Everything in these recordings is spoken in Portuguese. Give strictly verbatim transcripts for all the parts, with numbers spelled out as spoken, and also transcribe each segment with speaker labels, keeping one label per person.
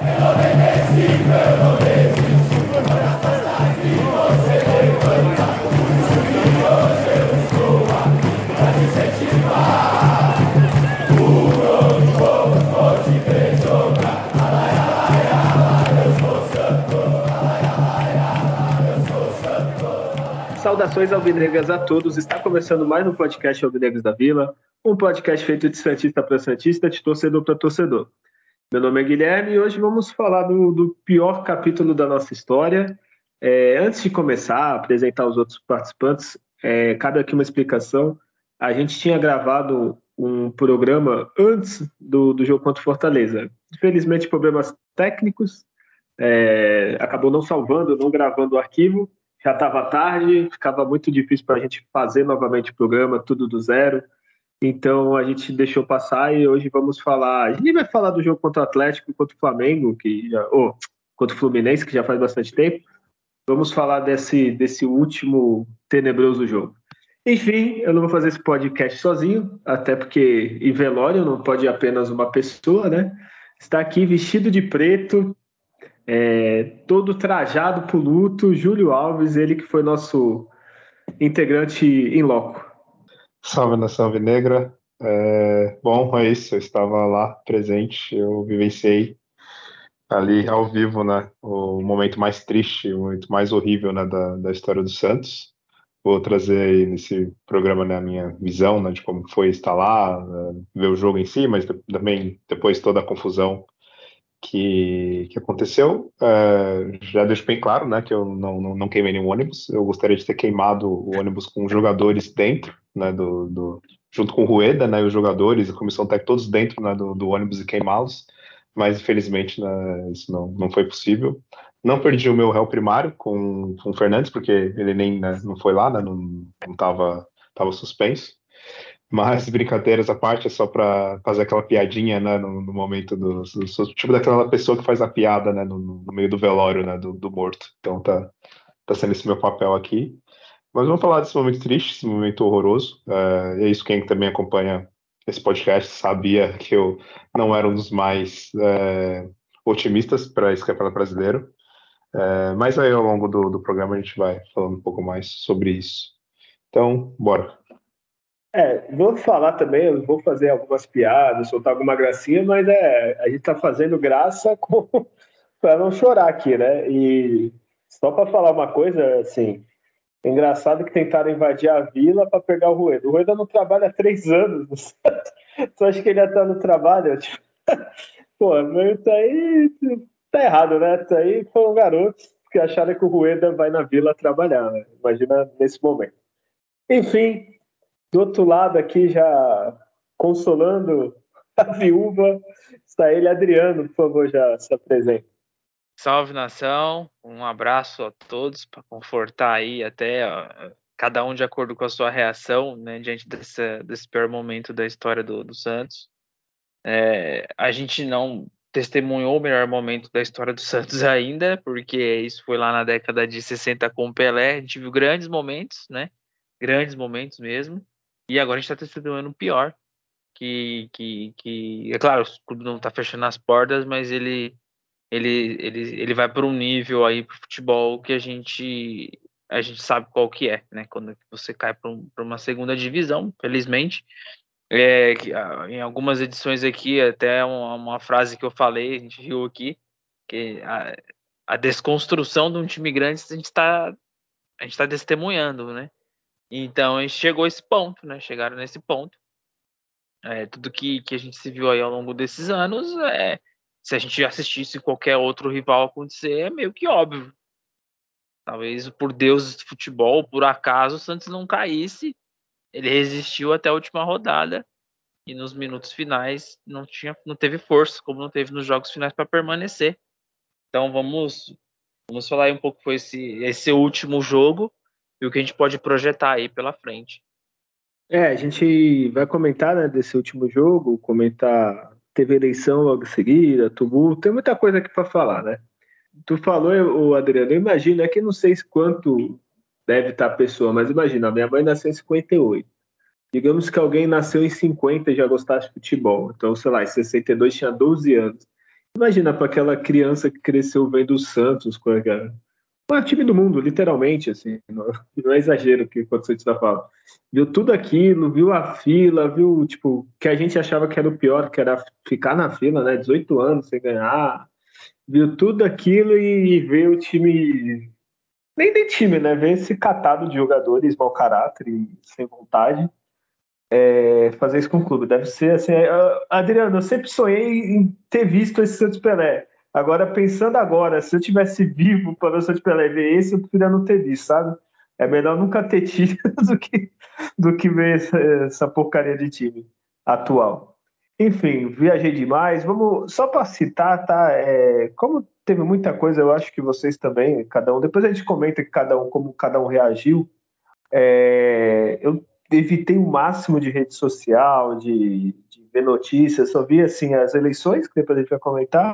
Speaker 1: Saudações alvinegras a todos, está começando mais um podcast Alvinegros da Vila, um podcast feito de santista para santista, de torcedor para torcedor. Meu nome é Guilherme e hoje vamos falar do, do pior capítulo da nossa história. É, antes de começar a apresentar os outros participantes, é, cabe aqui uma explicação. A gente tinha gravado um programa antes do, do jogo contra o Fortaleza. Infelizmente, problemas técnicos, é, acabou não salvando, não gravando o arquivo. Já estava tarde, ficava muito difícil para a gente fazer novamente o programa, tudo do zero. Então a gente deixou passar e hoje vamos falar. A gente vai falar do jogo contra o Atlético, contra o Flamengo, que já, oh, contra o Fluminense, que já faz bastante tempo. Vamos falar desse, desse último tenebroso jogo. Enfim, eu não vou fazer esse podcast sozinho, até porque em velório não pode ir apenas uma pessoa, né? Está aqui vestido de preto. É, todo trajado por luto, Júlio Alves, ele que foi nosso integrante em loco.
Speaker 2: Salve nação alvinegra. É, bom, é isso, eu estava lá presente, eu vivenciei ali ao vivo, né, o momento mais triste, o momento mais horrível, né, da, da história do Santos. Vou trazer aí nesse programa, né, a minha visão, né, de como foi estar lá, né, ver o jogo em si, mas também depois toda a confusão que, que aconteceu. É, já deixo bem claro, né, que eu não, não, não queimei nenhum ônibus. Eu gostaria de ter queimado o ônibus com jogadores dentro, né, do, do, junto com o Rueda, né, os jogadores, a comissão técnica, todos dentro, né, do, do ônibus e queimá-los, mas infelizmente, né, isso não, não foi possível. Não perdi o meu réu primário com, com o Fernandes, porque ele nem, né, não foi lá, né, não estava tava suspenso. Mas brincadeiras à parte, é só para fazer aquela piadinha, né, no, no momento do, do, do tipo daquela pessoa que faz a piada, né, no, no meio do velório, né, do, do morto. Então tá, tá sendo esse meu papel aqui. Mas vamos falar desse momento triste, esse momento horroroso. É, é isso, quem também acompanha esse podcast sabia que eu não era um dos mais é, otimistas para esse campeonato brasileiro. É, mas aí ao longo do, do programa a gente vai falando um pouco mais sobre isso. Então, bora.
Speaker 1: É, vou falar também, eu vou fazer algumas piadas, soltar alguma gracinha, mas é, a gente tá fazendo graça para não chorar aqui, né? E só para falar uma coisa, assim, é engraçado que tentaram invadir a vila para pegar o Rueda. O Rueda não trabalha há três anos. Tu acha que ele ia estar no trabalho? Tipo, pô, mas isso aí tá errado, né? Isso aí foram garotos que acharam que o Rueda vai na vila trabalhar, né? Imagina nesse momento. Enfim, do outro lado aqui, já consolando a viúva, está ele, Adriano, por favor, já se apresente.
Speaker 3: Salve, nação, um abraço a todos para confortar aí até ó, cada um de acordo com a sua reação, né, diante desse, desse pior momento da história do, do Santos. É, a gente não testemunhou o melhor momento da história do Santos ainda, porque isso foi lá na década de sessenta com o Pelé. A gente viu grandes momentos, né, grandes momentos mesmo, e agora a gente está testemunhando o pior, que, que, que é claro, o clube não está fechando as portas, mas ele Ele, ele, ele vai para um nível aí pro futebol que a gente a gente sabe qual que é, né? Quando você cai para um, uma segunda divisão, felizmente. É, que, em algumas edições aqui, até uma, uma frase que eu falei, a gente riu aqui, que a, a desconstrução de um time grande a gente está a gente tá testemunhando, né? Então a gente chegou a esse ponto, né? Chegaram nesse ponto. É, tudo que, que a gente se viu aí ao longo desses anos é. Se a gente assistisse qualquer outro rival acontecer, é meio que óbvio. Talvez por deuses do futebol, por acaso, o Santos não caísse. Ele resistiu até a última rodada e nos minutos finais não, tinha, não teve força, como não teve nos jogos finais para permanecer. Então vamos, vamos falar aí um pouco foi esse, esse último jogo e o que a gente pode projetar aí pela frente.
Speaker 1: É, a gente vai comentar, né, desse último jogo, comentar... Teve eleição logo em seguida, tumulto, tem muita coisa aqui para falar, né? Tu falou, o Adriano, eu imagino, é que não sei quanto deve estar a pessoa, mas imagina, minha mãe nasceu em cinquenta e oito. Digamos que alguém nasceu em cinquenta e já gostasse de futebol. Então, sei lá, em sessenta e dois tinha doze anos. Imagina para aquela criança que cresceu vendo o Santos, com a, o maior time do mundo, literalmente, assim, não, não é exagero que quando você está falando. Viu tudo aquilo, viu a fila, viu, tipo, que a gente achava que era o pior, que era ficar na fila, né, dezoito anos sem ganhar, viu tudo aquilo e vê o time, nem tem time, né, vê esse catado de jogadores mau caráter e sem vontade, é, fazer isso com o clube. Deve ser, assim, é, Adriano, eu sempre sonhei em ter visto esse Santos Pelé. Agora, pensando agora, se eu tivesse vivo para ver o Santos Pelé e ver esse, eu preferia não ter visto, sabe? É melhor nunca ter tido do que, do que ver essa, essa porcaria de time atual. Enfim, viajei demais. Vamos só para citar, tá? É, como teve muita coisa, eu acho que vocês também, cada um. Depois a gente comenta que cada um, como cada um reagiu. É, eu evitei o máximo de rede social, de, de ver notícias. Só vi assim as eleições que depois a gente vai comentar.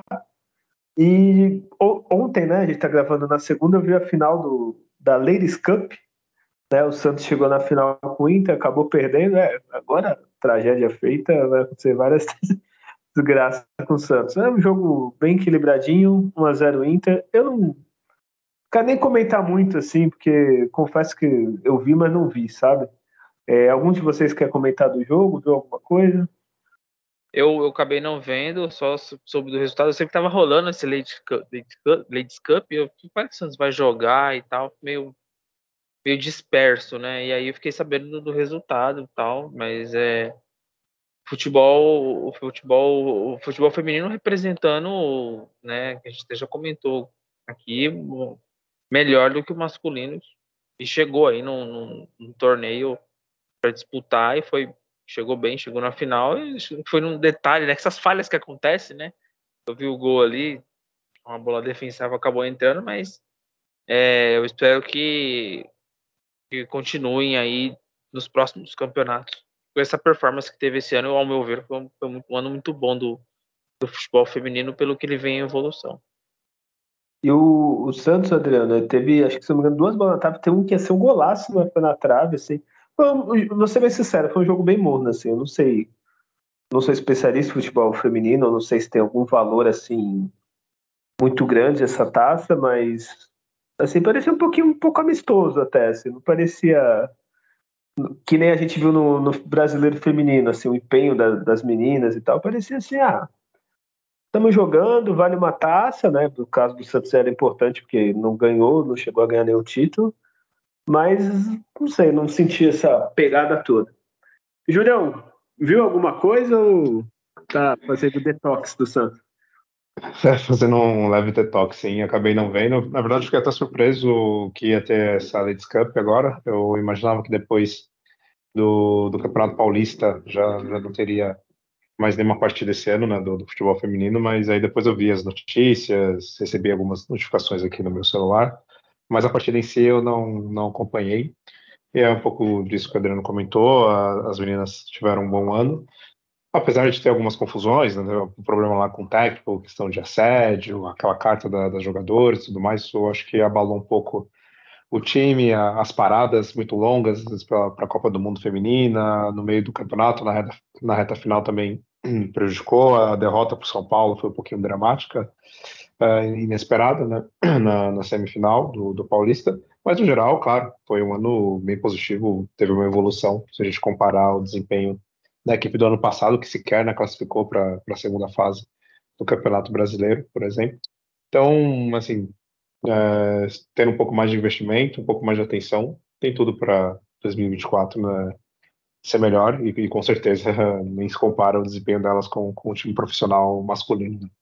Speaker 1: E ontem, né, a gente está gravando na segunda, eu vi a final do, da Ladies Cup, né, o Santos chegou na final com o Inter, acabou perdendo, é, agora tragédia feita, vai acontecer várias desgraças com o Santos. É um jogo bem equilibradinho, um a zero Inter, eu não quero nem comentar muito assim, porque confesso que eu vi, mas não vi, sabe? É, algum de vocês quer comentar do jogo, viu alguma coisa?
Speaker 3: Eu, eu acabei não vendo, só soube do resultado. Eu sei que tava rolando esse Ladies Cup, Ladies Cup, e eu fiquei, como é que o Santos vai jogar e tal, meio, meio disperso, né? E aí eu fiquei sabendo do, do resultado e tal, mas é futebol, o futebol, o futebol feminino representando, né, que a gente já comentou aqui, melhor do que o masculino, e chegou aí num, num, num torneio para disputar e foi chegou bem, chegou na final e foi num detalhe, né? Essas falhas que acontecem, né? Eu vi o gol ali, uma bola defensiva acabou entrando, mas é, eu espero que, que continuem aí nos próximos campeonatos. Com essa performance que teve esse ano, ao meu ver, foi um, foi um ano muito bom do, do futebol feminino pelo que ele vem em evolução.
Speaker 1: E o, o Santos, Adriano, teve, acho que se não me engano, duas bolas na trave, tem um que ia ser um golaço, mas foi na trave, assim. Foi, vou ser bem sincero, foi um jogo bem morno, assim, eu não sei, não sou especialista em futebol feminino, eu não sei se tem algum valor, assim, muito grande essa taça, mas, assim, parecia um pouquinho, um pouco amistoso até, assim, não parecia que nem a gente viu no, no brasileiro feminino, assim, o empenho da, das meninas e tal, parecia assim, ah, estamos jogando, vale uma taça, né? No caso do Santos era importante porque não ganhou, não chegou a ganhar nenhum título, mas não sei, não senti essa pegada toda. Julião, viu alguma coisa ou tá fazendo detox do Santos?
Speaker 2: É, fazendo um leve detox, sim, acabei não vendo. Na verdade, fiquei até surpreso que ia ter essa Ladies Cup agora. Eu imaginava que depois do, do Campeonato Paulista já, já não teria mais nenhuma partida esse ano, né, do, do futebol feminino, mas aí depois eu vi as notícias, recebi algumas notificações aqui no meu celular, mas a partida em si eu não, não acompanhei. E é um pouco disso que o Adriano comentou, a, as meninas tiveram um bom ano, apesar de ter algumas confusões, né, o problema lá com o técnico, questão de assédio, aquela carta da, das jogadoras e tudo mais, isso eu acho que abalou um pouco o time, a, as paradas muito longas para a Copa do Mundo Feminina, no meio do campeonato, na reta, na reta final também hum, prejudicou. A derrota para o São Paulo foi um pouquinho dramática, uh, inesperada, né, na, na semifinal do, do Paulista, mas no geral, claro, foi um ano bem positivo, teve uma evolução, se a gente comparar o desempenho da equipe do ano passado, que sequer, né, classificou para a segunda fase do Campeonato Brasileiro, por exemplo. Então, assim, é, tendo um pouco mais de investimento, um pouco mais de atenção, tem tudo para dois mil e vinte e quatro, né, ser melhor e, e com certeza nem se compara o desempenho delas com, com o time profissional masculino. Né?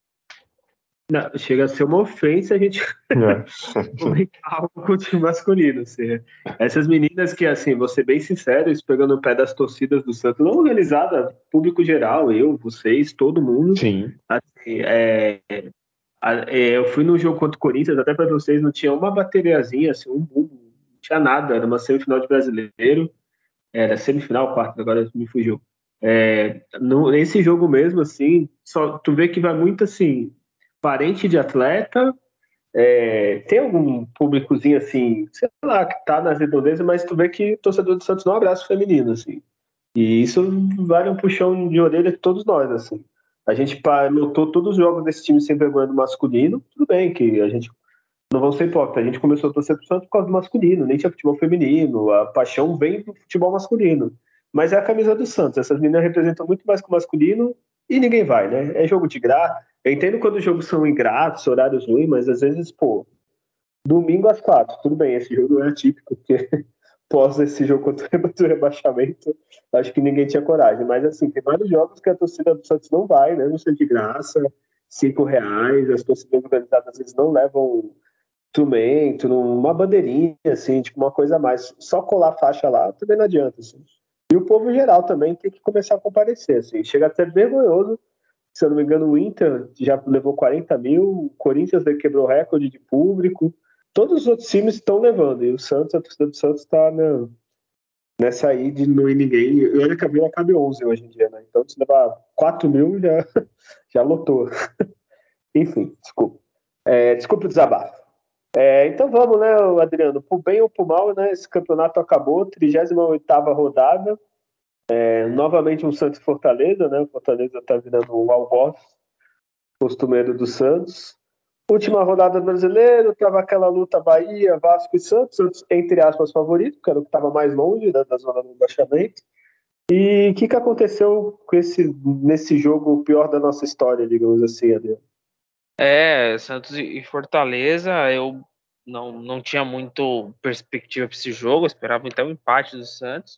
Speaker 1: Não, chega a ser uma ofensa a gente
Speaker 2: É.
Speaker 1: comentar algo com o time masculino. Assim. Essas meninas que, assim, vou ser bem sincero, isso pegando o pé das torcidas do Santos, não organizada, público geral, eu, vocês, todo mundo.
Speaker 2: Sim.
Speaker 1: Assim, é, é, eu fui no jogo contra o Corinthians, até para vocês, não tinha uma bateriazinha, assim, um bumbo, não tinha nada, era uma semifinal de brasileiro, era semifinal, quarto, agora me fugiu. É, no, nesse jogo mesmo, assim, só, tu vê que vai muito, assim, parente de atleta, é, tem algum públicozinho, assim, sei lá, que tá nas redondezas, mas tu vê que o torcedor do Santos não abraça o feminino, assim. E isso vale um puxão de orelha de todos nós, assim. A gente notou todos os jogos desse time sem vergonha do masculino. Tudo bem que a gente, não vamos ser hipócritas, a gente começou a torcer pro Santos por causa do masculino, nem tinha futebol feminino, a paixão vem do futebol masculino. Mas é a camisa do Santos, essas meninas representam muito mais que o masculino e ninguém vai, né? É jogo de graça. Eu entendo quando os jogos são ingratos, horários ruins, mas às vezes, pô, domingo às quatro, tudo bem, esse jogo não é atípico, porque pós esse jogo contra o rebaixamento, acho que ninguém tinha coragem. Mas, assim, tem vários jogos que a torcida do Santos não vai, né? Não sei de graça, cinco reais, as torcidas organizadas às vezes não levam instrumento, uma bandeirinha, assim, tipo, uma coisa a mais. Só colar faixa lá também não adianta, assim. E o povo em geral também tem que começar a comparecer, assim. Chega até vergonhoso. Se eu não me engano, o Inter já levou quarenta mil, o Corinthians quebrou recorde de público. Todos os outros times estão levando, e o Santos, a torcida do Santos está nessa aí de não ir ninguém. E olha que a Vila cabe onze hoje em dia, né? Então, se levar quatro mil, já, já lotou. Enfim, desculpa. É, desculpa o desabafo. É, então vamos, né, Adriano? Por bem ou por mal, né? Esse campeonato acabou, trigésima oitava rodada. É, novamente um Santos Fortaleza, né? O Fortaleza está virando um algoz costumeiro do Santos. Última rodada do Brasileiro, tava aquela luta Bahia, Vasco e Santos, Santos, entre aspas, favorito, que era o que estava mais longe da, da zona do rebaixamento. E o que, que aconteceu com esse, nesse jogo, o pior da nossa história, digamos assim, Adriano?
Speaker 3: É, Santos e Fortaleza, eu não, não tinha muito perspectiva para esse jogo, eu esperava então o empate do Santos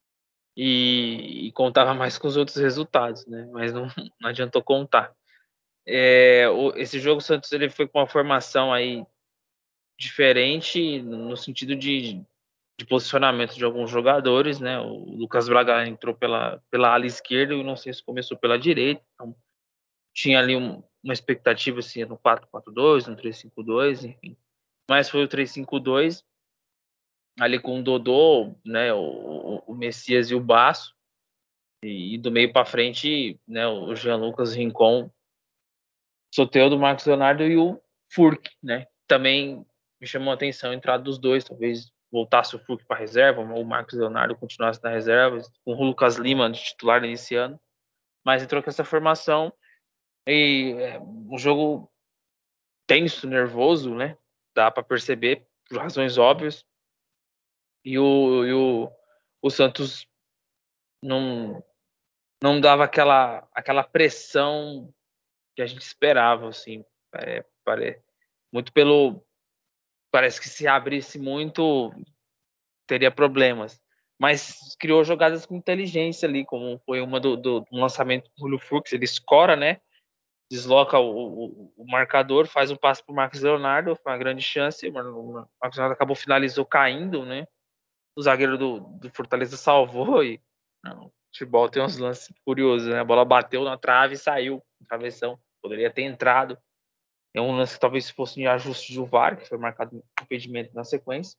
Speaker 3: e, e contava mais com os outros resultados, né? Mas não, não adiantou contar. É, o, esse jogo, o Santos ele foi com uma formação aí diferente no sentido de, de posicionamento de alguns jogadores, né? O Lucas Braga entrou pela, pela ala esquerda e não sei se começou pela direita, então tinha ali um, uma expectativa assim, no quatro quatro dois, no três cinco dois, enfim. Mas foi o três cinco dois, ali com o Dodô, né, o, o Messias e o Basso, e, e do meio para frente, né, o Jean Lucas Rincon, Soteldo, Marcos Leonardo e o Furk, né? Também me chamou a atenção a entrada dos dois, talvez voltasse o Furk para reserva, ou o Marcos Leonardo continuasse na reserva, com o Lucas Lima de titular iniciando, mas entrou com essa formação e é, um jogo tenso, nervoso, né? Dá para perceber, por razões óbvias. E o, e o, o Santos não, não dava aquela, aquela pressão que a gente esperava, assim. É, pare, muito pelo... Parece que se abrisse muito, teria problemas. Mas criou jogadas com inteligência ali, como foi uma do, do, do lançamento do Julio Fux. Ele escora, né? Desloca o, o, o marcador, faz um passe para o Marcos Leonardo, foi uma grande chance. O Marcos Leonardo acabou finalizou caindo, né? O zagueiro do, do Fortaleza salvou e não, o futebol tem uns lances curiosos, né? A bola bateu na trave e saiu, travessão. Poderia ter entrado. É um lance que talvez fosse de ajuste de V A R, que foi marcado impedimento na sequência.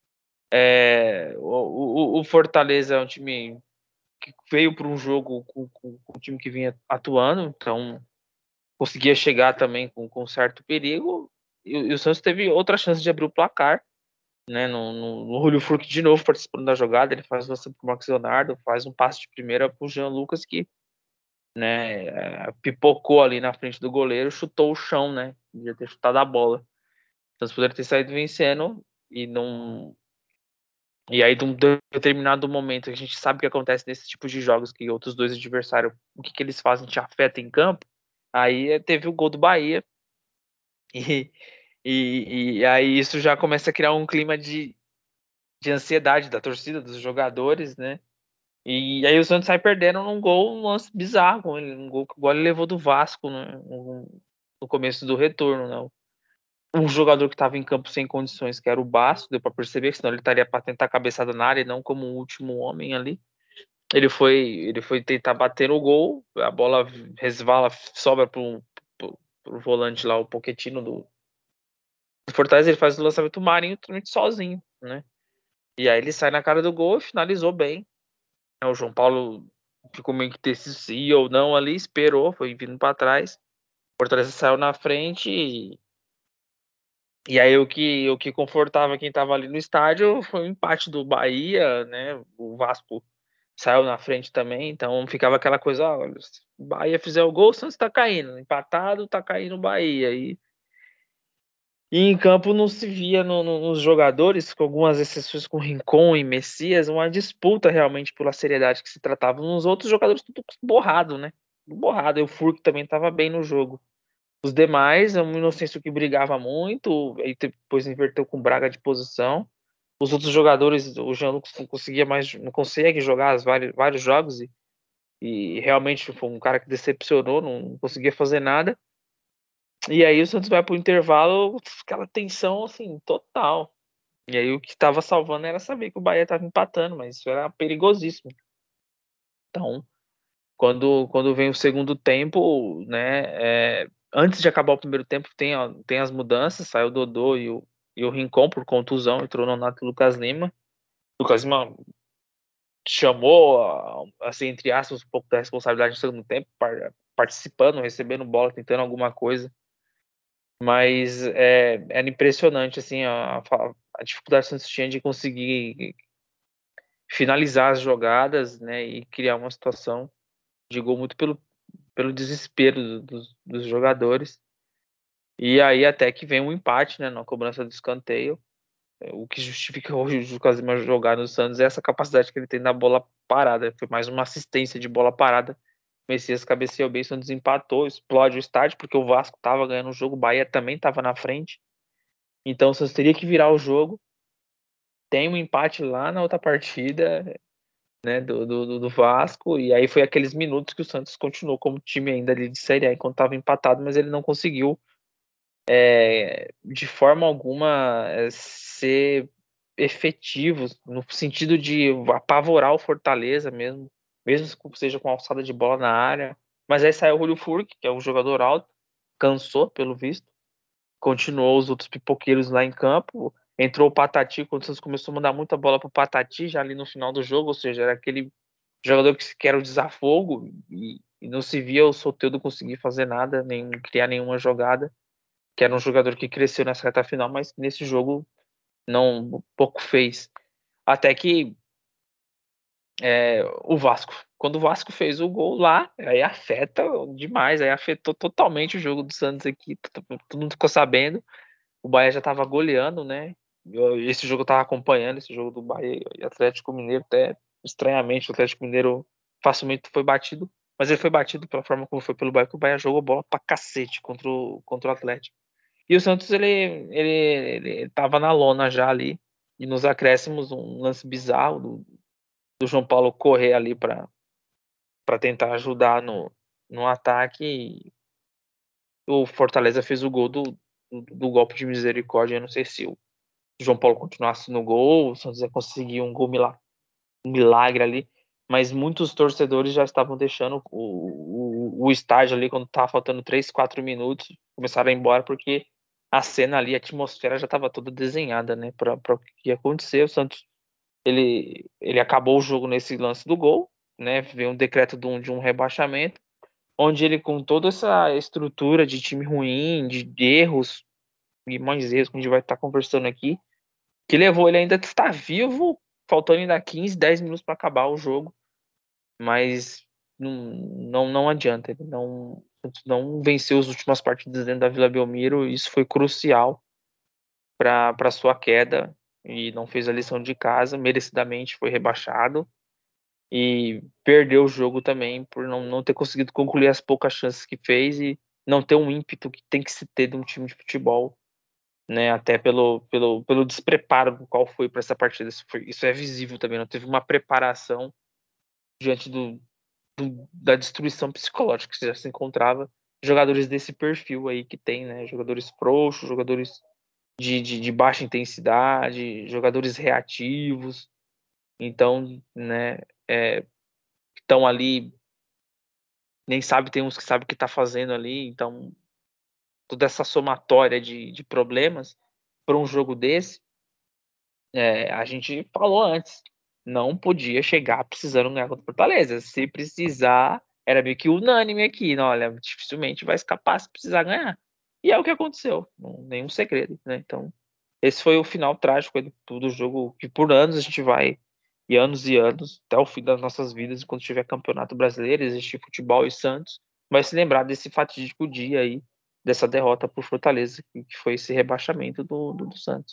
Speaker 3: É, o, o, o Fortaleza é um time que veio para um jogo com, com, com o time que vinha atuando, então conseguia chegar também com, com certo perigo, e, e o Santos teve outra chance de abrir o placar, né, no, no, no Julio Furque de novo participando da jogada, ele faz o lance pro Marcos Leonardo, faz um passe de primeira pro Jean Lucas, que, né, é, pipocou ali na frente do goleiro, chutou o chão, né, devia ter chutado a bola. O Santos poderia ter saído vencendo, e não... E aí, de um determinado momento, a gente sabe o que acontece nesse tipo de jogos, que outros dois adversários, o que, que eles fazem te afeta em campo. Aí teve o gol do Bahia, e, e, e aí isso já começa a criar um clima de, de ansiedade da torcida, dos jogadores, né? E aí o Santos sai perdendo num gol, um lance bizarro, um gol que o gol ele levou do Vasco, né? No começo do retorno, né? Um jogador que estava em campo sem condições, que era o Basso, deu para perceber, que senão ele estaria para tentar a cabeçada na área e não como o último homem ali. Ele foi, ele foi tentar bater no gol, a bola resvala, sobra para o volante lá, o Pochettino do, do Fortaleza, ele faz o lançamento marinho totalmente sozinho, né? E aí ele sai na cara do gol e finalizou bem. O João Paulo ficou meio que decidido se ou não ali, esperou, foi vindo para trás. O Fortaleza saiu na frente e E aí o que, o que confortava quem estava ali no estádio foi o empate do Bahia, né? O Vasco saiu na frente também, então ficava aquela coisa, ó, se o Bahia fizer o gol, o Santos tá caindo, empatado, tá caindo o Bahia, e, e em campo não se via no, no, nos jogadores, com algumas exceções com Rincon e Messias, uma disputa realmente pela seriedade que se tratava, nos outros jogadores tudo borrado, né, borrado, e o Furk também tava bem no jogo. Os demais, o Inocêncio que brigava muito, aí depois inverteu com Braga de posição. Os outros jogadores, o Jean Lucas não conseguia mais, não consegue jogar as vários, vários jogos e, e realmente foi um cara que decepcionou, não conseguia fazer nada. E aí o Santos vai pro intervalo, aquela tensão assim, total. E aí o que estava salvando era saber que o Bahia estava empatando, mas isso era perigosíssimo. Então, quando, quando vem o segundo tempo, né, é, antes de acabar o primeiro tempo, tem, ó, tem as mudanças, saiu o Dodô e o, e o Rincon por contusão, entrou o Nonato e o Lucas Lima. O Lucas Lima chamou, assim, entre aspas, um pouco da responsabilidade no segundo tempo, participando, recebendo bola, tentando alguma coisa. Mas é, era impressionante, assim, a, a dificuldade que o Santos tinha de conseguir finalizar as jogadas, né, e criar uma situação de gol muito pelo, pelo desespero dos, dos jogadores. E aí até que vem um empate, né, na cobrança do escanteio. O que justifica hoje o Lucas Lima jogar no Santos é essa capacidade que ele tem na bola parada. Foi mais uma assistência de bola parada. O Messias cabeceou bem, o Santos empatou, explode o estádio, porque o Vasco estava ganhando o jogo, o Bahia também estava na frente. Então o Santos teria que virar o jogo. Tem um empate lá na outra partida, né, do, do, do Vasco, e aí foi aqueles minutos que o Santos continuou como time ainda ali de Série A, enquanto estava empatado, mas ele não conseguiu é, de forma alguma é, ser efetivo no sentido de apavorar o Fortaleza mesmo, mesmo que seja com alçada de bola na área. Mas aí saiu o Julio Furque, que é um jogador alto, cansou pelo visto, continuou os outros pipoqueiros lá em campo, entrou o Patati, quando o Santos começou a mandar muita bola pro Patati já ali no final do jogo, ou seja, era aquele jogador que quer o desafogo e, e não se via o Soteldo conseguir fazer nada, nem criar nenhuma jogada, que era um jogador que cresceu nessa reta final, mas nesse jogo não pouco fez. Até que é, o Vasco, quando o Vasco fez o gol lá, aí afeta demais, aí afetou totalmente o jogo do Santos aqui, todo mundo ficou sabendo, o Bahia já estava goleando, né? Esse jogo eu estava acompanhando, esse jogo do Bahia e Atlético Mineiro, até estranhamente o Atlético Mineiro facilmente foi batido, mas ele foi batido pela forma como foi pelo Bahia, porque o Bahia jogou bola pra cacete contra o, contra o Atlético. E o Santos, ele, ele, ele tava na lona já ali, e nos acréscimos um lance bizarro do, do João Paulo correr ali para tentar ajudar no, no ataque, e o Fortaleza fez o gol do, do, do golpe de misericórdia. Eu não sei se o João Paulo continuasse no gol, o Santos ia conseguir um gol milagre, um milagre ali, mas muitos torcedores já estavam deixando o, o, o estádio ali quando estava faltando três, quatro minutos, começaram a ir embora porque a cena ali, a atmosfera já estava toda desenhada, né, para o que ia acontecer. O Santos, ele, ele acabou o jogo nesse lance do gol, né, veio um decreto de um, de um rebaixamento, onde ele, com toda essa estrutura de time ruim, de erros, e mais erros que a gente vai estar conversando aqui, que levou ele ainda a estar vivo, faltando ainda quinze, dez minutos para acabar o jogo, mas não, não, não adianta, ele não, não venceu as últimas partidas dentro da Vila Belmiro, e isso foi crucial para sua queda, e não fez a lição de casa, merecidamente foi rebaixado, e perdeu o jogo também por não, não ter conseguido concluir as poucas chances que fez e não ter um ímpeto que tem que se ter de um time de futebol, né, até pelo, pelo, pelo despreparo do qual foi para essa partida. Isso, foi, isso é visível também, não teve uma preparação diante do, do, da destruição psicológica que já se encontrava. Jogadores desse perfil aí que tem, né, jogadores frouxos, jogadores de, de, de baixa intensidade, jogadores reativos, então, né, é, estão ali, nem sabe, tem uns que sabem o que está fazendo ali, então toda essa somatória de, de problemas para um jogo desse, é, a gente falou antes, não podia chegar precisando ganhar contra o Fortaleza. Se precisar, era meio que unânime aqui, não, olha, dificilmente vai escapar se precisar ganhar. E é o que aconteceu, não, nenhum segredo, né? Então, esse foi o final trágico do, do jogo, que por anos a gente vai e anos e anos, até o fim das nossas vidas, quando tiver campeonato brasileiro, existir futebol e Santos, vai se lembrar desse fatídico dia aí, dessa derrota por Fortaleza, que foi esse rebaixamento do, do, do Santos.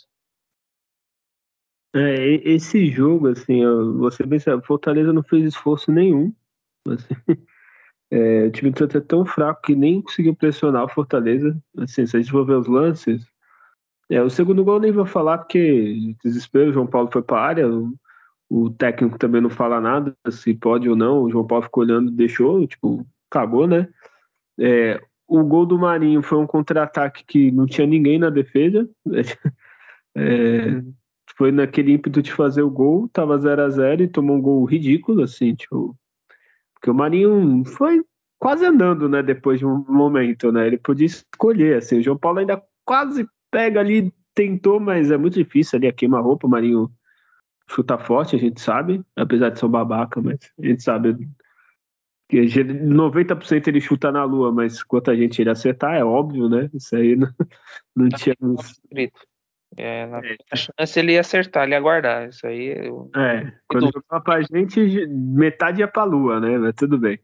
Speaker 1: É, esse jogo, assim, você bem sabe, Fortaleza não fez esforço nenhum. Assim, é, o time do Santos é tão fraco que nem conseguiu pressionar o Fortaleza. Assim, se a gente for ver os lances, é, o segundo gol eu nem vou falar porque desespero, o João Paulo foi para a área, o, o técnico também não fala nada, se pode ou não, o João Paulo ficou olhando, deixou, tipo, acabou, né? É, o gol do Marinho foi um contra-ataque que não tinha ninguém na defesa. É, foi naquele ímpeto de fazer o gol, tava zero a zero e tomou um gol ridículo, assim, tipo, porque o Marinho foi quase andando, né, depois de um momento, né, ele podia escolher, assim, o João Paulo ainda quase pega ali, tentou, mas é muito difícil ali, a queima-roupa, o Marinho chuta forte, a gente sabe, apesar de ser um babaca, mas a gente sabe que noventa por cento ele chuta na lua, mas quanto a gente ele acertar, é óbvio, né, isso aí não, não tínhamos...
Speaker 3: É, na é. chance ele ia acertar, ele ia guardar. Isso aí. Eu...
Speaker 1: É, quando jogava pra gente, metade ia pra lua, né? Mas tudo bem.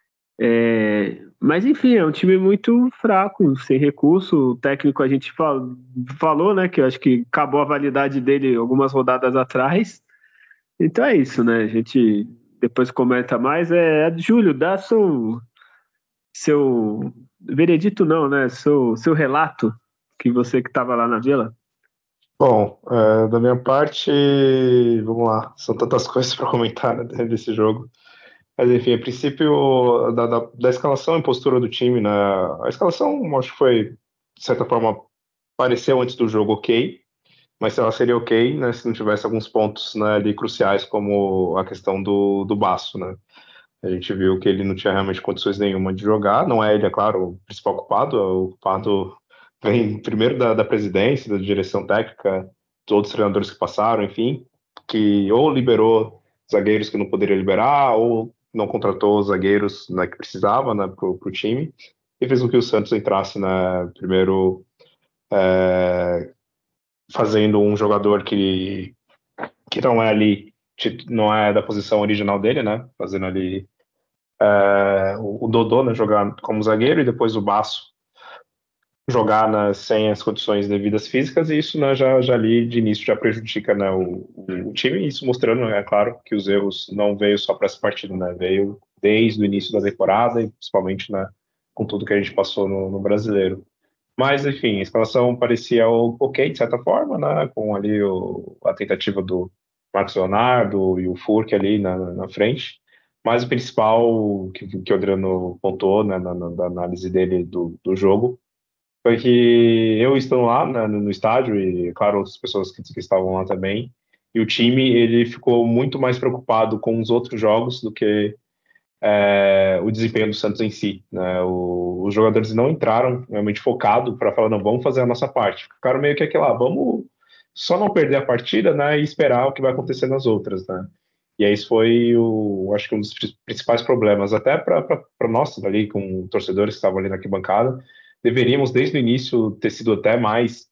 Speaker 1: É, mas enfim, é um time muito fraco, sem recurso. O técnico a gente fal, falou, né? Que eu acho que acabou a validade dele algumas rodadas atrás. Então é isso, né? A gente depois comenta mais. É, Júlio, dá seu, seu veredito, não, né? Seu, seu relato, que você que estava lá na Vila.
Speaker 2: Bom, é, da minha parte, vamos lá, são tantas coisas para comentar, né, desse jogo. Mas enfim, a princípio da, da, da escalação e postura do time, né? A escalação acho que foi, de certa forma, pareceu antes do jogo ok, mas ela seria ok, né, se não tivesse alguns pontos, né, ali cruciais, como a questão do, do Baço, né? A gente viu que ele não tinha realmente condições nenhuma de jogar, não é ele, é claro, o principal culpado, o culpado vem primeiro da, da presidência, da direção técnica, todos os treinadores que passaram, enfim, que ou liberou zagueiros que não poderia liberar, ou não contratou os zagueiros, né, que precisava, né, para o time, e fez com que o Santos entrasse, né, primeiro é, fazendo um jogador que, que não é ali, não é da posição original dele, né, fazendo ali é, o, o Dodô, né, jogar como zagueiro, e depois o Baço jogar, né, sem as condições devidas físicas, e isso, né, já, já ali de início já prejudica, né, o, o, time, isso mostrando, é claro, que os erros não veio só para essa partida, né, veio desde o início da temporada e principalmente, né, com tudo que a gente passou no, no Brasileiro. Mas, enfim, a escalação parecia ok, de certa forma, né, com ali o, a tentativa do Marcos Leonardo e o Furk ali na, na frente, mas o principal que, que o Adriano pontuou, né, na, na, na análise dele do, do jogo, foi que eu estando lá, né, no estádio e, claro, outras pessoas que, que estavam lá também, e o time ele ficou muito mais preocupado com os outros jogos do que é, o desempenho do Santos em si, né? O, os jogadores não entraram realmente focado para falar, não, vamos fazer a nossa parte. Ficaram meio que aquela, vamos só não perder a partida, né, e esperar o que vai acontecer nas outras, né? E aí isso foi, o, acho que um dos principais problemas, até para nós ali, com torcedores que estavam ali na arquibancada, deveríamos desde o início ter sido até mais,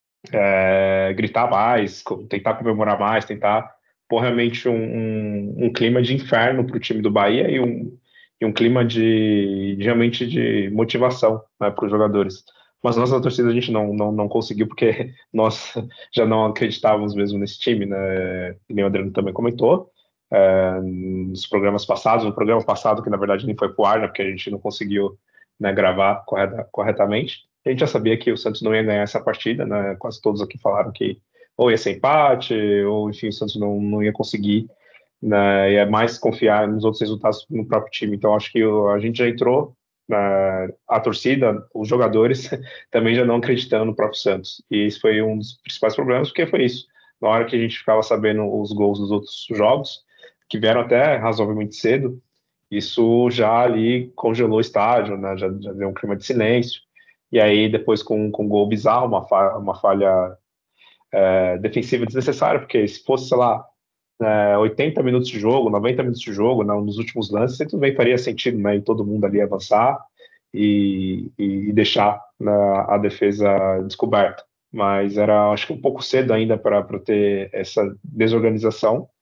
Speaker 2: é, gritar mais, tentar comemorar mais, tentar pôr realmente um, um, um clima de inferno para o time do Bahia e um, e um clima de, de realmente de motivação, né, para os jogadores. Mas nós, na torcida, a gente não, não, não conseguiu, porque nós já não acreditávamos mesmo nesse time, né? E nem o Adriano também comentou, é, nos programas passados, no programa passado, que na verdade nem foi pro ar, né, porque a gente não conseguiu, né, gravar correta, corretamente. A gente já sabia que o Santos não ia ganhar essa partida, né? Quase todos aqui falaram que ou ia ser empate, ou enfim, o Santos não, não ia conseguir, né? Ia mais confiar nos outros resultados no próprio time. Então acho que a gente já entrou, né, a torcida, os jogadores também já não acreditando no próprio Santos. E isso foi um dos principais problemas, porque foi isso. Na hora que a gente ficava sabendo os gols dos outros jogos, que vieram até razoavelmente cedo, isso já ali congelou o estádio, né? Já, já deu um clima de silêncio. E aí, depois, com, com um gol bizarro, uma falha, uma falha é, defensiva desnecessária, porque se fosse, sei lá, é, oitenta minutos de jogo, noventa minutos de jogo, né, nos últimos lances, tudo bem, faria sentido, né, e todo mundo ali avançar e, e, e deixar, né, a defesa descoberta. Mas era, acho que, um pouco cedo ainda para ter essa desorganização.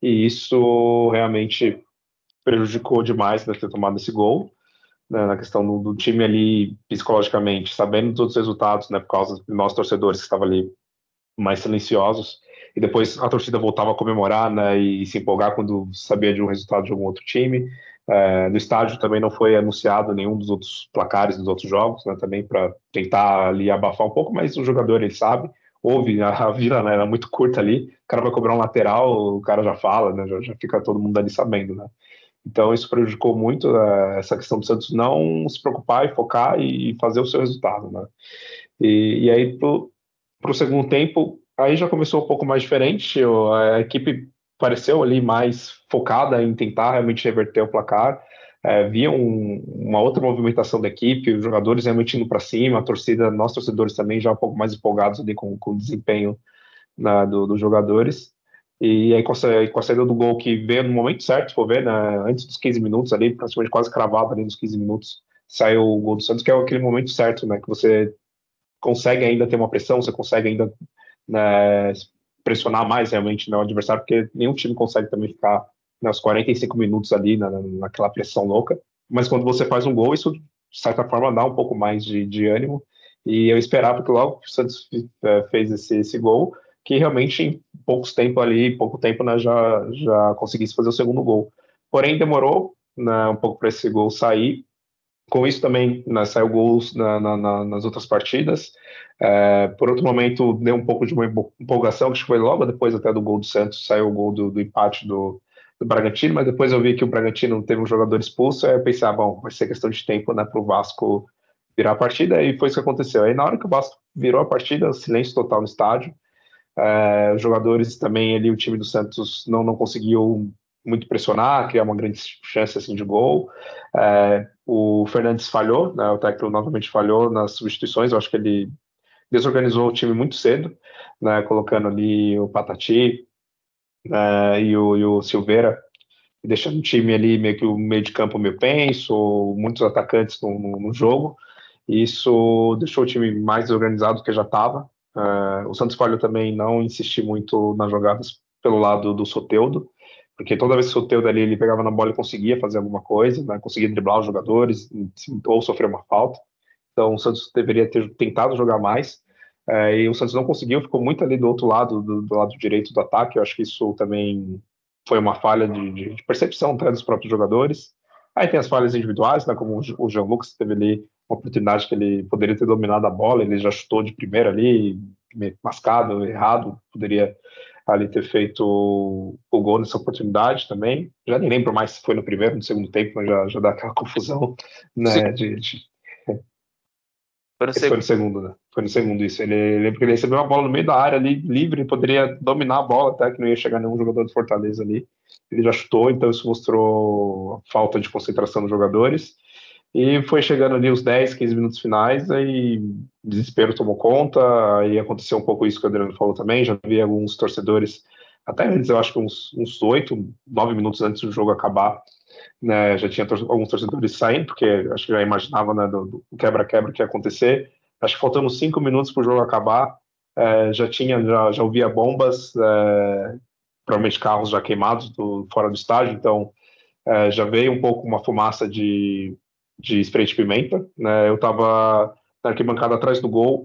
Speaker 2: e isso realmente prejudicou demais, né, ter tomado esse gol, né, na questão do, do time ali psicologicamente, sabendo todos os resultados, né, por causa de nós torcedores que estavam ali mais silenciosos, e depois a torcida voltava a comemorar, né, e se empolgar quando sabia de um resultado de algum outro time. É, no estádio também não foi anunciado nenhum dos outros placares dos outros jogos, né, também para tentar ali abafar um pouco, mas o jogador ele sabe, ouve, a, a vila, né, era muito curta ali, o cara vai cobrar um lateral, o cara já fala, né, já, já fica todo mundo ali sabendo, né. Então isso prejudicou muito, uh, essa questão do Santos não se preocupar e focar e fazer o seu resultado, né. E, e aí para o segundo tempo, aí já começou um pouco mais diferente, a equipe pareceu ali mais focada em tentar realmente reverter o placar, é, via um, uma outra movimentação da equipe, os jogadores realmente indo para cima, a torcida, nós torcedores também já um pouco mais empolgados ali com, com o desempenho na, do, dos jogadores. E aí, com a, com a saída do gol que veio no momento certo, se for ver, né, antes dos quinze minutos ali, praticamente quase cravado ali nos quinze minutos, saiu o gol do Santos, que é aquele momento certo, né, que você consegue ainda ter uma pressão, você consegue ainda, né, pressionar mais realmente, né, o adversário, porque nenhum time consegue também ficar, né, os quarenta e cinco minutos ali na, naquela pressão louca, mas quando você faz um gol, isso de certa forma dá um pouco mais de, de ânimo, e eu esperava que logo que o Santos é, fez esse, esse gol, que realmente em poucos tempo ali, pouco tempo, né, já, já conseguisse fazer o segundo gol. Porém, demorou, né, um pouco para esse gol sair. Com isso também, né, saiu gols na, na, na, nas outras partidas. É, por outro momento, deu um pouco de uma empolgação, que foi logo depois até do gol do Santos, saiu o gol do, do empate do, do Bragantino, mas depois eu vi que o Bragantino teve um jogador expulso, aí eu pensei, ah, bom, vai ser questão de tempo, né, para o Vasco virar a partida, e foi isso que aconteceu. Aí na hora que o Vasco virou a partida, silêncio total no estádio, é, os jogadores também ali, o time do Santos não, não conseguiu muito pressionar, criar uma grande chance assim, de gol. É, o Fernandes falhou, né, o técnico novamente falhou nas substituições, eu acho que ele desorganizou o time muito cedo, né, colocando ali o Patati, né, e, o, e o Silveira, deixando o time ali meio que o meio de campo meio penso, muitos atacantes no, no, no jogo. Isso deixou o time mais desorganizado do que já estava. Uh, o Santos falhou também não insistir muito nas jogadas pelo lado do Soteldo, porque toda vez que o Soteldo ali ele pegava na bola e conseguia fazer alguma coisa, né, conseguia driblar os jogadores ou sofrer uma falta. Então o Santos deveria ter tentado jogar mais, uh, e o Santos não conseguiu, ficou muito ali do outro lado, do, do lado direito do ataque. Eu acho que isso também foi uma falha de, de percepção, até dos próprios jogadores. Aí tem as falhas individuais, né, como o Jean Lucas teve ali uma oportunidade que ele poderia ter dominado a bola, ele já chutou de primeira ali, mascado, errado, poderia ali ter feito o, o gol nessa oportunidade também. Já nem lembro mais se foi no primeiro ou no segundo tempo, mas já, já dá aquela confusão, né, de, de...
Speaker 3: Foi no
Speaker 2: Esse
Speaker 3: segundo.
Speaker 2: foi no segundo, né? Foi no segundo isso. Ele lembra que ele recebeu uma bola no meio da área ali, livre, poderia dominar a bola até, que não ia chegar nenhum jogador do Fortaleza ali. Ele já chutou, então isso mostrou falta de concentração dos jogadores. E foi chegando ali os dez, quinze minutos finais, aí o desespero tomou conta, aí aconteceu um pouco isso que o Adriano falou também, já vi alguns torcedores, até antes, eu acho que uns, uns oito, nove minutos antes do jogo acabar, né, já tinha tor alguns torcedores saindo, porque acho que já imaginava, né, do, do quebra-quebra que ia acontecer. Acho que faltando cinco minutos para o jogo acabar, é, já tinha, já, já ouvia bombas, é, provavelmente carros já queimados do, fora do estádio, então é, já veio um pouco uma fumaça de, de spray de pimenta, né, eu estava na arquibancada atrás do gol,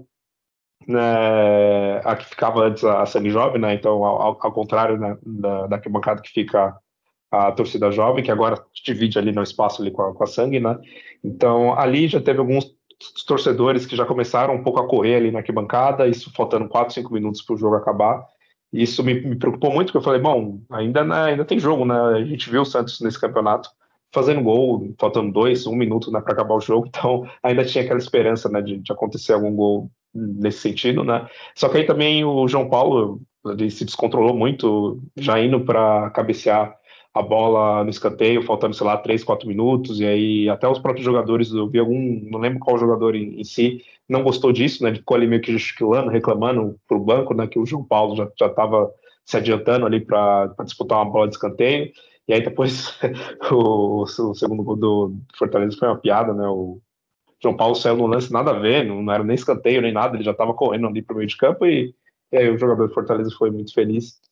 Speaker 2: né, a que ficava antes a Sangue Jovem, né, então ao, ao contrário, né, da, da arquibancada que fica a torcida jovem, que agora divide ali no espaço ali com a, com a Sangue, né? Então, ali já teve alguns torcedores que já começaram um pouco a correr ali na arquibancada, isso faltando quatro, cinco minutos para o jogo acabar. E isso me, me preocupou muito, porque eu falei, bom, ainda, né, ainda tem jogo, né? A gente viu o Santos nesse campeonato fazendo gol, faltando dois, um minuto, né, para acabar o jogo, então ainda tinha aquela esperança, né, de, de acontecer algum gol nesse sentido, né? Só que aí também o João Paulo, ele se descontrolou muito, já indo para cabecear a bola no escanteio, faltando, sei lá, três, quatro minutos, e aí até os próprios jogadores, eu vi algum, não lembro qual jogador em, em si, não gostou disso, né, ele ficou ali meio que gesticulando, reclamando pro banco, né, que o João Paulo já já estava se adiantando ali para disputar uma bola de escanteio, e aí depois o, o segundo gol do Fortaleza foi uma piada, né, o João Paulo saiu no lance nada a ver, não, não era nem escanteio nem nada, ele já estava correndo ali pro meio de campo, e, e aí o jogador do Fortaleza foi muito feliz.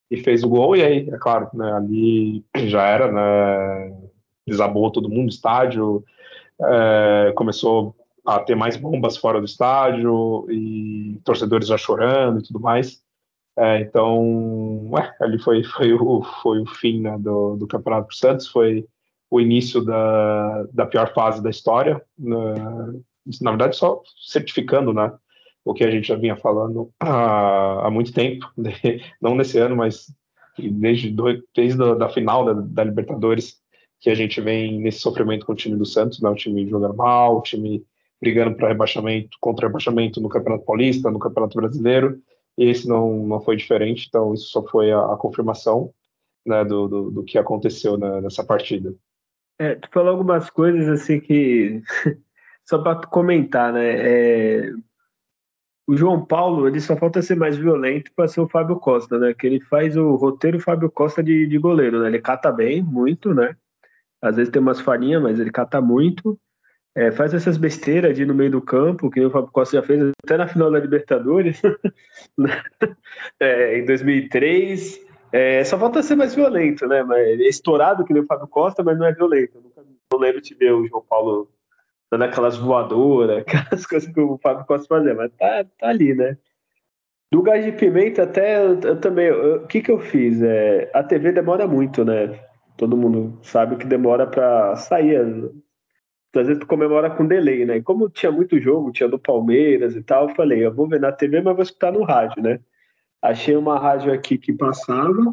Speaker 2: e fez o gol, e aí, é claro, né, ali já era, né, desabou todo mundo, estádio, é, começou a ter mais bombas fora do estádio, e torcedores já chorando e tudo mais. É, então, ué, ali foi, foi, o, foi o fim, né, do, do Campeonato pro Santos, foi o início da, da pior fase da história, né, na verdade só certificando, né, o que a gente já vinha falando há, há muito tempo, não nesse ano, mas desde, do, desde a da final da, da Libertadores, que a gente vem nesse sofrimento com o time do Santos, né, o time jogando mal, o time brigando para rebaixamento, contra rebaixamento no Campeonato Paulista, no Campeonato Brasileiro, e esse não, não foi diferente, então isso só foi a, a confirmação, né, do, do, do que aconteceu na, nessa partida.
Speaker 1: É, tu falou algumas coisas assim que só para comentar, né? É, o João Paulo, ele só falta ser mais violento para ser o Fábio Costa, né? Que ele faz o roteiro Fábio Costa de, de goleiro, né? Ele cata bem, muito, né? Às vezes tem umas farinhas, mas ele cata muito. É, faz essas besteiras de ir no meio do campo, que o Fábio Costa já fez até na final da Libertadores, né? É, em dois mil e três. É, só falta ser mais violento, né? Mas ele é estourado que nem o Fábio Costa, mas não é violento. Eu nunca, não lembro de ver o João Paulo dando aquelas voadoras, aquelas coisas que o Fábio Costa fazia, mas tá, tá ali, né? Do Gás de Pimenta até eu, eu também. eu- O que que eu fiz? É, a T V demora muito, né? Todo mundo sabe que demora pra sair. Às vezes tu comemora com delay, né? E como tinha muito jogo, tinha do Palmeiras e tal, eu falei, eu vou ver na T V, mas vou escutar no rádio, né? Achei uma rádio aqui que passava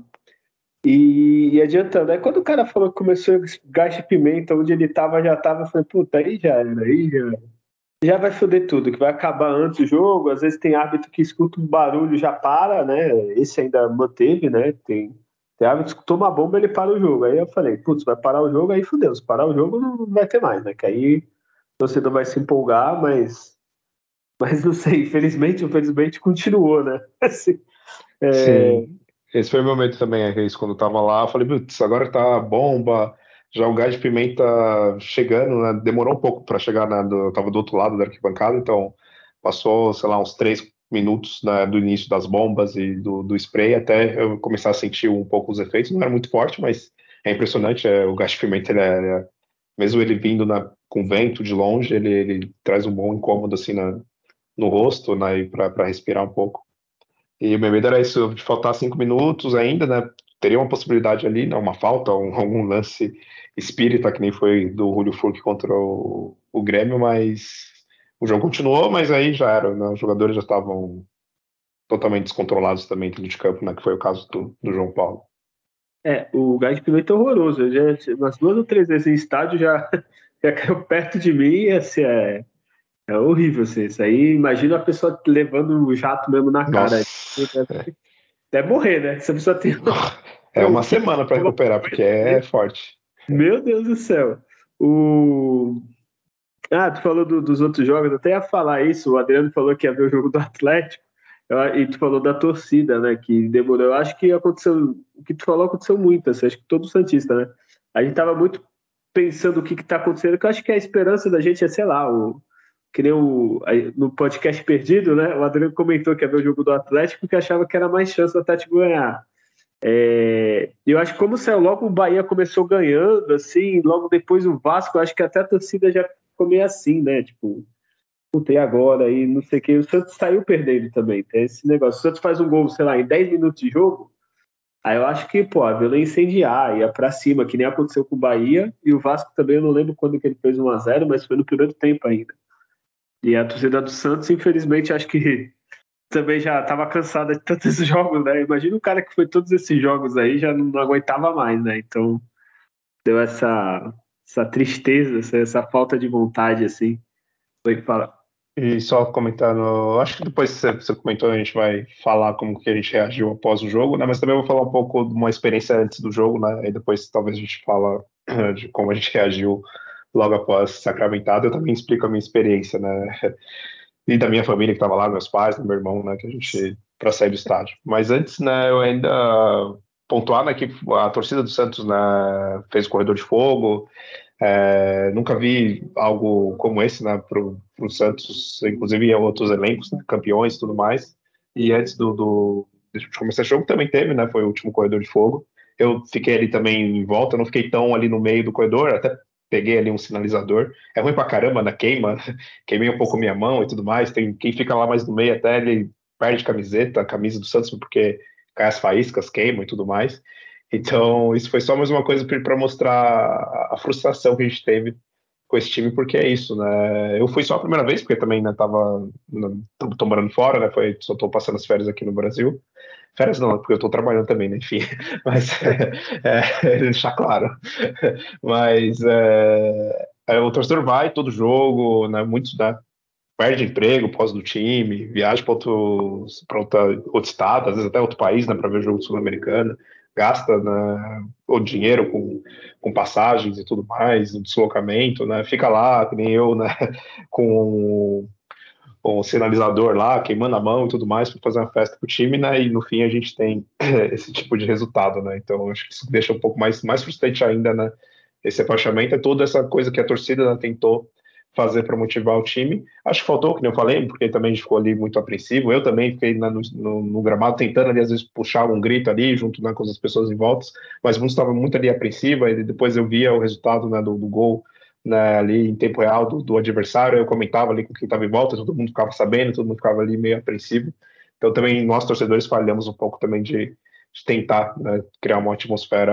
Speaker 1: e, e adiantando. Aí quando o cara falou que começou esse Gás de Pimenta, onde ele tava, já tava, eu falei, puta, aí já era, aí já, já vai foder tudo, que vai acabar antes o jogo. Às vezes tem árbitro que escuta um barulho e já para, né? Esse ainda manteve, né? Tem, tem árbitro que escutou uma bomba, ele para o jogo. Aí eu falei, putz, vai parar o jogo, aí fudeu. Se parar o jogo, não vai ter mais, né? Que aí o torcedor vai se empolgar, mas, mas não sei, infelizmente, infelizmente continuou, né? Assim, é,
Speaker 2: Sim, esse foi o meu medo também, é isso, quando eu tava lá, eu falei, putz, agora tá a bomba, já o gás de pimenta chegando, né, demorou um pouco para chegar, né, do, eu tava do outro lado da arquibancada, então passou, sei lá, uns três minutos, né, do início das bombas e do, do spray, até eu começar a sentir um pouco os efeitos, não era muito forte, mas é impressionante, é, o gás de pimenta, ele é, ele é- mesmo ele vindo na, com vento de longe, ele, ele traz um bom incômodo, assim, na, no rosto, né, para respirar um pouco. E o meu medo era isso, de faltar cinco minutos ainda, né? Teria uma possibilidade ali, né? Uma falta, um, algum lance espírita, que nem foi do Julio Furque contra o, o Grêmio, mas o jogo continuou, mas aí já era, né? Os jogadores já estavam totalmente descontrolados também dentro de campo, né? Que foi o caso do, do João Paulo.
Speaker 1: é, o Gás de Pimenta é horroroso. Eu já, umas duas ou três vezes em estádio já, já caiu perto de mim e assim, é, é horrível assim, isso aí. Imagina a pessoa levando o jato mesmo na cara.
Speaker 2: Nossa, é,
Speaker 1: Deve morrer, né? Se a pessoa tem
Speaker 2: é uma semana para recuperar, porque é forte.
Speaker 1: Meu Deus do céu. O... Ah, tu falou do- dos outros jogos, eu até ia falar isso. O Adriano falou que ia ver o jogo do Atlético. Eu- E tu falou da torcida, né? Que demorou. Eu acho que aconteceu. O que tu falou aconteceu muito, assim, acho que todo Santista, né? A gente tava muito pensando o que que tá acontecendo, que eu acho que a esperança da gente é, sei lá, o... que nem o... aí, no podcast Perdido, né? O Adriano comentou que ia ver o jogo do Atlético porque achava que era mais chance do Atlético ganhar. É, eu acho que como saiu logo o Bahia começou ganhando, assim, logo depois o Vasco, eu acho que até a torcida já ficou meio assim, né? Tipo, puta, e agora? E não sei o que. O Santos saiu perdendo também. Tem esse negócio. O Santos faz um gol, sei lá, em dez minutos de jogo. Aí eu acho que, pô, a Vila ia incendiar, ia pra cima, que nem aconteceu com o Bahia. E o Vasco também, eu não lembro quando que ele fez um a zero, mas foi no primeiro tempo ainda. E a torcida do Santos, infelizmente, acho que também já estava cansada de tantos jogos, né? Imagina o cara que foi todos esses jogos aí, já não, não aguentava mais, né? Então deu essa, essa tristeza, essa, essa falta de vontade, assim. Foi que fala.
Speaker 2: E só comentando, acho que depois que você, você comentou, a gente vai falar como que a gente reagiu após o jogo, né? Mas também eu vou falar um pouco de uma experiência antes do jogo, né? E depois talvez a gente fala de como a gente reagiu logo após sacramentado. Eu também explico a minha experiência, né? E da minha família que estava lá, meus pais, do meu irmão, né? Que a gente para sair do estádio. Mas antes, né? Eu ainda pontuar, né? Que a torcida do Santos, né? Fez o corredor de fogo. É, nunca vi algo como esse, né, para o Santos, inclusive em outros elencos, né, campeões e tudo mais. E antes do, do, de começar o jogo também teve, né? Foi o último corredor de fogo. Eu fiquei ali também em volta, não fiquei tão ali no meio do corredor, até peguei ali um sinalizador. É ruim pra caramba, né? Queima, queimei um pouco minha mão e tudo mais. Tem quem fica lá mais no meio até ele perde camiseta, a camisa do Santos, porque cai as faíscas, queimam e tudo mais. Então, isso foi só mais uma coisa para mostrar a frustração que a gente teve com esse time, porque é isso, né? Eu fui só a primeira vez, porque também né, tava, não, tô morando fora, né? Foi, só tô passando as férias aqui no Brasil. Férias não, porque eu tô trabalhando também, né? Enfim, mas é, é, deixar claro. Mas é, é, o torcedor vai todo jogo, né? Muitos né, perde emprego por causa do time, viaja para outro, pra outra, outro estado, às vezes até outro país, né? Para ver jogo sul-americano, gasta né, o dinheiro com, com passagens e tudo mais, o deslocamento, né? Fica lá, que nem eu, né? Com com o sinalizador lá, queimando a mão e tudo mais, para fazer uma festa pro time, né? E no fim a gente tem esse tipo de resultado, né? Então acho que isso deixa um pouco mais, mais frustrante ainda, né? Esse apaixonamento é toda essa coisa que a torcida né, tentou fazer para motivar o time. Acho que faltou, que nem eu falei, porque também a gente ficou ali muito apreensivo. Eu também fiquei né, no, no, no, gramado tentando ali, às vezes, puxar um grito ali, junto né, com as pessoas em volta, mas muitos estavam muito ali apreensiva, e depois eu via o resultado né, do, do gol né, ali em tempo real do, do adversário, eu comentava ali com quem estava em volta, todo mundo ficava sabendo, todo mundo ficava ali meio apreensivo. Então também nós torcedores falhamos um pouco também de, de tentar né, criar uma atmosfera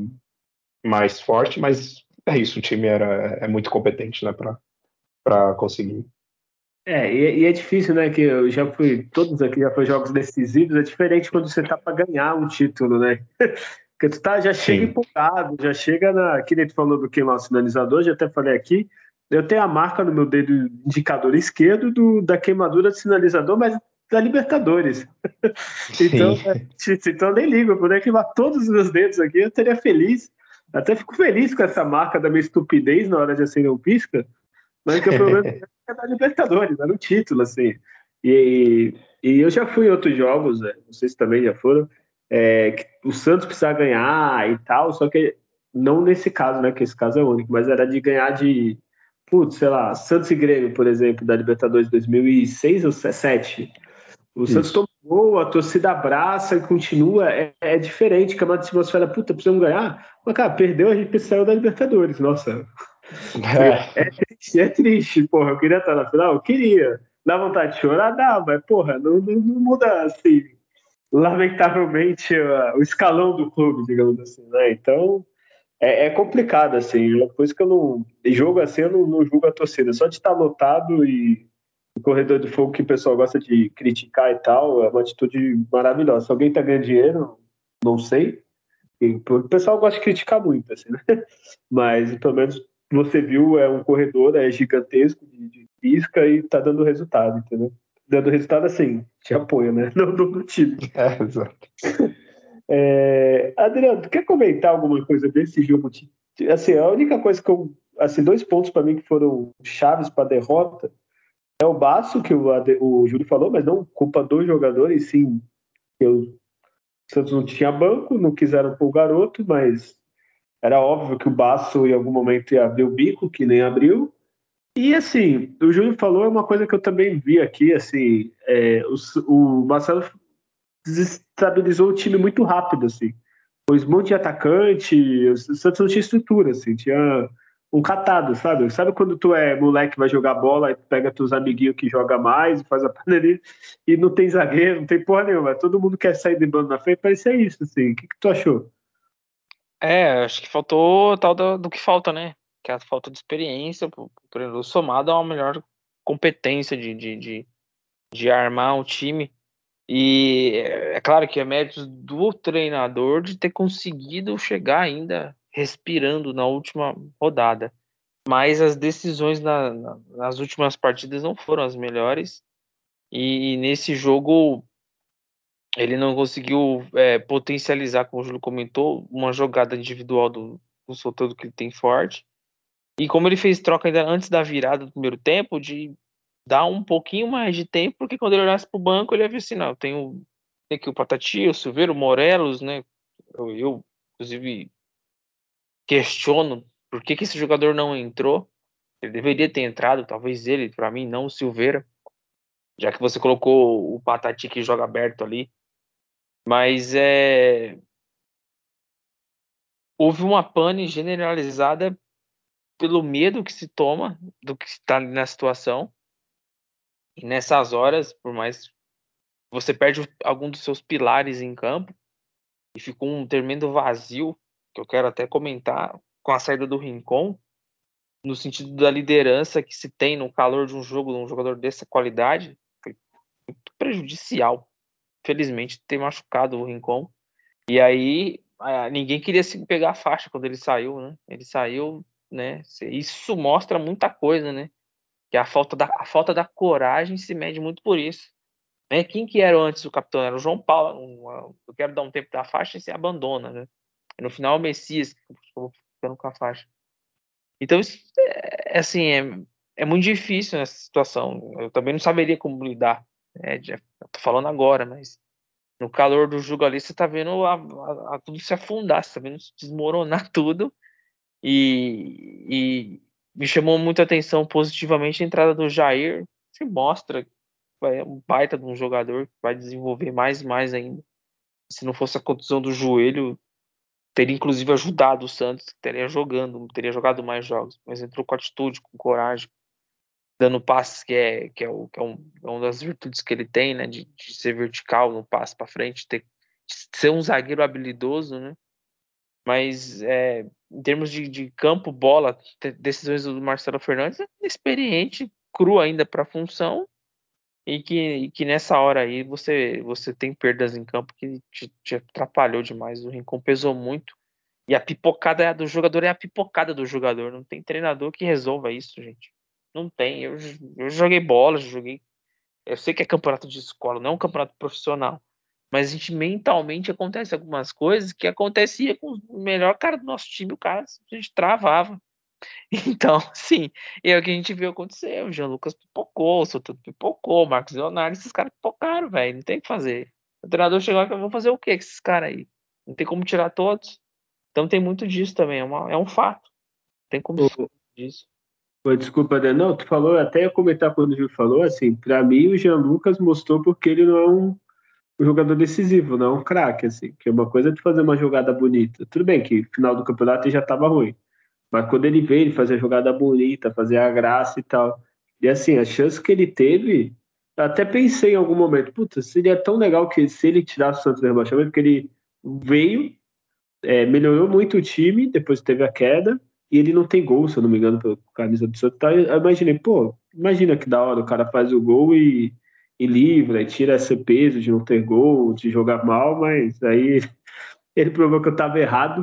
Speaker 2: mais forte, mas é isso, o time era, é muito competente né, para conseguir.
Speaker 1: É, e, e é difícil, né? Que eu já fui, todos aqui já foi jogos decisivos, é diferente quando você tá para ganhar um título, né? Porque tu tá, já chega
Speaker 2: Sim.
Speaker 1: empolgado, já chega na. Que nem tu falou do queimar o sinalizador, já até falei aqui. Eu tenho a marca no meu dedo indicador esquerdo do, da queimadura do sinalizador, mas da Libertadores. Então, é, então eu nem ligo, eu poderia queimar todos os meus dedos aqui, eu teria feliz. Até fico feliz com essa marca da minha estupidez na hora de acender um pisca, mas que o problema é da Libertadores, era um título, assim. E, e eu já fui em outros jogos, né, não sei se também já foram, é, que o Santos precisava ganhar e tal, só que não nesse caso, né, que esse caso é único, mas era de ganhar de, putz, sei lá, Santos e Grêmio, por exemplo, da Libertadores dois mil e seis ou dois mil e sete. O Santos
Speaker 2: Isso.
Speaker 1: tomou, a torcida abraça e continua, é, é diferente, que é uma atmosfera, puta, precisamos ganhar, mas cara, perdeu, a gente saiu da Libertadores, nossa.
Speaker 2: É.
Speaker 1: É triste, é triste, porra, eu queria estar na final, eu queria. Dá vontade de chorar? Dá, mas, porra, não, não, não muda, assim, lamentavelmente, uh, o escalão do clube, digamos assim, né? Então, é, é complicado, assim, uma coisa que eu não... Jogo assim, eu não, não julgo a torcida, só de estar lotado e o corredor de fogo que o pessoal gosta de criticar e tal, é uma atitude maravilhosa. Se alguém tá ganhando dinheiro, não sei, e o pessoal gosta de criticar muito, assim, né? Mas, pelo menos, você viu, é um corredor, é gigantesco, de, de pisca e tá dando resultado, entendeu? Dando resultado, assim, de apoio, né? Não do, do time.
Speaker 2: É, exato.
Speaker 1: É, Adriano, tu quer comentar alguma coisa desse jogo? Assim, a única coisa que eu... Assim, dois pontos para mim que foram chaves para a derrota é o Baço, que o, o Júlio falou, mas não culpa dos jogadores, sim. Eu, o Santos não tinha banco, não quiseram pôr o garoto, mas era óbvio que o Baço em algum momento ia abrir o bico, que nem abriu. E assim, o Júlio falou é uma coisa que eu também vi aqui, assim, é, o, o Marcelo desestabilizou o time muito rápido, assim. Pôs um monte de atacante, o Santos não tinha estrutura, assim, tinha um catado, sabe? Sabe quando tu é moleque, vai jogar bola, e pega teus amiguinhos que joga mais, e faz a panelinha, e não tem zagueiro, não tem porra nenhuma, todo mundo quer sair de bando na frente, parecia isso, assim. O que, que tu achou?
Speaker 3: É, acho que faltou tal do, do que falta, né? Que é a falta de experiência, pro treinador somado a uma melhor competência de, de, de, de armar um time. E é claro que é mérito do treinador de ter conseguido chegar ainda respirando na última rodada. Mas as decisões na, na, nas últimas partidas não foram as melhores. E, e nesse jogo ele não conseguiu é, potencializar, como o Júlio comentou, uma jogada individual do, do Soteldo que ele tem forte. E como ele fez troca ainda antes da virada do primeiro tempo, de dar um pouquinho mais de tempo, porque quando ele olhasse para o banco, ele ia ver assim, não, tem, o, tem aqui o Patati, o Silveiro, o Morelos, né? Eu, eu, inclusive, questiono por que, que esse jogador não entrou. Ele deveria ter entrado, talvez ele, para mim, não o Silveira, já que você colocou o Patati que joga aberto ali. Mas é... houve uma pane generalizada pelo medo que se toma do que está na situação. E nessas horas, por mais você perde algum dos seus pilares em campo e ficou um tremendo vazio, que eu quero até comentar, com a saída do Rincon, no sentido da liderança que se tem no calor de um jogo, de um jogador dessa qualidade, foi muito prejudicial. Felizmente, ter machucado o Rincon. E aí, ninguém queria se pegar a faixa quando ele saiu, né? Ele saiu, né? Isso mostra muita coisa, né? Que a falta da, a falta da coragem se mede muito por isso. Né? Quem que era antes o capitão? Era o João Paulo. Eu quero dar um tempo da faixa e se abandona, né? E no final, o Messias ficou ficando com a faixa. Então, isso é, assim, é, é muito difícil nessa situação. Eu também não saberia como lidar. Né? Eu tô falando agora, mas no calor do jogo ali, você tá vendo a, a, a tudo se afundar, você tá vendo se desmoronar tudo. E, e me chamou muita atenção positivamente a entrada do Jair, que mostra que é um baita de um jogador que vai desenvolver mais e mais ainda. Se não fosse a contusão do joelho, teria inclusive ajudado o Santos, que teria jogando, teria jogado mais jogos, mas entrou com atitude, com coragem, dando passes que é, que é, o, que é, um, é uma das virtudes que ele tem, né, de, de ser vertical no passe para frente, ter, de ser um zagueiro habilidoso, né, mas é, em termos de, de campo, bola, decisões do Marcelo Fernandes, é experiente, cru ainda para a função, e que, e que nessa hora aí você, você tem perdas em campo que te, te atrapalhou demais. O Rincon pesou muito. E a pipocada do jogador é a pipocada do jogador. Não tem treinador que resolva isso, gente. Não tem. Eu, eu joguei bola, joguei. Eu sei que é campeonato de escola, não é um campeonato profissional. Mas a gente mentalmente acontece algumas coisas que acontecia com o melhor cara do nosso time, o cara a gente travava. Então, sim, é o que a gente viu acontecer. O Jean Lucas pipocou, o Soteldo pipocou, o Marcos Leonardo, esses caras pipocaram, velho. Não tem o que fazer. O treinador chegou lá e vou fazer o quê com esses caras aí? Não tem como tirar todos. Então tem muito disso também, é, uma, é um fato. Tem como
Speaker 1: Ô,
Speaker 3: disso.
Speaker 1: ô, desculpa, Dan. Não, tu falou, até ia comentar quando o Gil falou, assim, pra mim o Jean Lucas mostrou porque ele não é um, um jogador decisivo, não é um craque, assim, que é uma coisa de fazer uma jogada bonita. Tudo bem que no final do campeonato ele já tava ruim, mas quando ele veio, ele fazia jogada bonita, fazia a graça e tal. E assim, a chance que ele teve, eu até pensei em algum momento, puta, seria tão legal que se ele tirasse o Santos do rebaixamento, porque ele veio, é, melhorou muito o time, depois teve a queda, e ele não tem gol, se eu não me engano, pela camisa do Santos. Tá? Eu imaginei, pô, imagina que da hora, o cara faz o gol e, e livra, e tira esse peso de não ter gol, de jogar mal, mas aí ele provou que eu tava errado.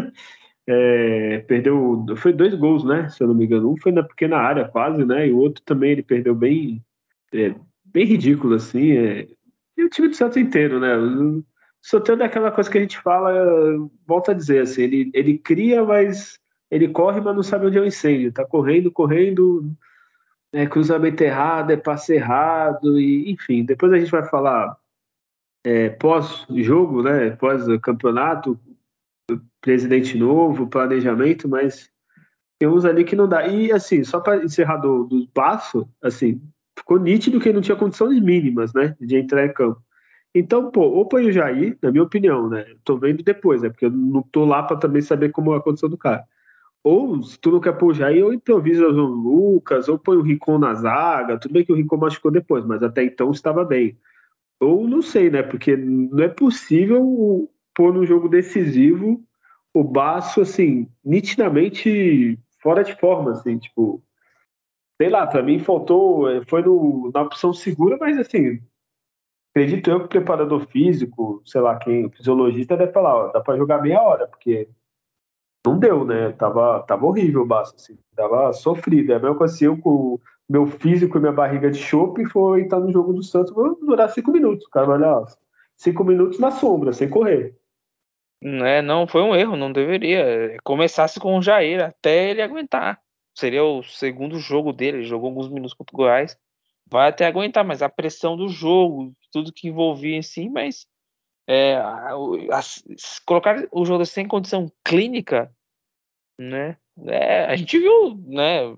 Speaker 1: É, perdeu, foi dois gols, né? Se eu não me engano, um foi na pequena área quase, né? E o outro também ele perdeu bem, é, bem ridículo assim. É. E o time do Santos inteiro, né? O Soteldo é aquela coisa que a gente fala, volta a dizer assim, ele, ele cria, mas ele corre, mas não sabe onde é o incêndio. Tá correndo, correndo, é cruzamento errado, é passe errado, e enfim. Depois a gente vai falar é, pós-jogo, né? Pós-campeonato, presidente novo, planejamento, mas tem uns ali que não dá. E assim, só para encerrar do, do passo, assim, ficou nítido que ele não tinha condições mínimas, né, de entrar em campo. Então, pô, ou põe o Jair, na minha opinião, né? Tô vendo depois, né? Porque eu não tô lá para também saber como é a condição do cara. Ou, se tu não quer pôr o Jair, ou improvisa o Lucas, ou põe o Rincon na zaga. Tudo bem que o Rincon machucou depois, mas até então estava bem. Ou não sei, né? Porque não é possível pôr no jogo decisivo o Baço, assim, nitidamente fora de forma, assim, tipo, sei lá, pra mim faltou, eh, foi no, na opção segura, mas assim, acredito eu que o preparador físico, sei lá, quem, o fisiologista deve falar, ó, dá pra jogar meia hora, porque não deu, né? Tava, tava horrível o Baço, assim, tava sofrido. É a mesma coisa se eu com o meu físico e minha barriga de chope for entrar no jogo do Santos, vou durar cinco minutos. O cara vai olhar, ó, cinco minutos na sombra, sem correr.
Speaker 3: É, não, foi um erro, não deveria. Começasse com o Jair até ele aguentar. Seria o segundo jogo dele, ele jogou alguns minutos contra o Goiás. Vai até aguentar, mas a pressão do jogo, tudo que envolvia em si, mas é, a, a, colocar o jogo sem condição clínica, né? É, a gente viu, né?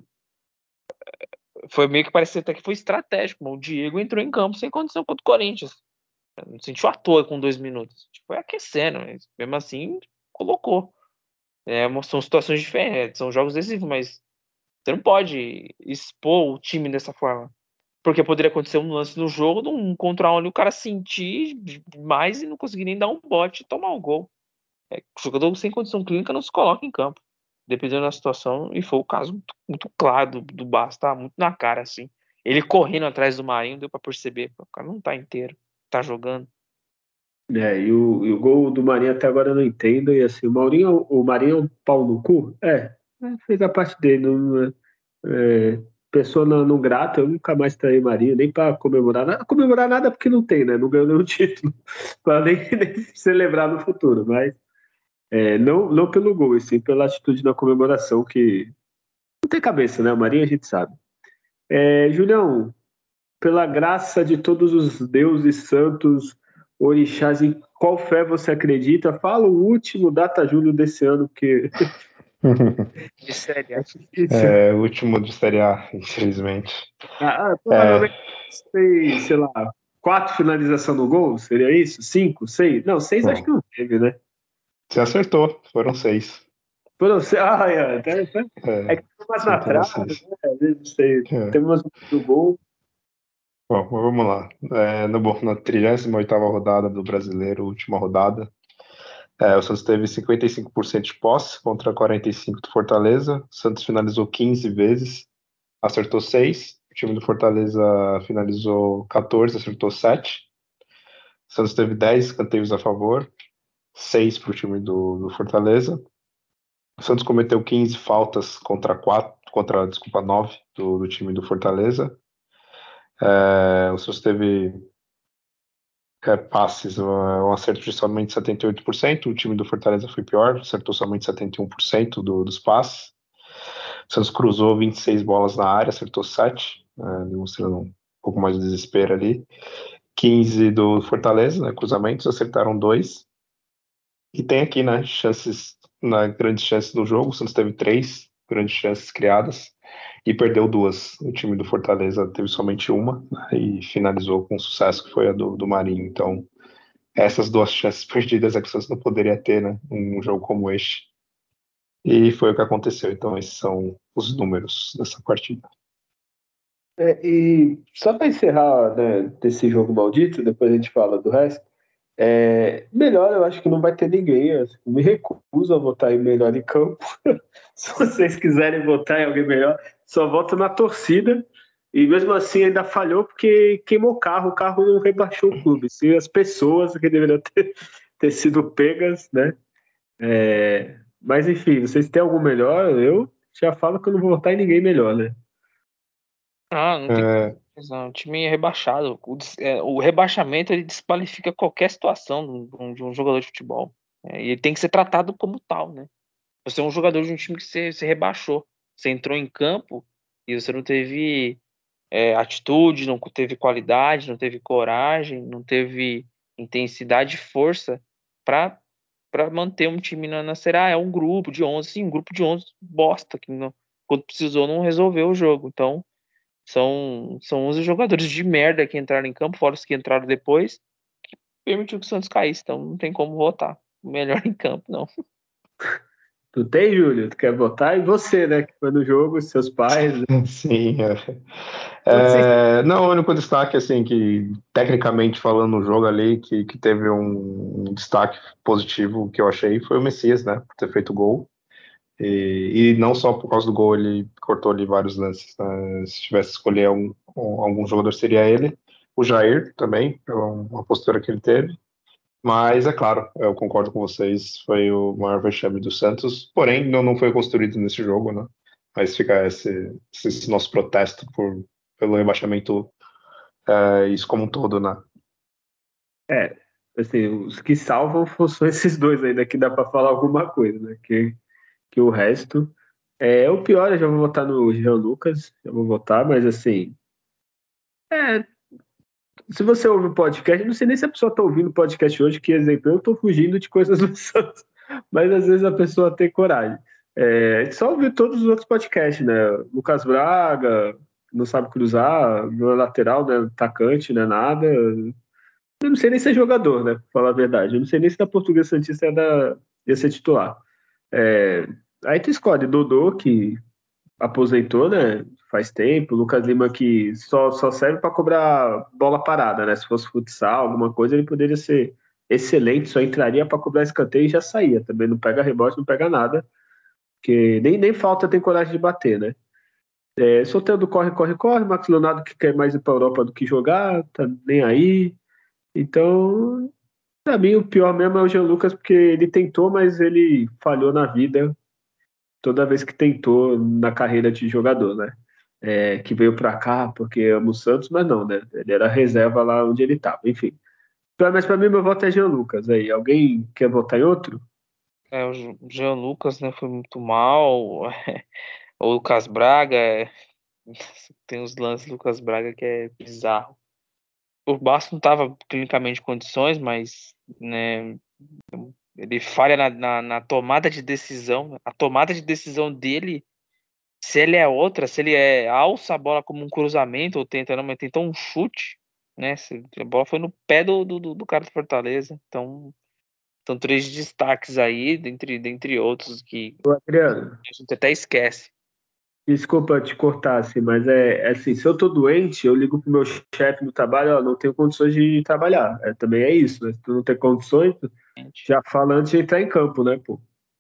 Speaker 3: Foi meio que parecia até que foi estratégico. O Diego entrou em campo sem condição contra o Corinthians. Não sentiu à toa com dois minutos. Tipo, foi aquecendo, mas mesmo assim, colocou. É, são situações diferentes, são jogos decisivos, mas você não pode expor o time dessa forma. Porque poderia acontecer um lance no jogo, de um contra um ali, o cara sentir mais e não conseguir nem dar um bote e tomar o gol. É, o jogador sem condição clínica não se coloca em campo, dependendo da situação, e foi o caso muito, muito claro do, do Bastos, tá muito na cara, assim. Ele correndo atrás do Marinho, deu pra perceber, o cara não tá inteiro, tá jogando.
Speaker 1: É, e o, e o gol do Marinho até agora eu não entendo. E assim, o Maurinho, o Marinho é um pau no cu? É, é, fez a parte dele. Não, é, é, pessoa não, não grata, eu nunca mais traí Marinho, nem para comemorar nada. Comemorar nada porque não tem, né? Não ganhou nenhum título, para nem, nem celebrar no futuro. Mas é, não, não pelo gol, e sim pela atitude na comemoração, que não tem cabeça, né? O Marinho a gente sabe. É, Julião, pela graça de todos os deuses santos, orixás, em qual fé você acredita? Fala o último data julho desse ano, porque
Speaker 3: De série A.
Speaker 1: é difícil.
Speaker 2: É, o último de Série A, infelizmente.
Speaker 1: Ah, ah,
Speaker 2: É,
Speaker 1: provavelmente tem, sei lá, quatro finalizações no gol, seria isso? Cinco, seis? Não, seis acho que
Speaker 2: bom,
Speaker 1: não teve, né?
Speaker 2: você acertou, foram seis.
Speaker 1: Foram seis. Ah, é, até- até- é
Speaker 2: É,
Speaker 1: que tem umas na
Speaker 2: acertou
Speaker 1: trave,
Speaker 2: vocês.
Speaker 1: né? Às vezes, não sei,
Speaker 2: É.
Speaker 1: tem umas no gol.
Speaker 2: Bom, mas vamos lá. É, no, bom, na trigésima oitava rodada do Brasileiro, última rodada, é, o Santos teve cinquenta e cinco por cento de posse contra quarenta e cinco por cento do Fortaleza. O Santos finalizou quinze vezes, acertou seis. O time do Fortaleza finalizou quatorze, acertou sete. O Santos teve dez escanteios a favor, seis para o time do, do Fortaleza. O Santos cometeu quinze faltas contra quatro, contra, desculpa, nove do, do time do Fortaleza. É, o Santos teve é, passes, um, um acerto de somente setenta e oito por cento. O time do Fortaleza foi pior, acertou somente setenta e um por cento do, dos passes. O Santos cruzou vinte e seis bolas na área, acertou sete, é, demonstrando um pouco mais de desespero ali. quinze do Fortaleza, né, cruzamentos, acertaram dois. E tem aqui, né, chances, na grandes chances do jogo. O Santos teve três grandes chances criadas e perdeu duas. O time do Fortaleza teve somente uma, né, e finalizou com sucesso, que foi a do, do Marinho. Então, essas duas chances perdidas é que o Santos não poderia ter, né, um jogo como este. E foi o que aconteceu. Então, esses são os números dessa partida.
Speaker 1: É, e só para encerrar, né, desse jogo maldito, depois a gente fala do resto. É, melhor, eu acho que não vai ter ninguém. Eu me recuso a votar em melhor em campo. Se vocês quiserem votar em alguém melhor, só voto na torcida. E mesmo assim ainda falhou porque queimou o carro, o carro não rebaixou o clube. Se as pessoas que deveriam ter, ter sido pegas, né? É, mas enfim, vocês têm algum melhor? Eu já falo que eu não vou votar em ninguém melhor, né?
Speaker 3: Ah, não tem
Speaker 2: É,
Speaker 3: não, o time é rebaixado. O, des- é, o rebaixamento ele desqualifica qualquer situação de um, de um jogador de futebol. É, e ele tem que ser tratado como tal, né? Você é um jogador de um time que você, você rebaixou. Você entrou em campo e você não teve é, atitude, não teve qualidade, não teve coragem, não teve intensidade e força para para manter um time na, na Série A. É um grupo de onze, sim, um grupo de onze bosta que não, quando precisou não resolveu o jogo. Então, são, são onze jogadores de merda que entraram em campo, fora os que entraram depois, que permitiu que o Santos caísse. Então, não tem como votar. O melhor em campo, não.
Speaker 1: Tu tem, Júlio? Tu quer votar? E você, né? Que foi no jogo, seus pais, né?
Speaker 2: sim, é.
Speaker 1: Todos vocês.
Speaker 2: É, não, o único destaque, assim, que tecnicamente falando no jogo ali, que, que teve um, um destaque positivo que eu achei foi o Messias, né, por ter feito gol. E, e não só por causa do gol, ele cortou ali vários lances, né? Se tivesse que escolher um, um- algum jogador, seria ele. O Jair também, pela uma postura que ele teve. Mas, é claro, eu concordo com vocês, foi o maior vexame do Santos, porém, não, não foi construído nesse jogo, né? Mas fica esse, esse nosso protesto por, pelo rebaixamento, é, isso como um todo, né?
Speaker 1: É, assim, os que salvam são esses dois ainda que dá pra falar alguma coisa, né? Que, que o resto. É, o pior, eu já vou votar no Jean Lucas, já vou votar, mas assim. É, se você ouve o podcast, eu não sei nem se a pessoa tá ouvindo o podcast hoje, que exemplo, eu tô fugindo de coisas do Santos, mas às vezes a pessoa tem coragem. É, a gente só ouviu todos os outros podcasts, né? Lucas Braga, não sabe cruzar, não é lateral, não é atacante, não é nada. Eu não sei nem se é jogador, né? Pra falar a verdade. Eu não sei nem se da Portuguesa Santista ia, ia ser titular. É, aí tu escolhe Dodô, que aposentou, né? Faz tempo. Lucas Lima, que só, só serve para cobrar bola parada, né? Se fosse futsal, alguma coisa, ele poderia ser excelente, só entraria para cobrar escanteio e já saía. Também não pega rebote, não pega nada, porque nem, nem falta tem coragem de bater, né? É, Soteldo corre, corre, corre. Max Leonardo que quer mais ir para Europa do que jogar, tá nem aí. Então, para mim, o pior mesmo é o Jean Lucas, porque ele tentou, mas ele falhou na vida toda vez que tentou na carreira de jogador, né? É, que veio para cá porque ama o Santos, mas não, né? Ele era reserva lá onde ele estava, enfim. Pra- Mas para mim, meu voto é Jean Lucas. Aí, alguém quer votar em outro?
Speaker 3: É, o Ju- Jean Lucas, né, foi muito mal. O Lucas Braga, é, tem os lances do Lucas Braga que é bizarro. O Bastos não estava clinicamente em condições, mas, né, ele falha na, na, na tomada de decisão. A tomada de decisão dele, se ele é outra, se ele é alça a bola como um cruzamento ou tenta, não, mas tentou um chute, né? se- A bola foi no pé do, do, do cara do Fortaleza. Então, são três destaques aí, dentre, dentre outros, que
Speaker 1: Ô, Adriano,
Speaker 3: a gente até esquece.
Speaker 1: desculpa te cortar, assim, mas é, é assim, se eu tô doente, eu ligo pro meu chefe no trabalho, ó, não tenho condições de trabalhar. É, também é isso, né? Se tu não tem condições, tu já fala antes de entrar em campo, né, pô?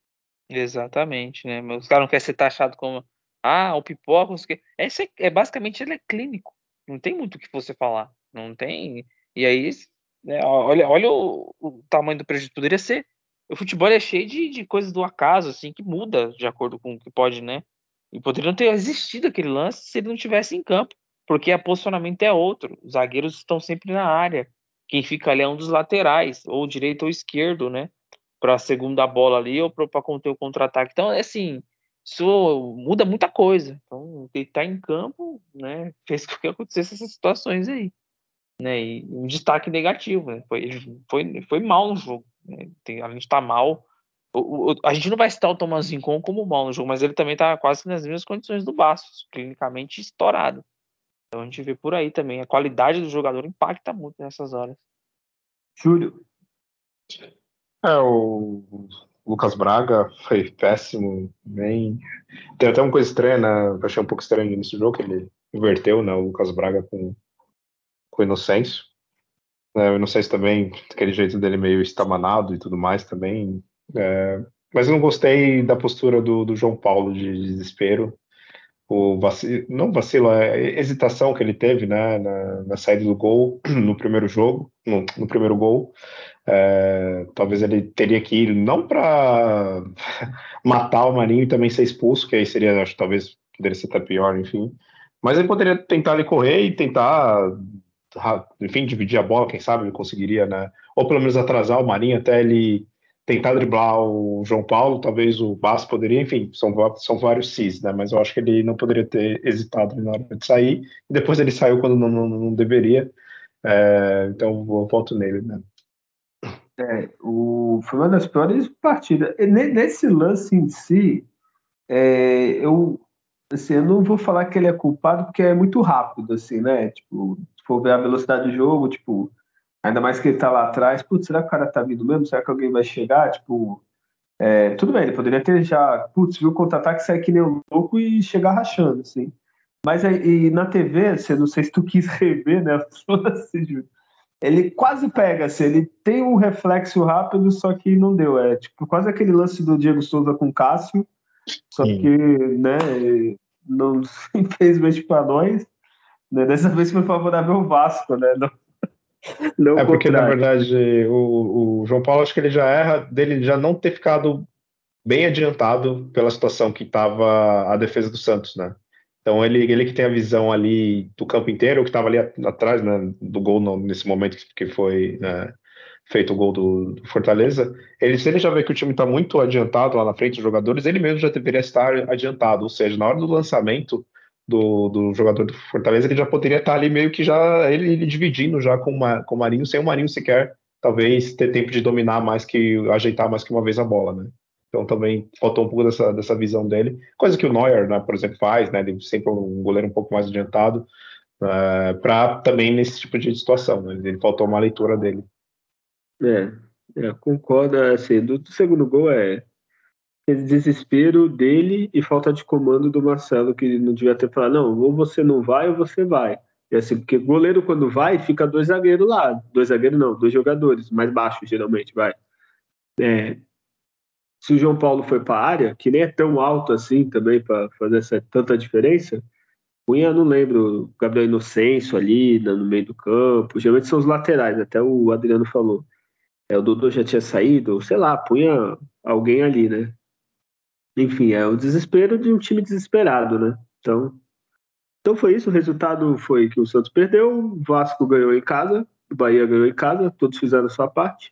Speaker 3: Exatamente, né? Mas os caras não querem ser taxado como ah, o pipoca, não sei o quê. Esse é, é basicamente ele é clínico. Não tem muito o que você falar. Não tem. E aí, né, olha, olha o, o tamanho do prejuízo. Poderia ser. O futebol é cheio de, de coisas do acaso, assim, que muda de acordo com o que pode, né? E poderia não ter existido aquele lance se ele não tivesse em campo. Porque o posicionamento é outro. Os zagueiros estão sempre na área. Quem fica ali é um dos laterais, ou direito ou esquerdo, né? Para a segunda bola ali ou para conter o contra-ataque. Então, é assim, isso muda muita coisa. Então, ele tá em campo, né, fez com que acontecesse essas situações aí, né, e um destaque negativo, né, foi, foi, foi mal no jogo, né, tem, a gente tá mal, o, o, a gente não vai citar o Thomas Rincon como mal no jogo, mas ele também tá quase nas mesmas condições do Bastos, clinicamente estourado. Então a gente vê por aí também, a qualidade do jogador impacta muito nessas horas.
Speaker 1: Júlio.
Speaker 2: É, o Lucas Braga foi péssimo, nem. Tem até uma coisa estranha, né? Eu achei um pouco estranho no início do jogo, que ele inverteu, né? O Lucas Braga com, com o Inocêncio. É, o Inocêncio também, aquele jeito dele meio estabanado e tudo mais também. É, mas eu não gostei da postura do, do João Paulo de desespero. O vacilo, não vacilo, é hesitação que ele teve, né, na, na saída do gol no primeiro jogo, no, no primeiro gol. É, talvez ele teria que ir não para matar o Marinho e também ser expulso, que aí seria, acho, talvez poderia ser até pior, enfim. Mas ele poderia tentar ali correr e tentar, enfim, dividir a bola, quem sabe ele conseguiria, né? Ou pelo menos atrasar o Marinho até ele tentar driblar o João Paulo, talvez o Basso poderia, enfim, são, são vários cis, né? Mas eu acho que ele não poderia ter hesitado na hora de sair, e depois ele saiu quando não, não, não deveria, é, então eu voto nele, né?
Speaker 1: É, o, foi uma das piores partidas. E ne- Nesse lance em si, é, eu, assim, eu não vou falar que ele é culpado porque é muito rápido, assim, né? Tipo, se for ver a velocidade do jogo, tipo, ainda mais que ele tá lá atrás, putz, será que o cara tá vindo mesmo? Será que alguém vai chegar? Tipo, é, tudo bem, ele poderia ter já, putz, viu o contra-ataque, sair que nem um louco e chegar rachando, assim. Mas aí, e na T V, você, não sei se tu quis rever, né? Assim, Júlio, ele quase pega, assim, ele tem um reflexo rápido, só que não deu. É tipo quase aquele lance do Diego Souza com o Cássio, só que,
Speaker 2: Sim.
Speaker 1: né, não, infelizmente para nós, né, dessa vez foi favorável ao Vasco, né, não, não
Speaker 2: É
Speaker 1: o
Speaker 2: porque, na
Speaker 1: contrário.
Speaker 2: verdade, o, o João Paulo, acho que ele já erra dele já não ter ficado bem adiantado pela situação que estava a defesa do Santos, né? Então, ele, ele que tem a visão ali do campo inteiro, que estava ali atrás, né, do gol no, nesse momento que foi, né, feito o gol do, do Fortaleza, ele, se ele já vê que o time está muito adiantado lá na frente dos jogadores, ele mesmo já deveria estar adiantado, ou seja, na hora do lançamento do, do jogador do Fortaleza, ele já poderia estar ali meio que já, ele, ele dividindo já com, uma, com o Marinho, sem o Marinho sequer, talvez, ter tempo de dominar mais que, ajeitar mais que uma vez a bola, né? Então também faltou um pouco dessa, dessa visão dele, coisa que o Neuer, né, por exemplo, faz, né? Ele sempre é um goleiro um pouco mais adiantado, é, para também nesse tipo de situação, né? Ele faltou uma leitura dele.
Speaker 1: É, é, concordo, assim, do, do segundo gol é desespero dele e falta de comando do Marcelo, que não devia ter falado, não, ou você não vai ou você vai. E assim, porque goleiro quando vai, fica dois zagueiros lá. Dois zagueiros não, dois jogadores, mais baixos geralmente, vai. É, se o João Paulo foi para a área, que nem é tão alto assim também para fazer essa, tanta diferença, punha, não lembro, o Gabriel Inocêncio ali no meio do campo, geralmente são os laterais, até o Adriano falou. É, o Dodô já tinha saído, sei lá, punha alguém ali, né? Enfim, é o desespero de um time desesperado, né? Então, então foi isso. O resultado foi que o Santos perdeu, o Vasco ganhou em casa, o Bahia ganhou em casa, todos fizeram a sua parte.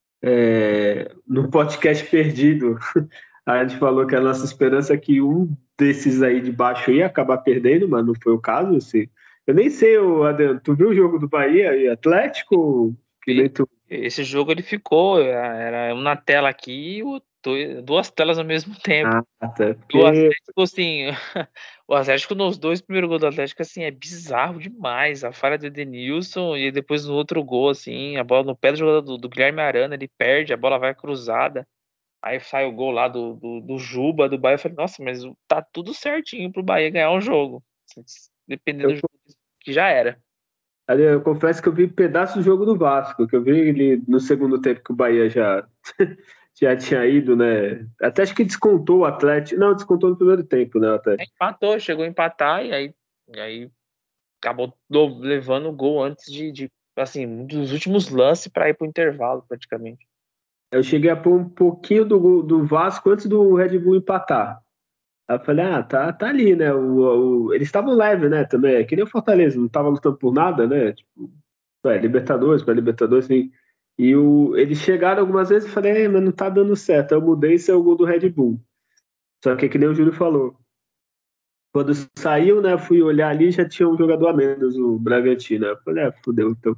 Speaker 1: É, no podcast perdido, a gente falou que a nossa esperança é que um desses aí de baixo ia acabar perdendo, mas não foi o caso. Assim. Eu nem sei, Adriano, tu viu o jogo do Bahia e Atlético? Que nem tu...
Speaker 3: Esse jogo ele ficou, era um na tela aqui e duas telas ao mesmo tempo.
Speaker 1: Ah, até porque...
Speaker 3: O Atlético, assim, o Atlético nos dois primeiros gols do Atlético, assim, é bizarro demais. A falha do Edenilson e depois no outro gol, assim, a bola no pé do jogador do, do Guilherme Arana, ele perde, a bola vai cruzada. Aí sai o gol lá do, do, do Juba, do Bahia. Eu falei, nossa, mas tá tudo certinho pro Bahia ganhar um jogo. Dependendo do jogo que já era.
Speaker 1: Eu confesso que eu vi pedaço do jogo do Vasco, que eu vi ele no segundo tempo que o Bahia já, já tinha ido, né? Até acho que descontou o Atlético. Não, descontou no primeiro tempo, né, até.
Speaker 3: Empatou, chegou a empatar e aí, e aí acabou levando o gol antes de, de assim, um dos últimos lances para ir pro intervalo, praticamente.
Speaker 1: Eu cheguei a pôr um pouquinho do, do Vasco antes do Red Bull empatar. Aí eu falei, ah, tá, tá ali, né? O, o, eles estavam leve, né? Também. É que nem o Fortaleza, não tava lutando por nada, né? Tipo, é, Libertadores, para Libertadores, assim. E o, eles chegaram algumas vezes e falei, mas não tá dando certo. Eu mudei e saiu o gol do Red Bull. Só que é que nem o Júlio falou. Quando saiu, né, fui olhar ali, já tinha um jogador a menos, o Bragantino. Eu falei, é, fudeu, então.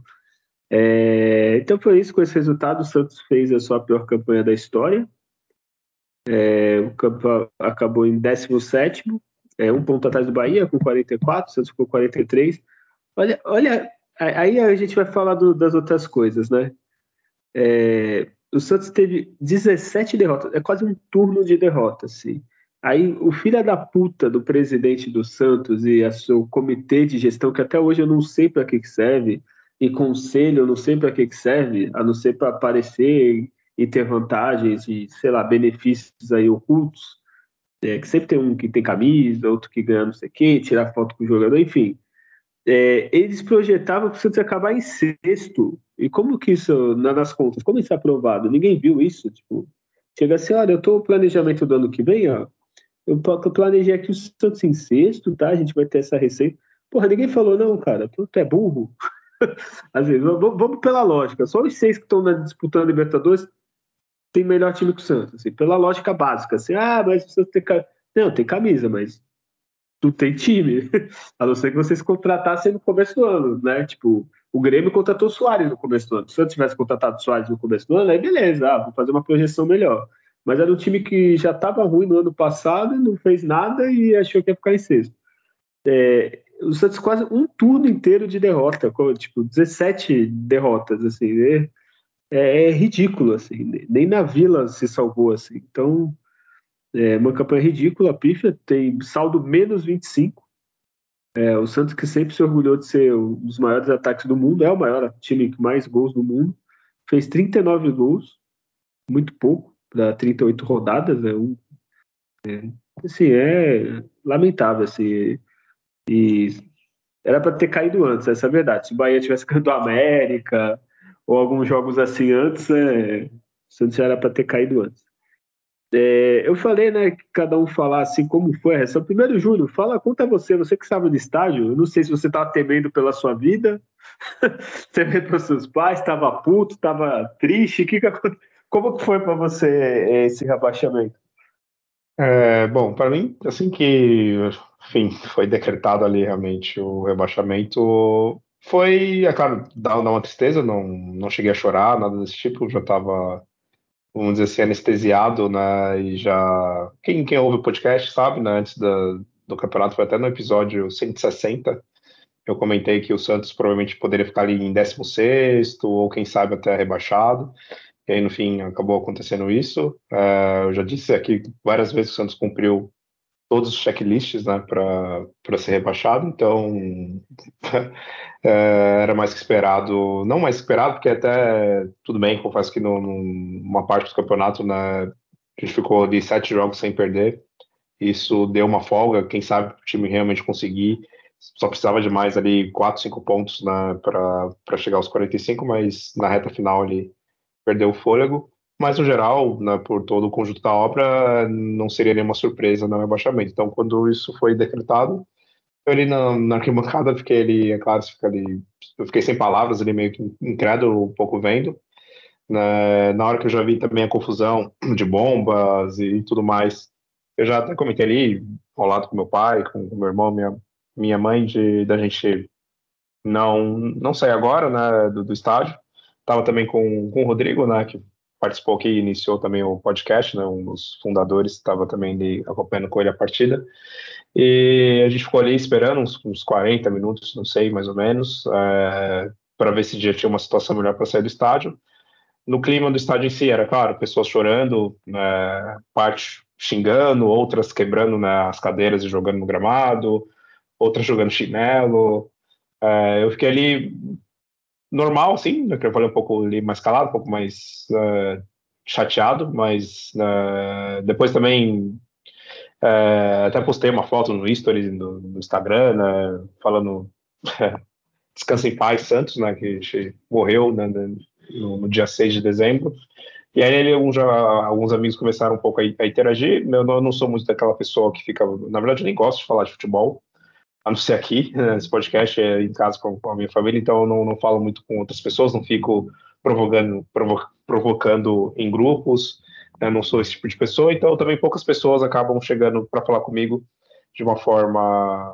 Speaker 1: É, então foi isso, com esse resultado, o Santos fez a sua pior campanha da história. É, o campo acabou em décimo sétimo, é, um ponto atrás do Bahia, com quarenta e quatro, o Santos ficou quarenta e três. Olha, olha, aí a gente vai falar do, das outras coisas, né? É, o Santos teve dezessete derrotas, é quase um turno de derrotas, assim. Aí o filho da puta do presidente do Santos e a seu comitê de gestão, que até hoje eu não sei para que, que serve, e conselho eu não sei para que, que serve, a não ser para aparecer e ter vantagens e, sei lá, benefícios aí ocultos, é, que sempre tem um que tem camisa, outro que ganha não sei o quê, tirar foto com o jogador, enfim. É, eles projetavam que o Santos ia acabar em sexto. E como que isso, nas contas, como isso é aprovado? Ninguém viu isso? Tipo, chega assim, olha, eu tô no planejamento do ano que vem, ó. Eu planejei aqui o Santos em sexto, tá? A gente vai ter essa receita. Porra, ninguém falou, não, cara, tu, tu é burro. Assim, vamos, vamos pela lógica. Só os seis que estão disputando a Libertadores tem melhor time que o Santos. Assim, pela lógica básica. Assim, ah, mas o Santos tem camisa. Não, tem camisa, mas tu tem time. A não ser que vocês contratassem no começo do ano, né? Tipo, o Grêmio contratou o Suárez no começo do ano. Se o Santos tivesse contratado o Suárez no começo do ano, aí beleza, ah, vou fazer uma projeção melhor. Mas era um time que já estava ruim no ano passado, não fez nada e achou que ia ficar em sexto. É, o Santos quase um turno inteiro de derrota, tipo, dezessete derrotas, assim, é, é, é ridículo, assim, nem na Vila se salvou, assim. Então, é uma campanha ridícula, a pífia, tem saldo menos vinte e cinco. É, o Santos, que sempre se orgulhou de ser um dos maiores ataques do mundo, é o maior time com mais gols do mundo, fez trinta e nove gols, muito pouco, para trinta e oito rodadas, né? Um, é, assim, é lamentável, assim, e era para ter caído antes, essa é a verdade. Se o Bahia tivesse ganhado a América ou alguns jogos assim antes, é, o Santos já era para ter caído antes. É, eu falei, né, que cada um falar assim como foi a reação. Primeiro, Júlio, fala, conta você, você que estava no estádio, eu não sei se você estava temendo pela sua vida, temendo pelos seus pais, estava puto, estava triste, que que, como que foi para você esse rebaixamento?
Speaker 2: É, bom, para mim, assim que, enfim, foi decretado ali realmente o rebaixamento, foi, é claro, dá, dá uma tristeza, não, não cheguei a chorar, nada desse tipo, já estava, vamos dizer assim, anestesiado, né, e já, quem, quem ouve o podcast sabe, né, antes da, do campeonato, foi até no episódio cento e sessenta, eu comentei que o Santos provavelmente poderia ficar ali em décimo sexto, ou quem sabe até rebaixado. E aí, no fim, acabou acontecendo isso. É, eu já disse aqui várias vezes que o Santos cumpriu todos os checklists, né, para ser rebaixado, então é, era mais que esperado, não mais que esperado, porque até tudo bem, confesso que no, numa parte do campeonato, né, a gente ficou de sete jogos sem perder, isso deu uma folga, quem sabe o time realmente conseguir, só precisava de mais ali quatro, cinco pontos, né, para chegar aos quarenta e cinco, mas na reta final ele perdeu o fôlego, mas no geral, né, por todo o conjunto da obra, não seria nenhuma surpresa no rebaixamento. Então, quando isso foi decretado, eu ali na, na arquibancada fiquei ali, é claro, você fica ali, eu fiquei sem palavras ali, meio que incrédulo, um pouco vendo. Né, na hora que eu já vi também a confusão de bombas e tudo mais, eu já até comentei ali, ao lado com meu pai, com o meu irmão, minha, minha mãe, de da gente não não sair agora, né, do, do estádio. Tava também com, com o Rodrigo, né, que participou aqui e iniciou também o podcast, né, um dos fundadores, estava também ali acompanhando com ele a partida. E a gente ficou ali esperando uns, uns quarenta minutos, não sei, mais ou menos, é, para ver se já tinha uma situação melhor para sair do estádio. No clima do estádio em si, era claro, pessoas chorando, né, parte xingando, outras quebrando, né, as cadeiras e jogando no gramado, outras jogando chinelo. É, eu fiquei ali normal, assim, né, que eu falei um pouco ali mais calado, um pouco mais uh, chateado, mas uh, depois também uh, até postei uma foto no Stories do, do Instagram, né, falando descansa em paz, Santos, né, que a gente morreu, né, no, no dia seis de dezembro. E aí ele, alguns, alguns amigos começaram um pouco a, a interagir. Eu não, eu não sou muito daquela pessoa que fica, na verdade eu nem gosto de falar de futebol, a não ser aqui, né, nesse podcast, é em casa com, com a minha família, então eu não, não falo muito com outras pessoas, não fico provocando, provo, provocando em grupos, né, não sou esse tipo de pessoa, então também poucas pessoas acabam chegando para falar comigo de uma forma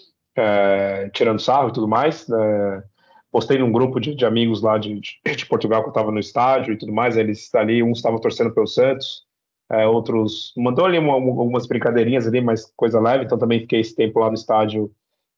Speaker 2: é, tirando sarro e tudo mais, né. Postei num grupo de, de amigos lá de, de Portugal que eu estava no estádio e tudo mais, eles ali, uns estavam torcendo pelo Santos, é, outros mandou ali uma, algumas brincadeirinhas ali, mas coisa leve, então também fiquei esse tempo lá no estádio,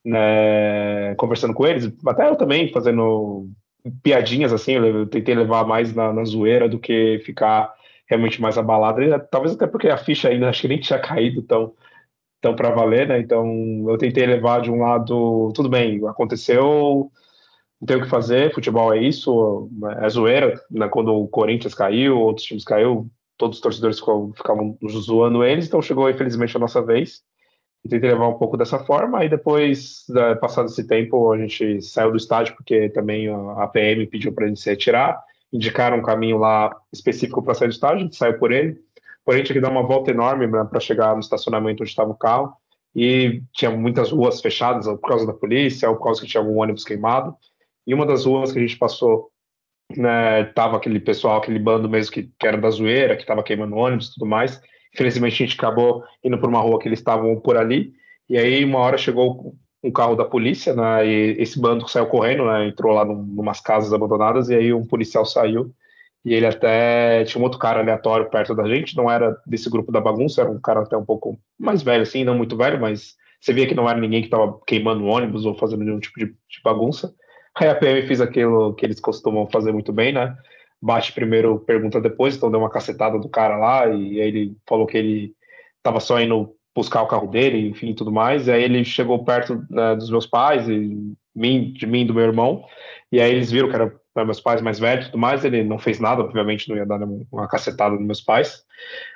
Speaker 2: né, conversando com eles, até eu também fazendo piadinhas assim, eu tentei levar mais na, na zoeira do que ficar realmente mais abalado, e, talvez até porque a ficha ainda acho que nem tinha caído tão, tão para valer, né, então eu tentei levar de um lado, tudo bem, aconteceu, não tem o que fazer, futebol é isso, é zoeira, né? Quando o Corinthians caiu, outros times caiu, todos os torcedores ficavam, ficavam zoando eles, então chegou infelizmente a nossa vez, e tentei levar um pouco dessa forma, aí depois, né, passado esse tempo, a gente saiu do estádio, porque também a P M pediu para a gente se retirar, indicaram um caminho lá específico para sair do estádio, a gente saiu por ele, porém tinha que dar uma volta enorme, né, para chegar no estacionamento onde estava o carro, e tinha muitas ruas fechadas por causa da polícia, ou por causa que tinha algum ônibus queimado. E uma das ruas que a gente passou, né, tava aquele pessoal, aquele bando mesmo que, que era da zoeira, que tava queimando ônibus e tudo mais. Infelizmente a gente acabou indo por uma rua que eles estavam por ali. E aí uma hora chegou um carro da polícia, né, e esse bando saiu correndo, né, entrou lá num, numas casas abandonadas, e aí um policial saiu. E ele até tinha um outro cara aleatório perto da gente, não era desse grupo da bagunça, era um cara até um pouco mais velho, assim, não muito velho, mas você via que não era ninguém que estava queimando ônibus ou fazendo nenhum tipo de, de bagunça. Aí a P M fez aquilo que eles costumam fazer muito bem, né? Bate primeiro, pergunta depois, então deu uma cacetada do cara lá, e aí ele falou que ele estava só indo buscar o carro dele, enfim, tudo mais. E aí ele chegou perto, né, dos meus pais, e mim, de mim e do meu irmão, e aí eles viram que eram, né, meus pais mais velhos e tudo mais. Ele não fez nada, obviamente não ia dar uma cacetada nos meus pais,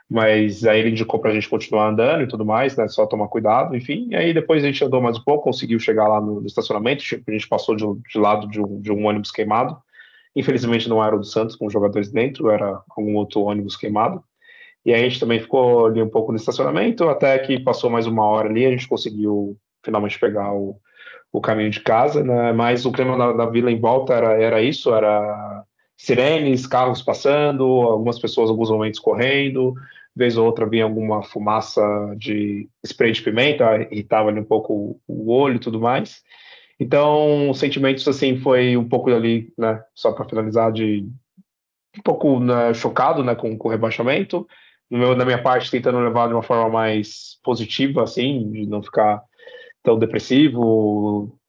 Speaker 2: mas aí ele indicou pra gente continuar andando e tudo mais, né, só tomar cuidado, enfim, e aí depois a gente andou mais um pouco, conseguiu chegar lá no, no estacionamento, a gente passou de, de lado de um, de um ônibus queimado, infelizmente não era o do Santos com jogadores dentro, era algum outro ônibus queimado, e aí a gente também ficou ali um pouco no estacionamento, até que passou mais uma hora ali, a gente conseguiu finalmente pegar o, o caminho de casa, né, mas o clima da, da vila em volta era, era isso, era sirenes, carros passando, algumas pessoas, alguns momentos correndo, vez ou outra vinha alguma fumaça de spray de pimenta, irritava ali um pouco o olho e tudo mais. Então, os sentimentos, assim, foi um pouco ali, né, só para finalizar, de um pouco, né, chocado, né, com, com o rebaixamento. No meu, na minha parte, tentando levar de uma forma mais positiva, assim, de não ficar tão depressivo,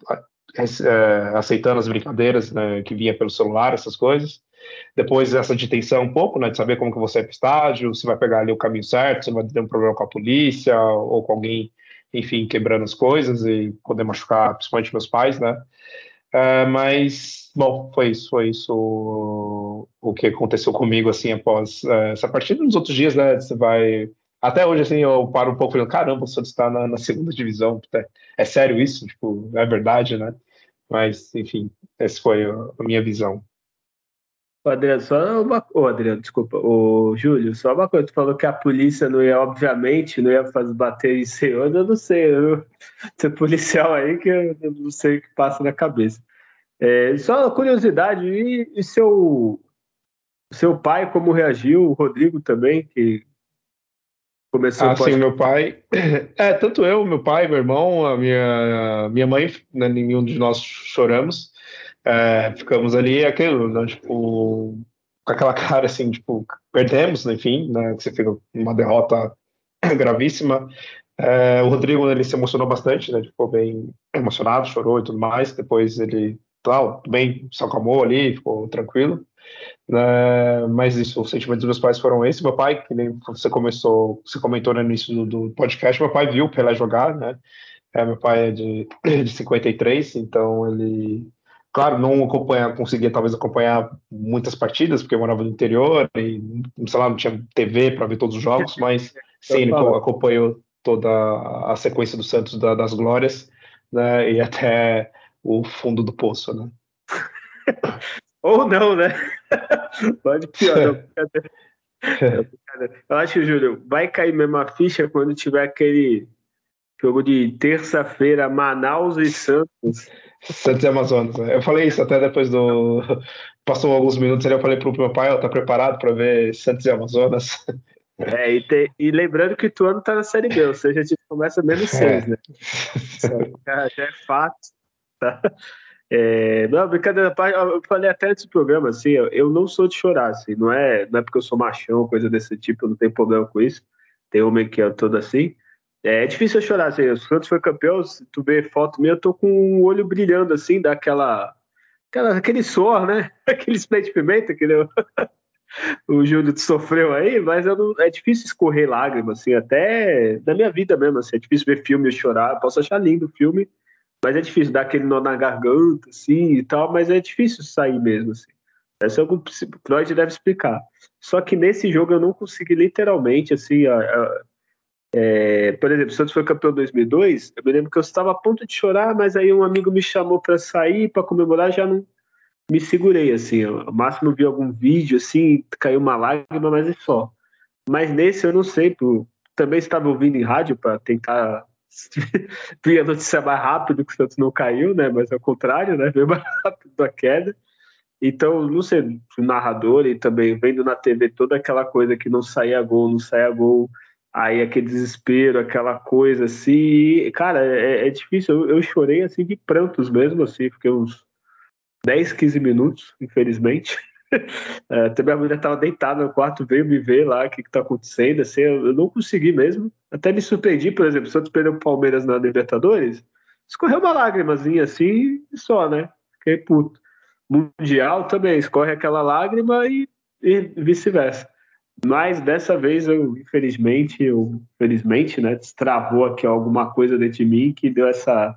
Speaker 2: é, aceitando as brincadeiras, né, que vinha pelo celular, essas coisas. Depois essa de tensão um pouco, né, de saber como que você é para o estádio, se vai pegar ali o caminho certo, se vai ter um problema com a polícia ou com alguém, enfim, quebrando as coisas e poder machucar, principalmente meus pais, né. É, mas, bom, foi isso, foi isso o, o que aconteceu comigo, assim, após é, essa partida. Nos outros dias, né, você vai... Até hoje, assim, eu paro um pouco falando, caramba, o Santos está na, na segunda divisão, é, é sério isso? Tipo, é verdade, né? Mas, enfim, essa foi a, a minha visão.
Speaker 1: O Adriano, só uma. Ô, Adriano, desculpa. O Júlio, só uma coisa. Tu falou que a polícia não ia, obviamente, não ia fazer bater em senhor. Eu não sei. Eu, tem policial aí que eu não sei o que passa na cabeça. É, só uma curiosidade, e, e seu, seu pai, como reagiu? O Rodrigo também, que começou
Speaker 2: Ah,
Speaker 1: o
Speaker 2: sim,
Speaker 1: podcast.
Speaker 2: meu pai. É, tanto eu, meu pai, meu irmão, a minha, minha mãe, né, nenhum de nós choramos. É, ficamos ali, aquilo, né, tipo, com aquela cara assim, tipo, perdemos, né, enfim, né, que você fica uma derrota gravíssima. É, o Rodrigo, né, ele se emocionou bastante, né, ficou bem emocionado, chorou e tudo mais. Depois ele, tal, bem, se acalmou ali, ficou tranquilo. Né, mas isso, os sentimentos dos meus pais foram esses. Meu pai, que nem você começou, você comentou no início do, do podcast, meu pai viu o Pelé jogar, né? É, meu pai é de, de cinquenta e três, então ele, claro, não acompanha, conseguia talvez acompanhar muitas partidas, porque eu morava no interior e, sei lá, não tinha T V para ver todos os jogos, mas sim,
Speaker 1: Eu
Speaker 2: ele
Speaker 1: falo.
Speaker 2: acompanhou toda a sequência do Santos da, das Glórias, né? E até o fundo do poço, né?
Speaker 1: Ou não, né? Pode pior, não. Brincadeira. Não, brincadeira. Eu acho, Júlio, vai cair mesmo a ficha quando tiver aquele jogo de terça-feira, Manaus e Santos.
Speaker 2: Santos e Amazonas, né? Eu falei isso até depois do. Passou alguns minutos ali, eu falei pro meu pai, ó, tá preparado para ver Santos e Amazonas?
Speaker 1: É, e, te- e lembrando que tu ano tá na Série B, ou seja, a gente começa menos seis,
Speaker 2: É.
Speaker 1: né? Isso aí já, já é fato, tá? É, não, brincadeira, à parte, eu falei até antes do programa, assim, eu, eu não sou de chorar, assim, não é, não é porque eu sou machão, coisa desse tipo, eu não tenho problema com isso. Tem homem que é todo assim. É, é difícil eu chorar, assim, o Santos foi campeão, se tu vê foto minha, eu tô com o olho brilhando, assim, daquela, aquela, aquele suor, né? Aquele spray de pimenta que ele, o Júlio sofreu aí, mas eu não, é difícil escorrer lágrimas, assim, até na minha vida mesmo, assim, é difícil ver filme e chorar, posso achar lindo o filme, mas é difícil dar aquele nó na garganta, assim, e tal, mas é difícil sair mesmo, assim. Essa é o que o Freud deve explicar. Só que nesse jogo eu não consegui literalmente, assim, a, a, é, por exemplo, o Santos foi campeão em dois mil e dois, eu me lembro que eu estava a ponto de chorar, mas aí um amigo me chamou para sair, para comemorar, já não me segurei, assim, ao máximo vi algum vídeo, assim, caiu uma lágrima, mas é só. Mas nesse eu não sei, pô, também estava ouvindo em rádio para tentar vir a notícia mais rápido que o Santos não caiu, né? Mas ao contrário, né? Veio mais rápido a queda. Então, não sei, o narrador e também vendo na T V toda aquela coisa que não saía gol, não saía gol, aí aquele desespero, aquela coisa assim. E, cara, é, é difícil. Eu, eu chorei assim de prantos mesmo, assim, fiquei uns dez, quinze minutos, infelizmente. É, até minha mulher estava deitada no quarto, veio me ver lá o que está acontecendo. Assim, eu, eu não consegui mesmo. Até me surpreendi, por exemplo, o Santos perdeu o Palmeiras na Libertadores, escorreu uma lágrimazinha assim e só, né? Fiquei puto. Mundial também, escorre aquela lágrima e, e vice-versa. Mas dessa vez eu, infelizmente, eu, felizmente, né, destravou aqui alguma coisa dentro de mim que deu essa,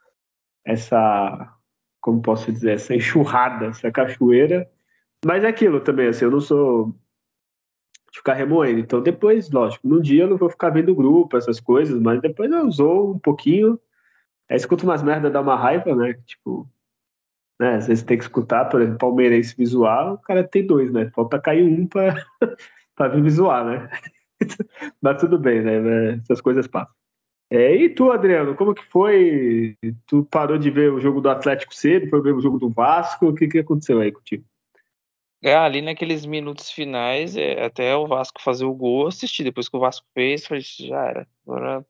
Speaker 1: essa, como posso dizer, essa enxurrada, essa cachoeira. Mas é aquilo também, assim, eu não sou de ficar remoendo. Então, depois, lógico, no dia eu não vou ficar vendo grupo, essas coisas, mas depois eu zoo um pouquinho. Aí escuto umas merda, dá uma raiva, né? Tipo, né? Às vezes tem que escutar, por exemplo, palmeirense me zoar, o cara tem dois, né? Falta cair um pra, pra vir me zoar, né? Mas tudo bem, né? Essas coisas passam. É, e tu, Adriano, como que foi? Tu parou de ver o jogo do Atlético cedo, foi ver o jogo do Vasco? O que, que aconteceu aí contigo?
Speaker 3: É, ali naqueles minutos finais, é, até o Vasco fazer o gol, eu assisti. Depois que o Vasco fez, falei, já era. Agora,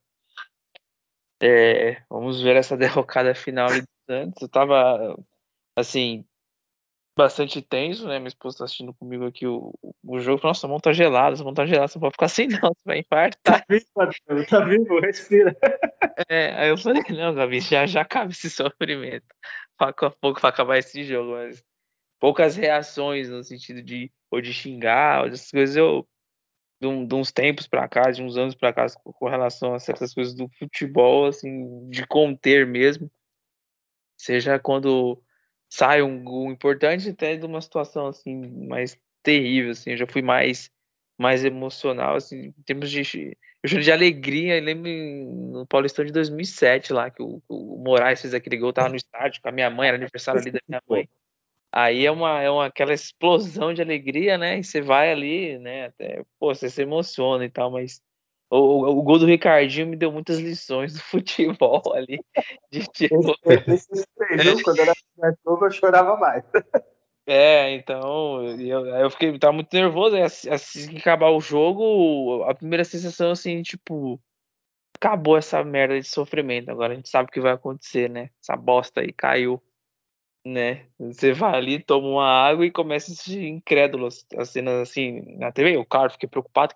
Speaker 3: é, vamos ver essa derrocada final ali do Santos. Eu tava, assim, bastante tenso, né? Minha esposa tá assistindo comigo aqui o, o jogo. Nossa, a mão tá gelada, essa mão tá gelada, você não pode ficar assim não, você vai infartar.
Speaker 1: Tá vivo, Matheus, tá vivo, respira.
Speaker 3: É, aí eu falei, não, Gabi, já, já acaba esse sofrimento. Daqui a pouco vai acabar esse jogo, mas poucas reações no sentido de ou de xingar, ou dessas coisas. Eu, de, um, de uns tempos pra cá, de uns anos pra cá, com, com relação a certas coisas do futebol, assim, de conter mesmo, seja quando sai um gol importante, até de uma situação assim mais terrível, assim, eu já fui mais mais emocional, assim, em termos de eu choro de alegria. Eu lembro no Paulistão de dois mil e sete lá que o, o Moraes fez aquele gol, eu tava no estádio com a minha mãe, era aniversário ali da minha mãe. Aí é uma, é uma aquela explosão de alegria, né? E você vai ali, né? Até, pô, você se emociona e tal, mas o, o, o gol do Ricardinho me deu muitas lições do futebol ali. De tipo.
Speaker 1: Esse, esse viu? Quando era mais novo, eu chorava mais.
Speaker 3: É, então, eu, eu fiquei, tava muito nervoso. Aí, assim, assim que acabar o jogo, a primeira sensação, assim, tipo, acabou essa merda de sofrimento. Agora a gente sabe o que vai acontecer, né? Essa bosta aí caiu, né? Você vai ali, toma uma água e começa a assistir incrédulo as, as cenas assim na T V. Eu, claro, fiquei preocupado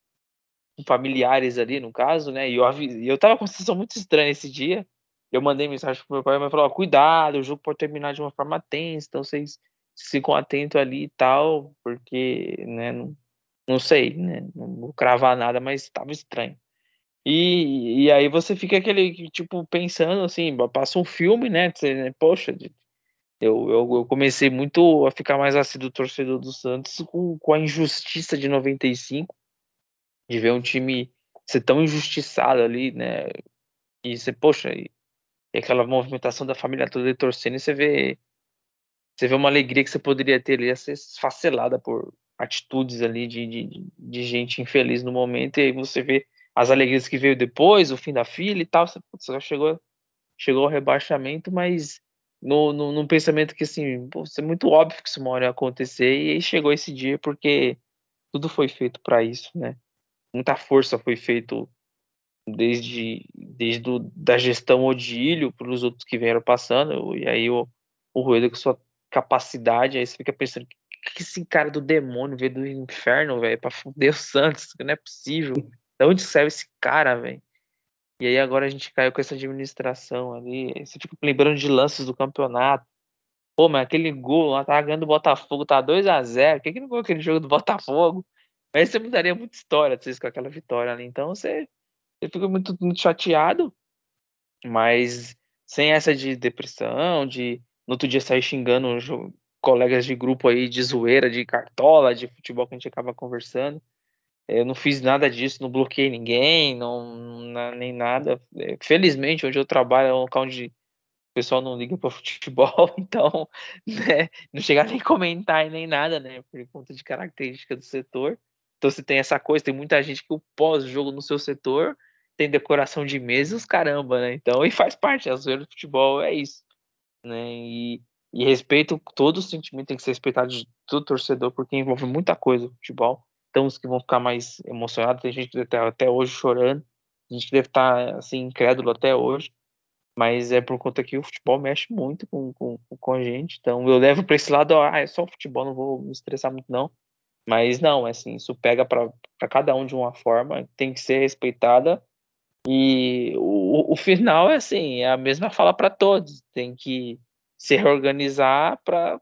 Speaker 3: com familiares ali, no caso, né? E eu, avi- eu tava com uma sensação muito estranha esse dia. Eu mandei mensagem pro meu pai, mas falou: ó, cuidado, o jogo pode terminar de uma forma tensa, então vocês ficam atentos ali e tal, porque, né, não, não sei, né? Não vou cravar nada, mas tava estranho. E, e aí você fica aquele, tipo, pensando assim, passa um filme, né? Você, né, poxa, eu, eu, eu comecei muito a ficar mais assíduo torcedor do Santos com, com a injustiça de noventa e cinco, de ver um time ser tão injustiçado ali, né? E você, poxa, e, e aquela movimentação da família toda ali torcendo, e você vê, você vê uma alegria que você poderia ter ali a ser esfacelada por atitudes ali de, de, de gente infeliz no momento, e aí você vê as alegrias que veio depois, o fim da fila e tal, você, putz, já chegou, chegou ao rebaixamento, mas no, no, num pensamento que assim, pô, isso é muito óbvio que isso uma hora ia acontecer, e aí chegou esse dia porque tudo foi feito para isso, né? Muita força foi feito desde, desde o, da gestão Odílio para os outros que vieram passando, e aí o, o Rueda com sua capacidade, aí você fica pensando, que, que esse cara do demônio veio do inferno, velho, pra fuder o Santos, não é possível. De onde saiu esse cara, velho? E aí agora a gente caiu com essa administração ali, você fica lembrando de lances do campeonato. Pô, mas aquele gol lá, tava ganhando o Botafogo, tá dois a zero, que que não foi aquele jogo do Botafogo? Aí você mudaria muita história, vocês com aquela vitória ali, então você eu fico muito, muito chateado, mas sem essa de depressão, de no outro dia sair xingando os colegas de grupo aí de zoeira, de cartola, de futebol que a gente acaba conversando. Eu não fiz nada disso, não bloqueei ninguém, não, não nem nada. Felizmente, onde eu trabalho é um local onde o pessoal não liga para futebol, então, né, não chegar nem comentar e nem nada, né, por conta de característica do setor. Então você tem essa coisa, tem muita gente que o pós-jogo no seu setor tem decoração de mesas, caramba, né? Então, e faz parte, a zoeira do futebol é isso, né? E, e respeito, todo o sentimento tem que ser respeitado de todo torcedor, porque envolve muita coisa o futebol. Então, os que vão ficar mais emocionados, tem gente que deve estar até hoje chorando, a gente deve estar, assim, incrédulo até hoje, mas é por conta que o futebol mexe muito com, com, com a gente. Então, eu levo para esse lado, ah, é só o futebol, não vou me estressar muito, não. Mas não, é assim, isso pega para cada um de uma forma, tem que ser respeitada. E o, o final é assim, é a mesma fala para todos. Tem que se reorganizar para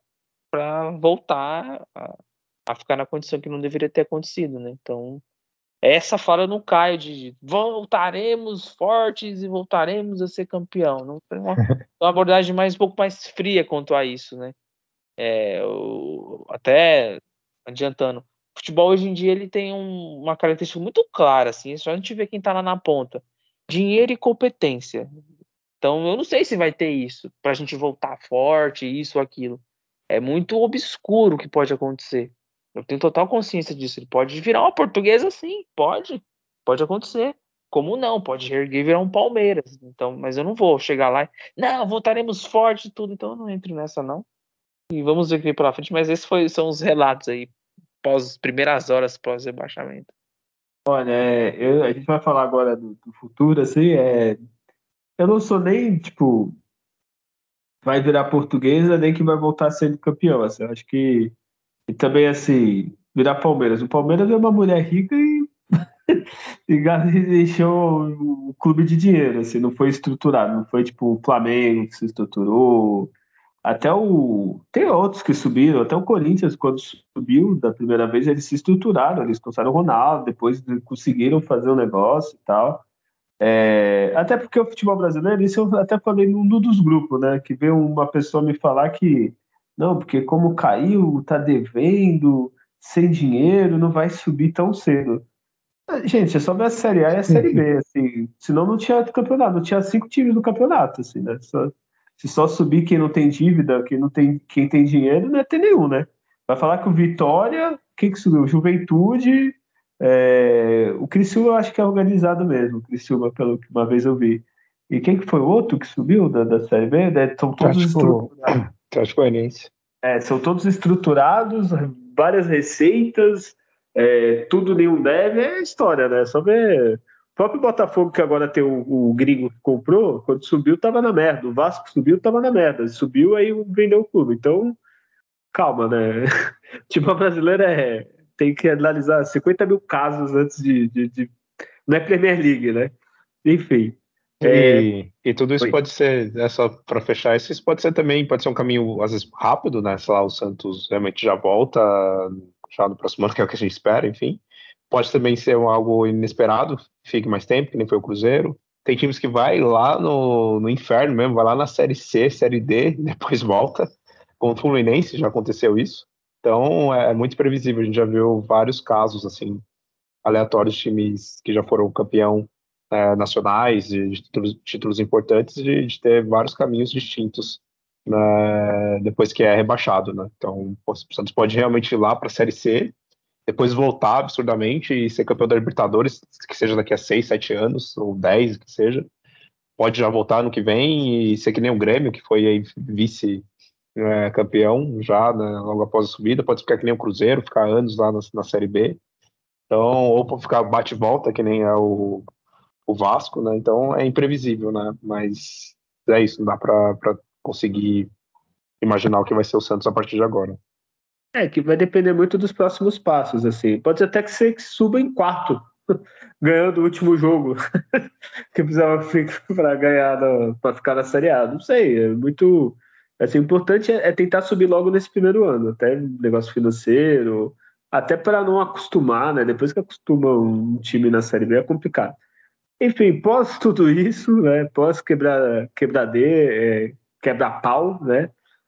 Speaker 3: voltar a, a ficar na condição que não deveria ter acontecido, né? Então, essa fala eu não caio de voltaremos fortes e voltaremos a ser campeão. Não tem uma, uma abordagem mais um pouco mais fria quanto a isso, né? É, eu, até adiantando, o futebol hoje em dia ele tem um, uma característica muito clara, assim, só a gente vê quem tá lá na ponta. Dinheiro e competência. Então eu não sei se vai ter isso, pra gente voltar forte, isso ou aquilo. É muito obscuro o que pode acontecer. Eu tenho total consciência disso. Ele pode virar uma portuguesa, sim, pode. Pode acontecer. Como não? Pode erguer e virar um Palmeiras. Então, mas eu não vou chegar lá e, não, voltaremos forte e tudo. Então eu não entro nessa, não. E vamos ver o que vem pela frente, mas esses foi, são os relatos aí, pós primeiras horas pós rebaixamento.
Speaker 1: Olha, é, eu- a gente vai falar agora do, do futuro, assim, é, eu não sou nem, tipo, vai virar Portuguesa, nem que vai voltar sendo campeão. Assim, eu acho que. E também, assim, virar Palmeiras. O Palmeiras é uma mulher rica e, e encheu o clube de dinheiro, assim, não foi estruturado. Não foi tipo o Flamengo que se estruturou. Até o. Tem outros que subiram, até o Corinthians, quando subiu da primeira vez, eles se estruturaram, eles trouxeram o Ronaldo, depois conseguiram fazer o um negócio e tal. É, até porque o futebol brasileiro, isso eu até falei num dos grupos, né? Que veio uma pessoa me falar que não, porque como caiu, tá devendo, sem dinheiro, não vai subir tão cedo. Ah, gente, é só ver a Série A e a Série B, assim. Senão não tinha campeonato, não tinha cinco times no campeonato, assim, né? Só, se só subir quem não tem dívida, quem não tem, quem tem dinheiro, não ia ter nenhum, né? Vai falar que o Vitória, quem que subiu? Juventude, é, o Criciúma eu acho que é organizado mesmo, o Criciúma, pelo que uma vez eu vi. E quem que foi o outro que subiu da, da Série B? Né? São todos
Speaker 2: Atlético,
Speaker 1: estruturados.
Speaker 2: Atlético Goianiense.
Speaker 1: É, são todos estruturados, várias receitas, é, tudo nenhum deve, é história, né? Só ver. O próprio Botafogo, que agora tem o, o gringo que comprou, quando subiu, tava na merda. O Vasco subiu, tava na merda. Subiu, aí vendeu o clube. Então, calma, né? Tipo, a brasileira é. Tem que analisar cinquenta mil casos antes de, de, de. Não é Premier League, né? Enfim. É...
Speaker 2: E, e tudo isso
Speaker 1: Oi.
Speaker 2: pode ser, é só para fechar, isso, isso pode ser também, pode ser um caminho, às vezes, rápido, né? Sei lá, o Santos realmente já volta, já no próximo ano, que é o que a gente espera, enfim. Pode também ser um, algo inesperado, fique mais tempo, que nem foi o Cruzeiro. Tem times que vai lá no, no inferno mesmo, vai lá na Série C, Série D, e depois volta. Com o Fluminense já aconteceu isso. Então, é, é muito previsível, a gente já viu vários casos, assim, aleatórios, times que já foram campeão é, nacionais, de, de títulos, títulos importantes, de, de ter vários caminhos distintos, né, depois que é rebaixado, né? Então, o Santos pode realmente ir lá para a Série C, depois voltar absurdamente e ser campeão da Libertadores, que seja daqui a seis, sete anos, ou dez, que seja. Pode já voltar no que vem e ser que nem o Grêmio, que foi aí vice-campeão já, né, logo após a subida. Pode ficar que nem o Cruzeiro, ficar anos lá na, na Série B. Então, ou para ficar bate e volta, que nem é o, o Vasco, né? Então é imprevisível, né? Mas é isso, não dá para conseguir imaginar o que vai ser o Santos a partir de agora.
Speaker 1: É, que vai depender muito dos próximos passos, assim. Pode ser até que você suba em quarto, ganhando o último jogo, que precisava para ganhar, para ficar na Série A. Não sei, é muito. Assim, o importante é, é tentar subir logo nesse primeiro ano, até negócio financeiro, até para não acostumar, né? Depois que acostuma um time na Série B é complicado. Enfim, pós tudo isso, né? Pós quebrar, quebradeira, é, quebrar pau, né?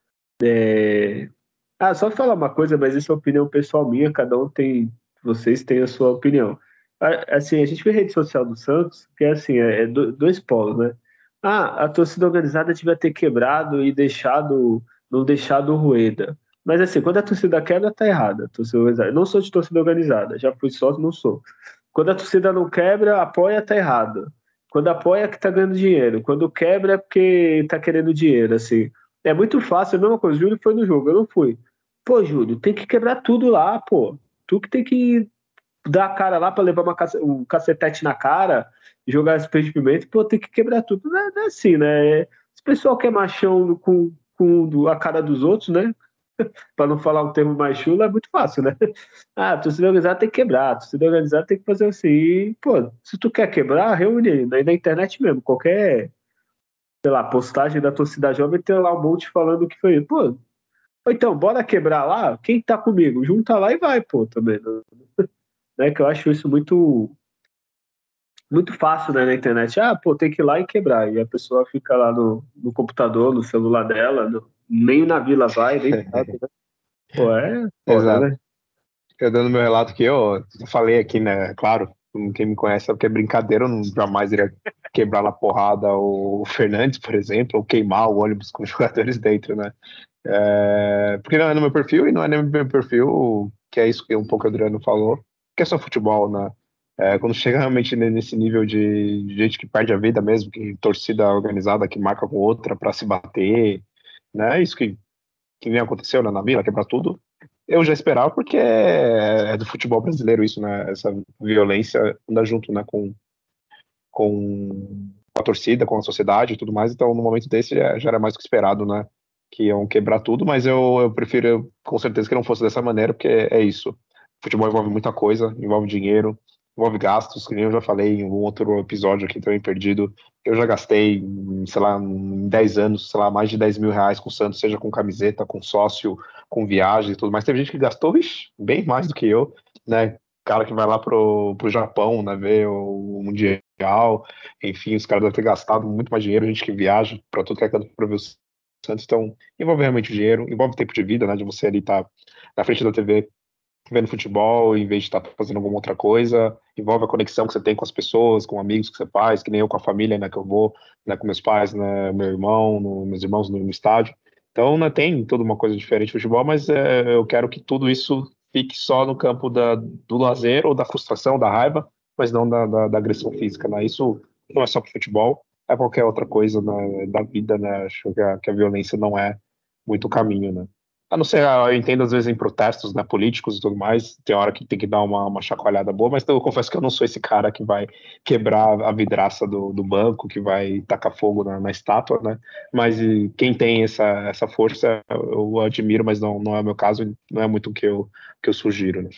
Speaker 1: É, ah, só falar uma coisa, mas isso é opinião pessoal minha, cada um tem, vocês têm a sua opinião. Ah, assim, a gente vê a rede social do Santos, que é assim, é, é do- dois polos, né? Ah, a torcida organizada devia ter quebrado e deixado, não deixado o Rueda. Mas assim, quando a torcida quebra, tá errada. A torcida organizada. Eu não sou de torcida organizada, já fui sócio, não sou. Quando a torcida não quebra, apoia, tá errado. Quando apoia, é que tá ganhando dinheiro. Quando quebra, é porque tá querendo dinheiro, assim. É muito fácil, é a mesma coisa. O Júlio foi no jogo, eu não fui. Pô, Júlio, tem que quebrar tudo lá, pô. Tu que tem que dar a cara lá pra levar uma cace... um cacetete na cara, jogar spray de pimenta, pô, tem que quebrar tudo. Não é, não é assim, né? Se o pessoal quer machão com, com a cara dos outros, né? Pra não falar um termo mais chulo, é muito fácil, né? Ah, a torcida organizada tem que quebrar, a torcida organizada tem que fazer assim. E, pô, se tu quer quebrar, reúne aí, na internet mesmo, qualquer, sei lá, postagem da torcida jovem tem lá um monte falando o que foi. Pô, então, bora quebrar lá? Quem tá comigo? Junta lá e vai, pô, também. Né? Que eu acho isso muito muito fácil, né, na internet. Ah, pô, tem que ir lá e quebrar. E a pessoa fica lá no, no computador, no celular dela, no- nem na vila vai, nem nada, né? Pô, é foda,
Speaker 2: Exato.
Speaker 1: né?
Speaker 2: Eu dando meu relato que eu falei aqui, né? Claro, quem me conhece sabe que é brincadeira, eu não jamais iria quebrar na porrada o Fernandes, por exemplo, ou queimar o ônibus com os jogadores dentro, né? É, porque não é no meu perfil e não é no meu perfil, que é isso que um pouco o Adriano falou, que é só futebol, né? É, quando chega realmente nesse nível de, de gente que perde a vida mesmo, que torcida organizada que marca com outra para se bater, né? Isso que, que nem aconteceu, né, na Vila, quebrar tudo. Eu já esperava porque é, é do futebol brasileiro isso, né? Essa violência anda junto, né, com, com com a torcida, com a sociedade e tudo mais, então no momento desse já, já era mais do que esperado, né, que iam quebrar tudo, mas eu, eu prefiro com certeza que não fosse dessa maneira, porque é, é isso, futebol envolve muita coisa, envolve dinheiro, envolve gastos, que nem eu já falei em um outro episódio aqui também perdido, eu já gastei, sei lá, em dez anos, sei lá, mais de dez mil reais com o Santos, seja com camiseta, com sócio, com viagem e tudo mais, teve gente que gastou, vixi, bem mais do que eu, né, cara que vai lá pro, pro Japão, né, ver o Mundial, enfim, os caras devem ter gastado muito mais dinheiro, gente que viaja para tudo que é canto para ver o Santos, então envolve realmente dinheiro, envolve tempo de vida, né, de você ali estar tá na frente da T V vendo futebol em vez de estar tá fazendo alguma outra coisa, envolve a conexão que você tem com as pessoas, com amigos que você faz, que nem eu com a família, né, que eu vou, né, com meus pais, né, meu irmão, no, meus irmãos no, no estádio, então, né, tem toda uma coisa diferente de futebol, mas é, eu quero que tudo isso fique só no campo da, do lazer ou da frustração, da raiva, mas não da, da, da agressão física, né? Isso não é só para futebol, é qualquer outra coisa, né, da vida, né? Acho que a, que a violência não é muito o caminho, né? A não ser, eu entendo às vezes em protestos, né, políticos e tudo mais, tem hora que tem que dar uma, uma chacoalhada boa, mas eu confesso que eu não sou esse cara que vai quebrar a vidraça do, do banco, que vai tacar fogo na, na estátua, né, mas e, quem tem essa, essa força eu admiro, mas não, não é o meu caso, não é muito o que eu, que eu sugiro, né.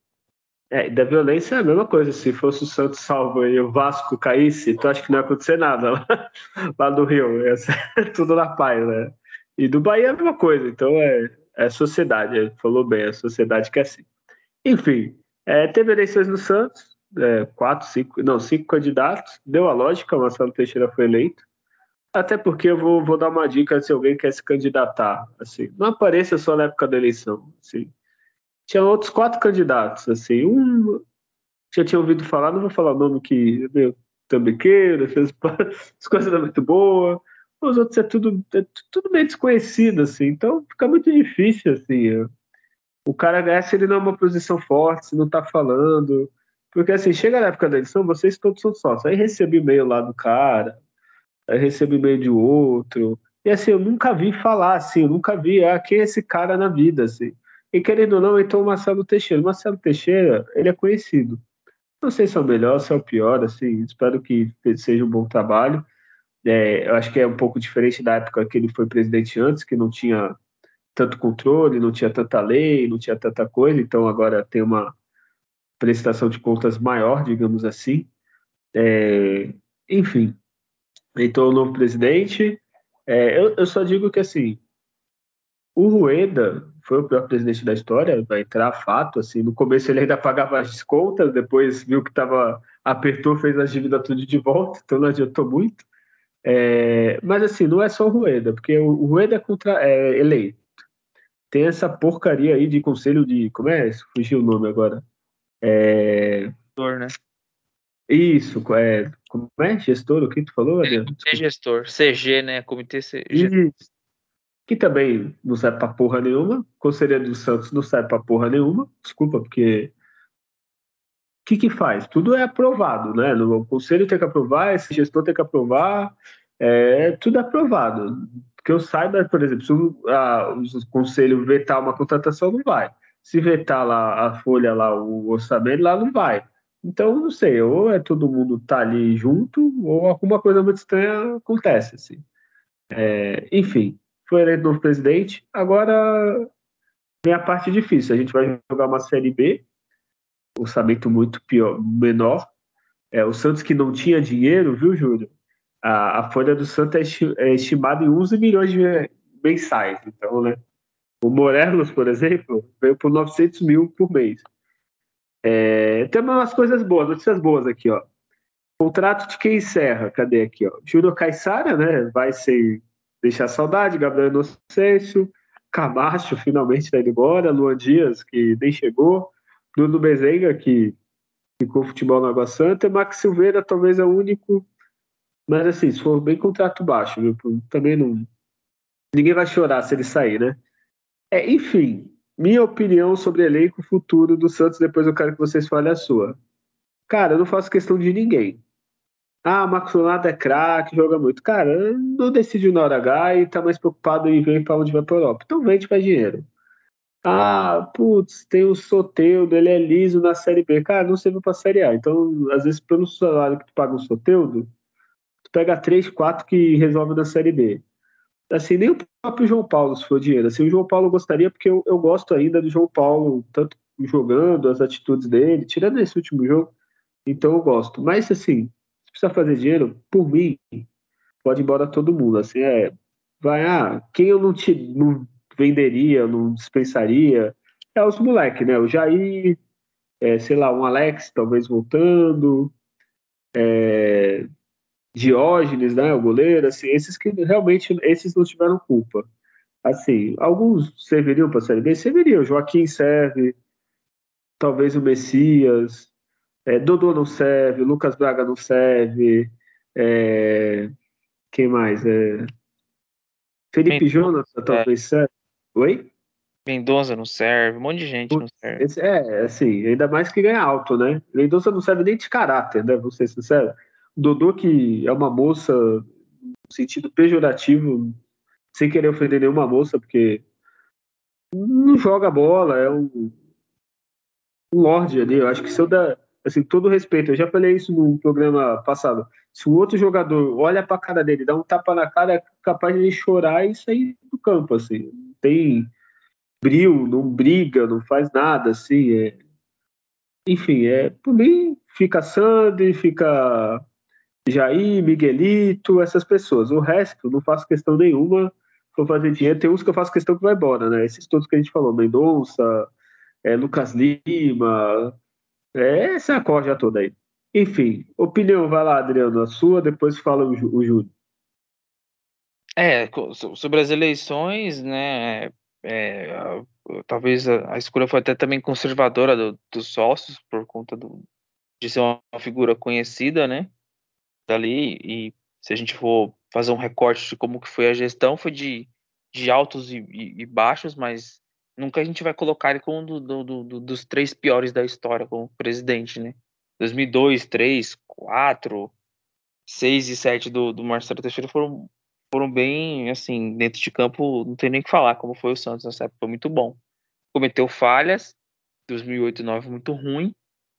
Speaker 1: É, da violência é a mesma coisa. Se fosse o Santos salvo e o Vasco caísse, tu acha que não ia acontecer nada lá, lá do Rio. Ia ser tudo na paz, né? E do Bahia é a mesma coisa. Então é, é sociedade. Ele falou bem, é a sociedade que é assim. Enfim, é, teve eleições no Santos, é, quatro, cinco, não, cinco candidatos. Deu a lógica, o Marcelo Teixeira foi eleito. Até porque eu vou, vou dar uma dica se alguém quer se candidatar. Assim, não apareça só na época da eleição. Assim. Tinha outros quatro candidatos, assim, um já tinha ouvido falar, não vou falar o nome que é meio tambiqueiro, essas as coisas não é muito boa, os outros é tudo, é tudo meio desconhecido, assim, então fica muito difícil, assim, o cara ganhar se ele não é uma posição forte, se não tá falando, porque assim, chega na época da eleição, vocês todos são sócios, aí recebe e-mail lá do cara, aí recebe e-mail de outro, e assim, eu nunca vi falar, assim, eu nunca vi, ah, quem é esse cara na vida, assim. E querendo ou não, então o Marcelo Teixeira. O Marcelo Teixeira, ele é conhecido. Não sei se é o melhor, se é o pior, assim, espero que seja um bom trabalho. É, eu acho que é um pouco diferente da época que ele foi presidente antes, que não tinha tanto controle, não tinha tanta lei, não tinha tanta coisa, então agora tem uma prestação de contas maior, digamos assim. É, enfim, então o novo presidente. É, eu, eu só digo que assim, o Rueda foi o pior presidente da história, vai entrar fato, assim, no começo ele ainda pagava as contas, depois viu que tava, apertou, fez as dívidas tudo de volta, então não adiantou muito. É, mas assim, não é só o Rueda, porque o, o Rueda é, contra, é eleito. Tem essa porcaria aí de conselho de, como é? Fugiu o nome agora. É,
Speaker 3: Gestor, né?
Speaker 1: isso, é, como é? Gestor, o que tu falou, Adriano?
Speaker 3: Comitê gestor, C G, né? Comitê C G.
Speaker 1: Isso. Que também não serve pra porra nenhuma. Conselheiro do Santos não serve pra porra nenhuma. Desculpa, porque o que que faz? Tudo é aprovado, né? O conselho tem que aprovar, esse gestor tem que aprovar, é, tudo é aprovado. Que eu saiba, por exemplo, se o, a, o conselho vetar uma contratação, não vai. Se vetar lá a folha, lá, o orçamento, lá não vai. Então, não sei, ou é todo mundo tá ali junto, ou alguma coisa muito estranha acontece, assim. É, enfim, foi eleito novo presidente, agora vem a parte difícil. A gente vai jogar uma Série B, orçamento muito pior, menor. É, o Santos que não tinha dinheiro, viu, Júlio? A, a folha do Santos é, esti é estimada em onze milhões de mensais. Então, né? O Morelos, por exemplo, veio por novecentos mil por mês. É, tem umas coisas boas, notícias boas aqui, ó. Contrato de quem encerra, cadê aqui, ó? Júlio Caissara, né? Vai ser deixar saudade, Gabriel Inocêncio, Camacho finalmente tá indo embora, Luan Dias, que nem chegou, Bruno Mezenga, que ficou futebol na Água Santa, Max Silveira talvez é o único, mas assim, se for bem contrato baixo, viu? Também não. Ninguém vai chorar se ele sair, né? É, enfim, minha opinião sobre elenco futuro do Santos, depois eu quero que vocês falem a sua. Cara, eu não faço questão de ninguém. Ah, o Marcos Leonardo é craque, joga muito. Cara, não decidiu na hora H e tá mais preocupado em ver para onde vai pra Europa. Então vende pra dinheiro. Ah, putz, tem o Soteldo, ele é liso na Série B. Cara, não serve pra Série A. Então, às vezes, pelo salário que tu paga o Soteldo, tu pega três, quatro que resolve na Série B. Assim, nem o próprio João Paulo, se for dinheiro. Assim, o João Paulo gostaria, porque eu, eu gosto ainda do João Paulo, tanto jogando, as atitudes dele, tirando esse último jogo, então eu gosto. Mas, assim, se precisa fazer dinheiro, por mim, pode ir embora todo mundo. Assim, é, vai, ah, quem eu não, te, não venderia, não dispensaria, é os moleques, né? O Jair, é, sei lá, um Alex, talvez voltando, é, Diógenes, né, o goleiro, assim, esses que realmente, esses não tiveram culpa. Assim, alguns serviriam para a Série B? Serviriam. Joaquim serve, talvez o Messias, é, Dodô não serve, Lucas Braga não serve, é, quem mais? É, Felipe Jonas
Speaker 3: É,
Speaker 1: talvez serve. Oi?
Speaker 3: Mendonça não serve, um monte de gente não
Speaker 1: Putz,
Speaker 3: serve.
Speaker 1: esse- é, assim, ainda mais que ganha alto, né? Mendonça não serve nem de caráter, né? Vou ser sincero. Dodô, que é uma moça, no sentido pejorativo, sem querer ofender nenhuma moça, porque não joga bola, é um, um lorde ali. Eu acho que se eu dar, assim, todo respeito, eu já falei isso no programa passado. Se o outro jogador olha pra cara dele, dá um tapa na cara, é capaz de ele chorar e sair do campo, assim. Não tem brilho, não briga, não faz nada, assim. É... Enfim, é, por mim, fica Sandri, fica Jair, Miguelito, essas pessoas. O resto, não faço questão nenhuma. For fazer dinheiro, tem uns que eu faço questão que vai embora, né? Esses todos que a gente falou, Mendonça, é, Lucas Lima, é, essa é a corja toda aí. Enfim, opinião, vai lá, Adriano, a sua, depois fala o, Jú- o Júlio.
Speaker 3: É, co- so- sobre as eleições, né, é, a- talvez a, a escolha foi até também conservadora do- dos sócios, por conta do, de ser uma figura conhecida, né, dali, e se a gente for fazer um recorte de como que foi a gestão, foi de, de altos e, e- e baixos, mas nunca a gente vai colocar ele como um do, do- do- do- dos três piores da história como presidente, né. dois mil e dois, três, quatro, seis e sete do, do Marcelo Teixeira foram, foram bem, assim, dentro de campo, não tem nem o que falar como foi o Santos nessa época, foi muito bom. Cometeu falhas, dois mil e oito e dois mil e nove muito ruim,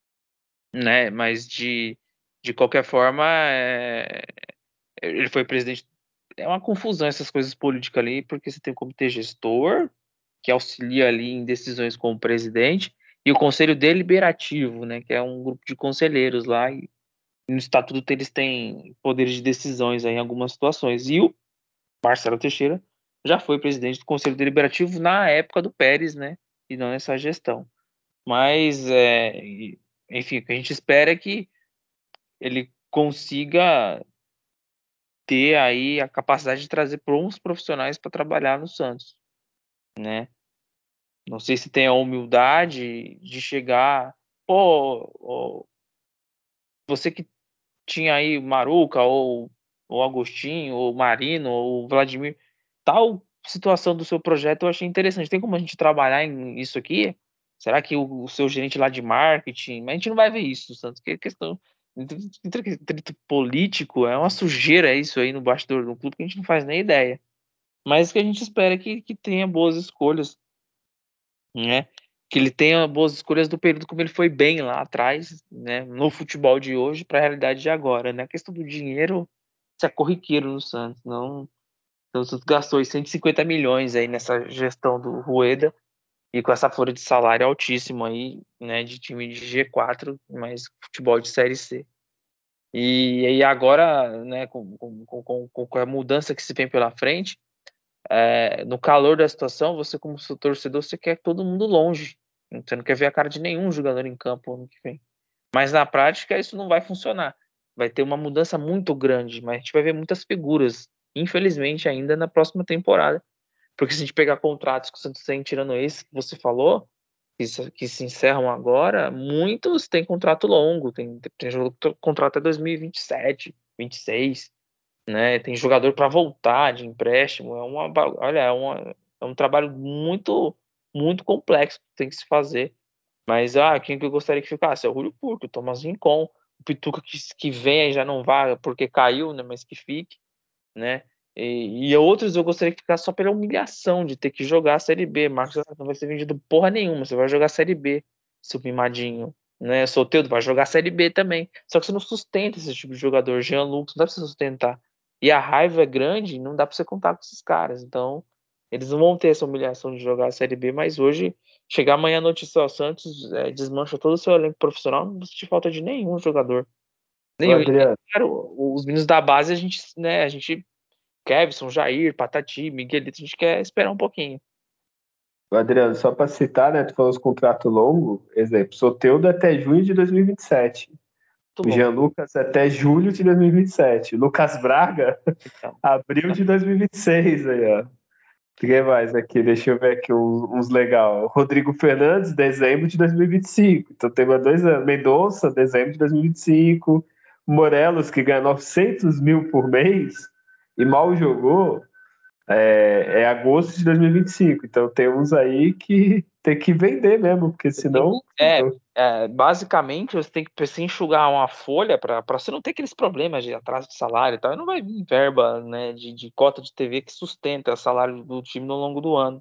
Speaker 3: né, mas de, de qualquer forma, é, ele foi presidente. É uma confusão essas coisas políticas ali, porque você tem o comitê gestor, que auxilia ali em decisões com o presidente, e o conselho deliberativo, né, que é um grupo de conselheiros lá, e no estatuto eles têm poderes de decisões aí em algumas situações. E o Marcelo Teixeira já foi presidente do Conselho Deliberativo na época do Pérez, né? E não nessa gestão. Mas, é, enfim, o que a gente espera é que ele consiga ter aí a capacidade de trazer bons profissionais para trabalhar no Santos, né? Não sei se tem a humildade de chegar, pô, você que tinha aí o Maruca, ou o Agostinho, ou o Marino, ou o Vladimir. Tal situação do seu projeto eu achei interessante. Tem como a gente trabalhar em isso aqui? Será que o, o seu gerente lá de marketing... Mas a gente não vai ver isso, Santos, que é questão... Atrito político, é uma sujeira isso aí no bastidor do clube que a gente não faz nem ideia. Mas que a gente espera que, que tenha boas escolhas, né? Que ele tenha boas escolhas do período como ele foi bem lá atrás, né? No futebol de hoje para a realidade de agora, né? A questão do dinheiro, isso é corriqueiro no Santos, não. Então, o Santos gastou cento e cinquenta milhões aí nessa gestão do Rueda e com essa folha de salário altíssimo aí, né? De time de G quatro, mas futebol de Série C. E aí agora, né? Com, com, com, com a mudança que se vem pela frente, é, no calor da situação, você como seu torcedor, você quer todo mundo longe. Você não quer ver a cara de nenhum jogador em campo ano que vem. Mas na prática isso não vai funcionar. Vai ter uma mudança muito grande, mas a gente vai ver muitas figuras, infelizmente, ainda na próxima temporada. Porque se a gente pegar contratos que o Santos tem, tirando esse que você falou, que se, que se encerram agora, muitos têm contrato longo, tem, tem contrato até dois mil e vinte e sete, vinte e seis, né? Tem jogador para voltar de empréstimo. É uma, olha, é, uma, é um trabalho muito, muito complexo que tem que se fazer. Mas ah, quem que eu gostaria que ficasse? É o Julio Furque, o Thomas Rincon, o Pituca que, que vem aí já não vai porque caiu, né? Mas que fique, né? E, e outros eu gostaria que ficasse só pela humilhação de ter que jogar a Série B. Marcos não vai ser vendido porra nenhuma, você vai jogar a Série B, seu mimadinho. né? Soteldo vai jogar Série B também. Só que você não sustenta esse tipo de jogador. Jean Lucas, não dá pra você sustentar. E a raiva é grande, não dá pra você contar com esses caras. Então, eles não vão ter essa humilhação de jogar a Série B, mas hoje, chegar amanhã a notícia ao Santos, é, desmancha todo o seu elenco profissional, não sente falta de nenhum jogador.
Speaker 1: Ô,
Speaker 3: Nenhum. E,
Speaker 1: Adriano,
Speaker 3: claro, os meninos da base, a gente, né, a gente, Kevson, Jair, Patati, Miguelito, a gente quer esperar um pouquinho.
Speaker 1: ô, Adriano, só para citar, né? Tu falou os contrato longo, exemplo, Soteldo até junho de dois mil e vinte e sete.
Speaker 3: Muito
Speaker 1: O
Speaker 3: bom.
Speaker 1: Jean Lucas até julho de dois mil e vinte e sete. Lucas Braga,
Speaker 3: Então,
Speaker 1: abril de dois mil e vinte e seis aí, ó. O que mais aqui? Deixa eu ver aqui uns, uns legal. Rodrigo Fernandes, dezembro de dois mil e vinte e cinco. Então tem mais dois anos. Mendonça, dezembro de dois mil e vinte e cinco. Morelos, que ganha novecentos mil por mês e mal jogou, é, é agosto de dois mil e vinte e cinco. Então tem uns aí que tem que vender mesmo, porque senão.
Speaker 3: é, é, basicamente, você tem que você enxugar uma folha para você não ter aqueles problemas de atraso de salário e tal. E não vai vir verba, né, de, de cota de T V que sustenta o salário do time no longo do ano.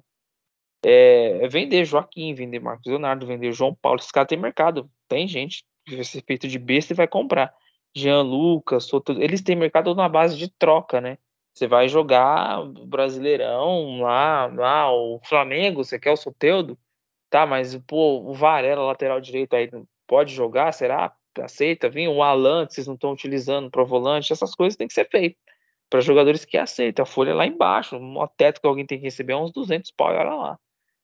Speaker 3: É, é vender Joaquim, vender Marcos Leonardo, vender João Paulo. Esses caras têm mercado. Tem gente que vai ser feito de besta e vai comprar. Jean Lucas, Soto, eles têm mercado na base de troca, né? Você vai jogar o Brasileirão lá, lá, o Flamengo, você quer o Soteldo? Tá, mas pô, o Varela, lateral direito aí, pode jogar? Será? Aceita? Vem o Alan, que vocês não estão utilizando para volante, essas coisas têm que ser feitas para jogadores que aceitam. A folha é lá embaixo, o teto que alguém tem que receber é uns duzentos pau, olha lá.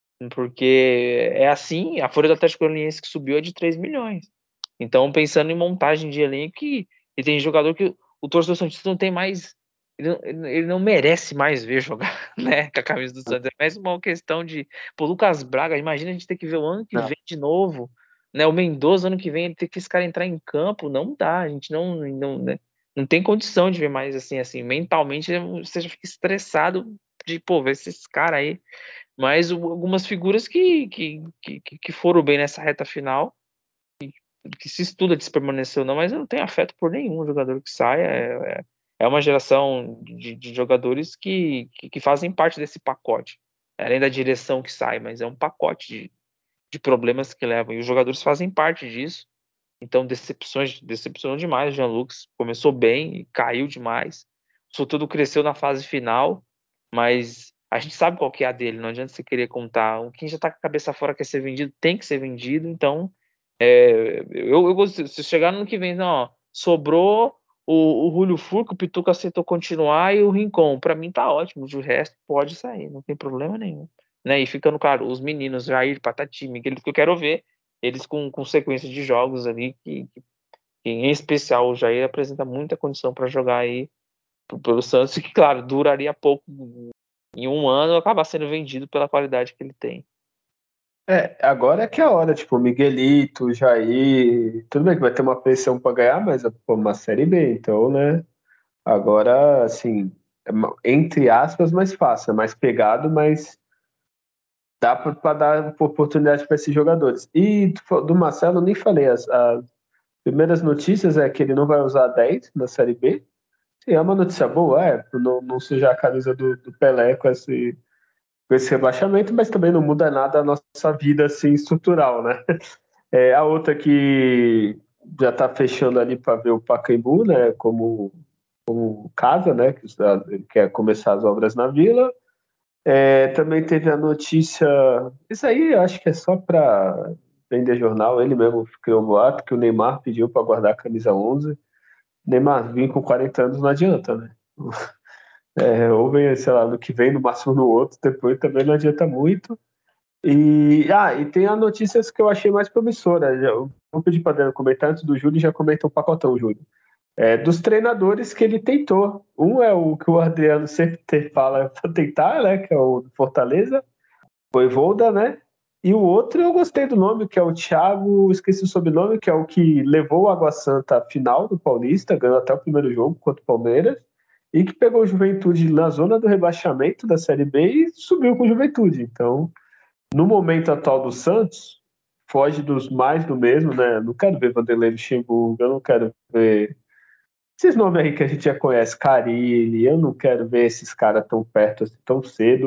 Speaker 3: Porque é assim, a folha do Atlético Goianiense que subiu é de três milhões. Então, pensando em montagem de elenco, que, e tem jogador que o torcedor santista não tem mais. Ele não, ele não merece mais ver jogar, né, com a camisa do Santos. É mais uma questão de. Pô, Lucas Braga, imagina a gente ter que ver o ano que
Speaker 1: Não.
Speaker 3: vem de novo. Né, o Mendoza, ano que vem, ele ter que esse cara entrar em campo. Não dá, a gente não. Não, né, não tem condição de ver mais assim, assim. Mentalmente, você já fica estressado de, pô, ver esses caras aí. Mas algumas figuras que, que, que, que foram bem nessa reta final, que se estuda de se permanecer ou não, mas eu não tenho afeto por nenhum jogador que saia. É, é uma geração de, de jogadores que, que, que fazem parte desse pacote. Além da direção que sai, mas é um pacote de, de problemas que levam. E os jogadores fazem parte disso. Então, decepções, decepcionou demais. O Jean Lucas começou bem e caiu demais. O Soteldo cresceu na fase final, mas a gente sabe qual que é a dele, não adianta você querer contar. Quem já tá com a cabeça fora quer ser vendido, tem que ser vendido. Então, é, eu, eu gosto, se chegar no ano que vem, não, ó, sobrou o, o Julio Furco, o Pituca aceitou continuar e o Rincon. Para mim tá ótimo, o resto pode sair, não tem problema nenhum. Né? E ficando claro, os meninos, Jair, Patati, Miguel, que eu quero ver, eles com, com sequência de jogos ali, que, que, que em especial o Jair apresenta muita condição para jogar aí pelo Santos, que, claro, duraria pouco. Em um ano acabar sendo vendido pela qualidade que ele tem.
Speaker 1: É, agora é que é a hora, tipo, Miguelito, Jair, tudo bem que vai ter uma pressão para ganhar, mas é pô, uma Série B, então, né? Agora, assim, é, entre aspas, mais fácil, é mais pegado, mas dá para dar oportunidade para esses jogadores. E do Marcelo, eu nem falei, as, as primeiras notícias é que ele não vai usar dez na Série B. Sim, é uma notícia boa, é, não, não sujar a camisa do, do Pelé com esse, com esse rebaixamento, mas também não muda nada a nossa vida assim, estrutural, né? É, a outra que já está fechando ali para ver o Pacaembu, né, como, como casa, né, que ele quer começar as obras na Vila. É, também teve a notícia, isso aí eu acho que é só para vender jornal, ele mesmo criou um boato que o Neymar pediu para guardar a camisa onze. Neymar vir com quarenta anos não adianta, né? É, ou vem, sei lá, no que vem, no máximo no outro, depois também não adianta muito. E, ah, e tem as notícias que eu achei mais promissora. Eu vou pedir para Adriano comentar antes do Júlio, já comenta um pacotão, Júlio. É, dos treinadores que ele tentou. Um é o que o Adriano sempre te fala para tentar, né? Que é o do Fortaleza, Voivoda, né? E o outro eu gostei do nome, que é o Thiago, esqueci o sobrenome, que é o que levou o Água Santa à final do Paulista, ganhou até o primeiro jogo contra o Palmeiras, e que pegou o Juventude na zona do rebaixamento da Série B e subiu com o Juventude. Então, no momento atual do Santos, foge dos mais do mesmo, né? Não quero ver Vanderlei Luxemburgo, eu não quero ver esses nomes aí que a gente já conhece, Carille, eu não quero ver esses caras tão perto, assim, tão cedo.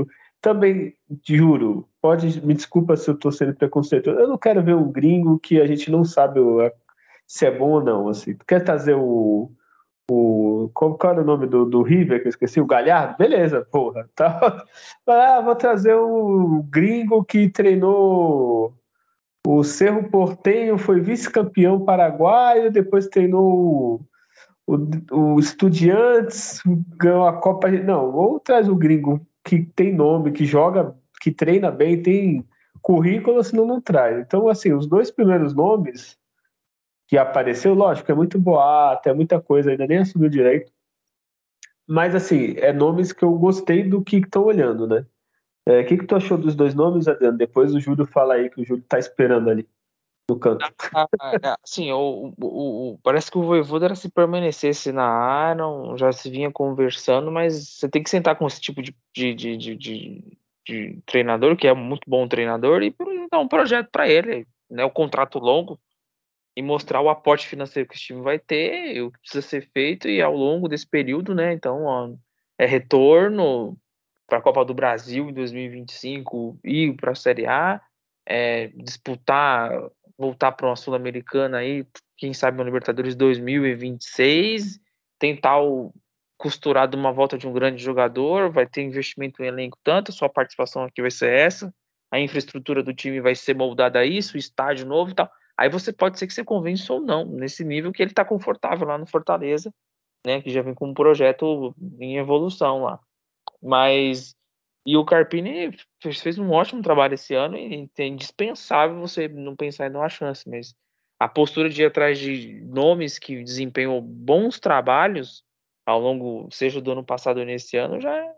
Speaker 1: também, juro, pode, me desculpa se eu tô sendo preconceituoso, eu não quero ver um gringo que a gente não sabe o, se é bom ou não, assim. Tu quer trazer o, o qual, qual era o nome do, do River, que eu esqueci, o Galhardo? Beleza, porra. Tá. Ah, vou trazer o gringo que treinou o Cerro Porteño, foi vice-campeão paraguaio, depois treinou o, o, o Estudiantes, ganhou a Copa. Não, ou traz o gringo que tem nome, que joga, que treina bem, tem currículo, senão não traz. Então, assim, os dois primeiros nomes que apareceu, lógico, é muito boato, é muita coisa, ainda nem assumiu direito. Mas, assim, é nomes que eu gostei do que estão olhando, né? O é, que, que tu achou dos dois nomes, Adriano? Depois o Júlio fala aí, que o Júlio tá esperando ali no canto.
Speaker 3: Ah, ah, sim, o, o, o, parece que o Voivoda era se permanecesse na área, já se vinha conversando, mas você tem que sentar com esse tipo de, de, de, de, de, de treinador, que é muito bom treinador, e dar um projeto para ele, né? O contrato longo, e mostrar o aporte financeiro que esse time vai ter, o que precisa ser feito, e ao longo desse período, né? Então, ó, é retorno para a Copa do Brasil em dois mil e vinte e cinco e para a Série A, é, disputar, voltar para uma Sul-Americana aí, quem sabe uma Libertadores dois mil e vinte e seis, tentar o, costurar de uma volta de um grande jogador, vai ter investimento em elenco tanto, a sua participação aqui vai ser essa, a infraestrutura do time vai ser moldada a isso, o estádio novo e tal. Aí você pode ser que você convença ou não, nesse nível que ele está confortável lá no Fortaleza, né, que já vem com um projeto em evolução lá. Mas, e o Carpini fez, fez um ótimo trabalho esse ano, e é indispensável você não pensar em dar uma chance, mas a postura de ir atrás de nomes que desempenham bons trabalhos ao longo, seja do ano passado ou nesse ano, já,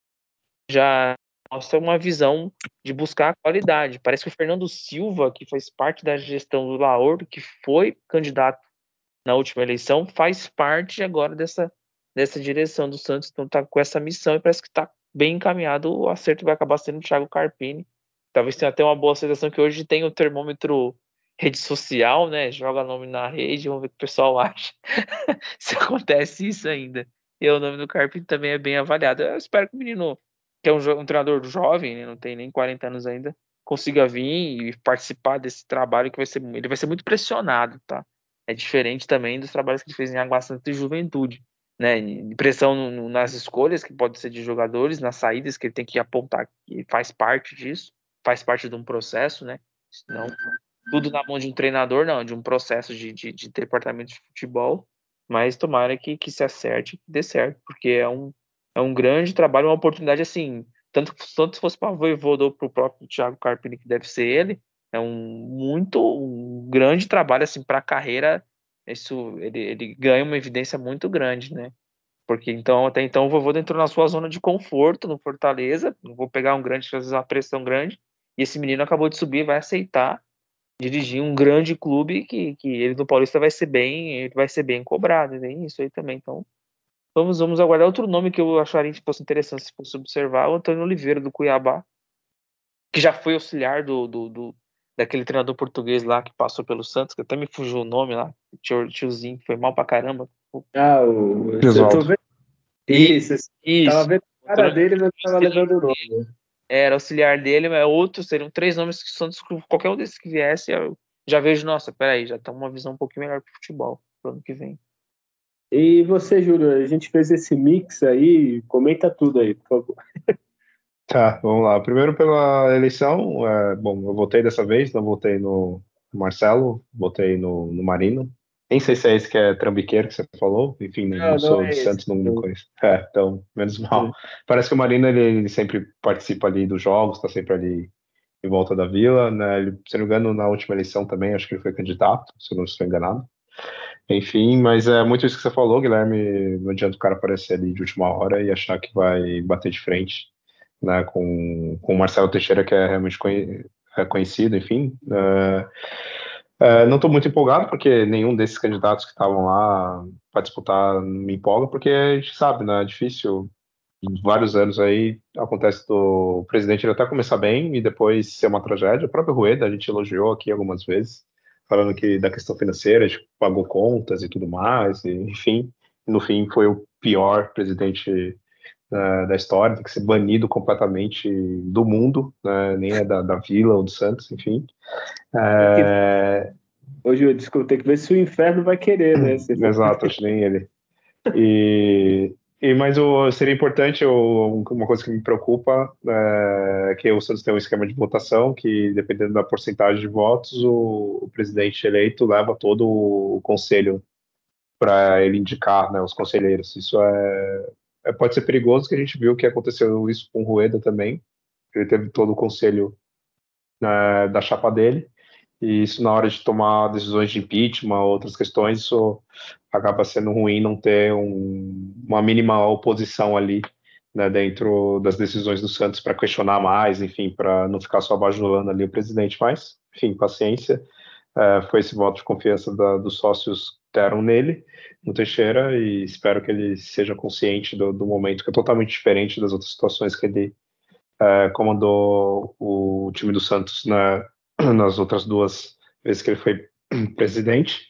Speaker 3: já mostra uma visão de buscar a qualidade. Parece que o Fernando Silva, que faz parte da gestão do Laordo, que foi candidato na última eleição, faz parte agora dessa, dessa direção do Santos, então está com essa missão e parece que está bem encaminhado. O acerto vai acabar sendo o Thiago Carpini. Talvez tenha até uma boa sensação que hoje tem o termômetro rede social, né? Joga nome na rede, vamos ver o que o pessoal acha. Se acontece isso ainda. E o nome do Carpini também é bem avaliado. Eu espero que o menino, que é um, um treinador jovem, né? Não tem nem quarenta anos ainda, consiga vir e participar desse trabalho que vai ser, ele vai ser muito pressionado, tá? É diferente também dos trabalhos que ele fez em Água Santa e Juventude, né? Pressão no, no, nas escolhas, que pode ser de jogadores, nas saídas, que ele tem que apontar que faz parte disso, faz parte de um processo, né? Não tudo na mão de um treinador, não, de um processo de, de, de departamento de futebol, mas tomara que, que se acerte, que dê certo, porque é um, é um grande trabalho, uma oportunidade, assim, tanto, tanto se fosse para o Voivoda ou para o próprio Thiago Carpini, que deve ser ele, é um muito um grande trabalho assim para a carreira. Isso ele, ele ganha uma evidência muito grande, né? Porque então até então o Voivoda entrou na sua zona de conforto no Fortaleza, não vou pegar um grande, fazer uma pressão grande, e esse menino acabou de subir, vai aceitar dirigir um grande clube que, que ele no Paulista vai ser bem, ele vai ser bem cobrado, tem isso aí também. Então vamos vamos aguardar. Outro nome que eu acharia que fosse interessante se fosse observar, o Antônio Oliveira do Cuiabá, que já foi auxiliar do, do, do daquele treinador português lá que passou pelo Santos, que até me fugiu o nome lá, tio, tiozinho, que foi mal pra caramba.
Speaker 1: Ah, o... eu tô vendo...
Speaker 3: Isso,
Speaker 1: isso,
Speaker 3: isso.
Speaker 1: Tava vendo a cara dele, mas tava lembrando o nome.
Speaker 3: Era auxiliar dele, mas outros seriam três nomes que o Santos, qualquer um desses que viesse, eu já vejo, nossa, peraí, já tá uma visão um pouquinho melhor pro futebol pro ano que vem.
Speaker 1: E você, Júlio, a gente fez esse mix aí, comenta tudo aí, por favor.
Speaker 2: Tá, vamos lá. Primeiro pela eleição, é, bom, eu votei dessa vez, não votei no Marcelo, votei no, no Marino. Nem sei se é esse que é trambiqueiro que você falou, enfim, não, não, não sou é de Santos, não, não conheço. É, então, menos mal. Parece que o Marino, ele, ele sempre participa ali dos jogos, tá sempre ali em volta da Vila, né? Ele, se não me engano, na última eleição também, acho que ele foi candidato, se eu não estou enganado. Enfim, mas é muito isso que você falou, Guilherme, não adianta o cara aparecer ali de última hora e achar que vai bater de frente, né, com, com o Marcelo Teixeira, que é realmente conhe, é conhecido, enfim. É, é, não estou muito empolgado, porque nenhum desses candidatos que estavam lá para disputar me empolga, porque a gente sabe, né, é difícil, vários anos aí, acontece do presidente ele até começar bem e depois ser uma tragédia. O próprio Rueda, a gente elogiou aqui algumas vezes, falando que da questão financeira, a gente pagou contas e tudo mais, e, enfim, no fim foi o pior presidente né, da história, tem que ser banido completamente do mundo, né, nem é da, da Vila ou do Santos, enfim.
Speaker 1: Tem que,
Speaker 2: É,
Speaker 1: hoje, desculpa, tem que ver se o inferno vai querer, né? Se-
Speaker 2: exato, acho que nem ele. E, e mas o, seria importante, o, uma coisa que me preocupa é que o Santos tem um esquema de votação que, dependendo da porcentagem de votos, o, o presidente eleito leva todo o conselho para ele indicar, né, os conselheiros. Isso é, é- pode ser perigoso, que a gente viu que aconteceu isso com o Rueda também. Ele teve todo o conselho, né, da chapa dele. E isso, na hora de tomar decisões de impeachment, outras questões, isso acaba sendo ruim não ter um, uma mínima oposição ali, né, dentro das decisões do Santos para questionar mais, enfim, para não ficar só bajulando ali o presidente. Mas, enfim, paciência. É, foi esse voto de confiança da, dos sócios que deram nele, no Teixeira, e espero que ele seja consciente do, do momento, que é totalmente diferente das outras situações que ele é, comandou o time do Santos na, nas outras duas vezes que ele foi presidente.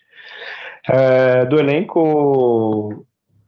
Speaker 2: É, do elenco,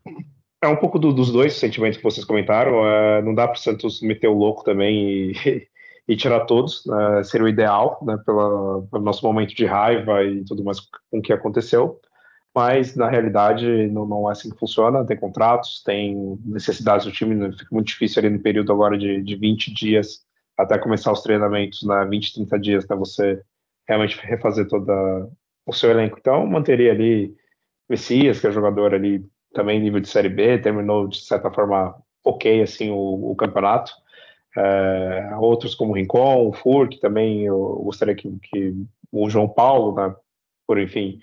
Speaker 2: é um pouco do, dos dois sentimentos que vocês comentaram. É, não dá para o Santos meter o louco também e, e tirar todos. Né, seria o ideal, né, pela, pelo nosso momento de raiva e tudo mais com o que aconteceu. Mas, na realidade, não, não é assim que funciona. Tem contratos, tem necessidades do time. Né, fica muito difícil ali no período agora de, de vinte dias até começar os treinamentos, né, vinte, trinta dias, para você realmente refazer toda o seu elenco. Então, manteria ali Messias, que é jogador ali também nível de Série B, terminou de certa forma ok assim o, o campeonato. É, outros como o Rincon, o Furk, também eu gostaria que, que o João Paulo, né, por enfim,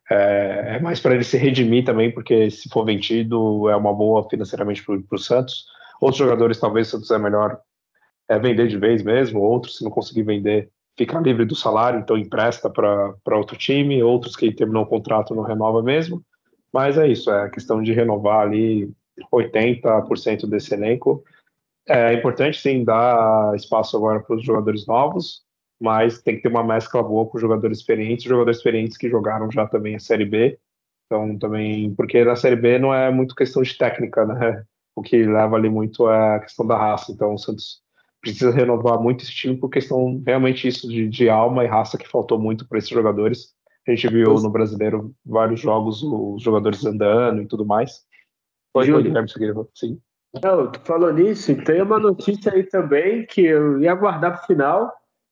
Speaker 2: é, é mais para ele se redimir também, porque se for vendido é uma boa financeiramente para o Santos. Outros jogadores talvez o Santos é melhor é, vender de vez mesmo, outros se não conseguir vender fica livre do salário, então empresta para outro time, outros que terminou o contrato não renova mesmo. Mas é isso, é a questão de renovar ali oitenta por cento desse elenco. É importante sim dar espaço agora para os jogadores novos, mas tem que ter uma mescla boa com os jogadores experientes, jogadores experientes que jogaram já também a Série B. Então também, porque na Série B não é muito questão de técnica, né? O que leva ali muito é a questão da raça. Então o Santos precisa renovar muito esse time por questão realmente isso de, de alma e raça que faltou muito para esses jogadores. A gente viu
Speaker 1: Pois,
Speaker 2: no Brasileiro vários jogos, os jogadores andando e tudo mais. Oi, oi,
Speaker 1: Júnior,
Speaker 2: Guilherme, você queria- sim.
Speaker 1: não, tu falou nisso, e tem uma notícia aí também que eu ia aguardar para o final,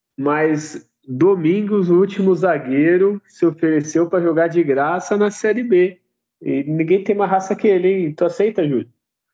Speaker 1: mas Domingos, o último zagueiro, se ofereceu para jogar de graça na Série B. E ninguém tem mais raça que ele, hein? Tu aceita, Júlio?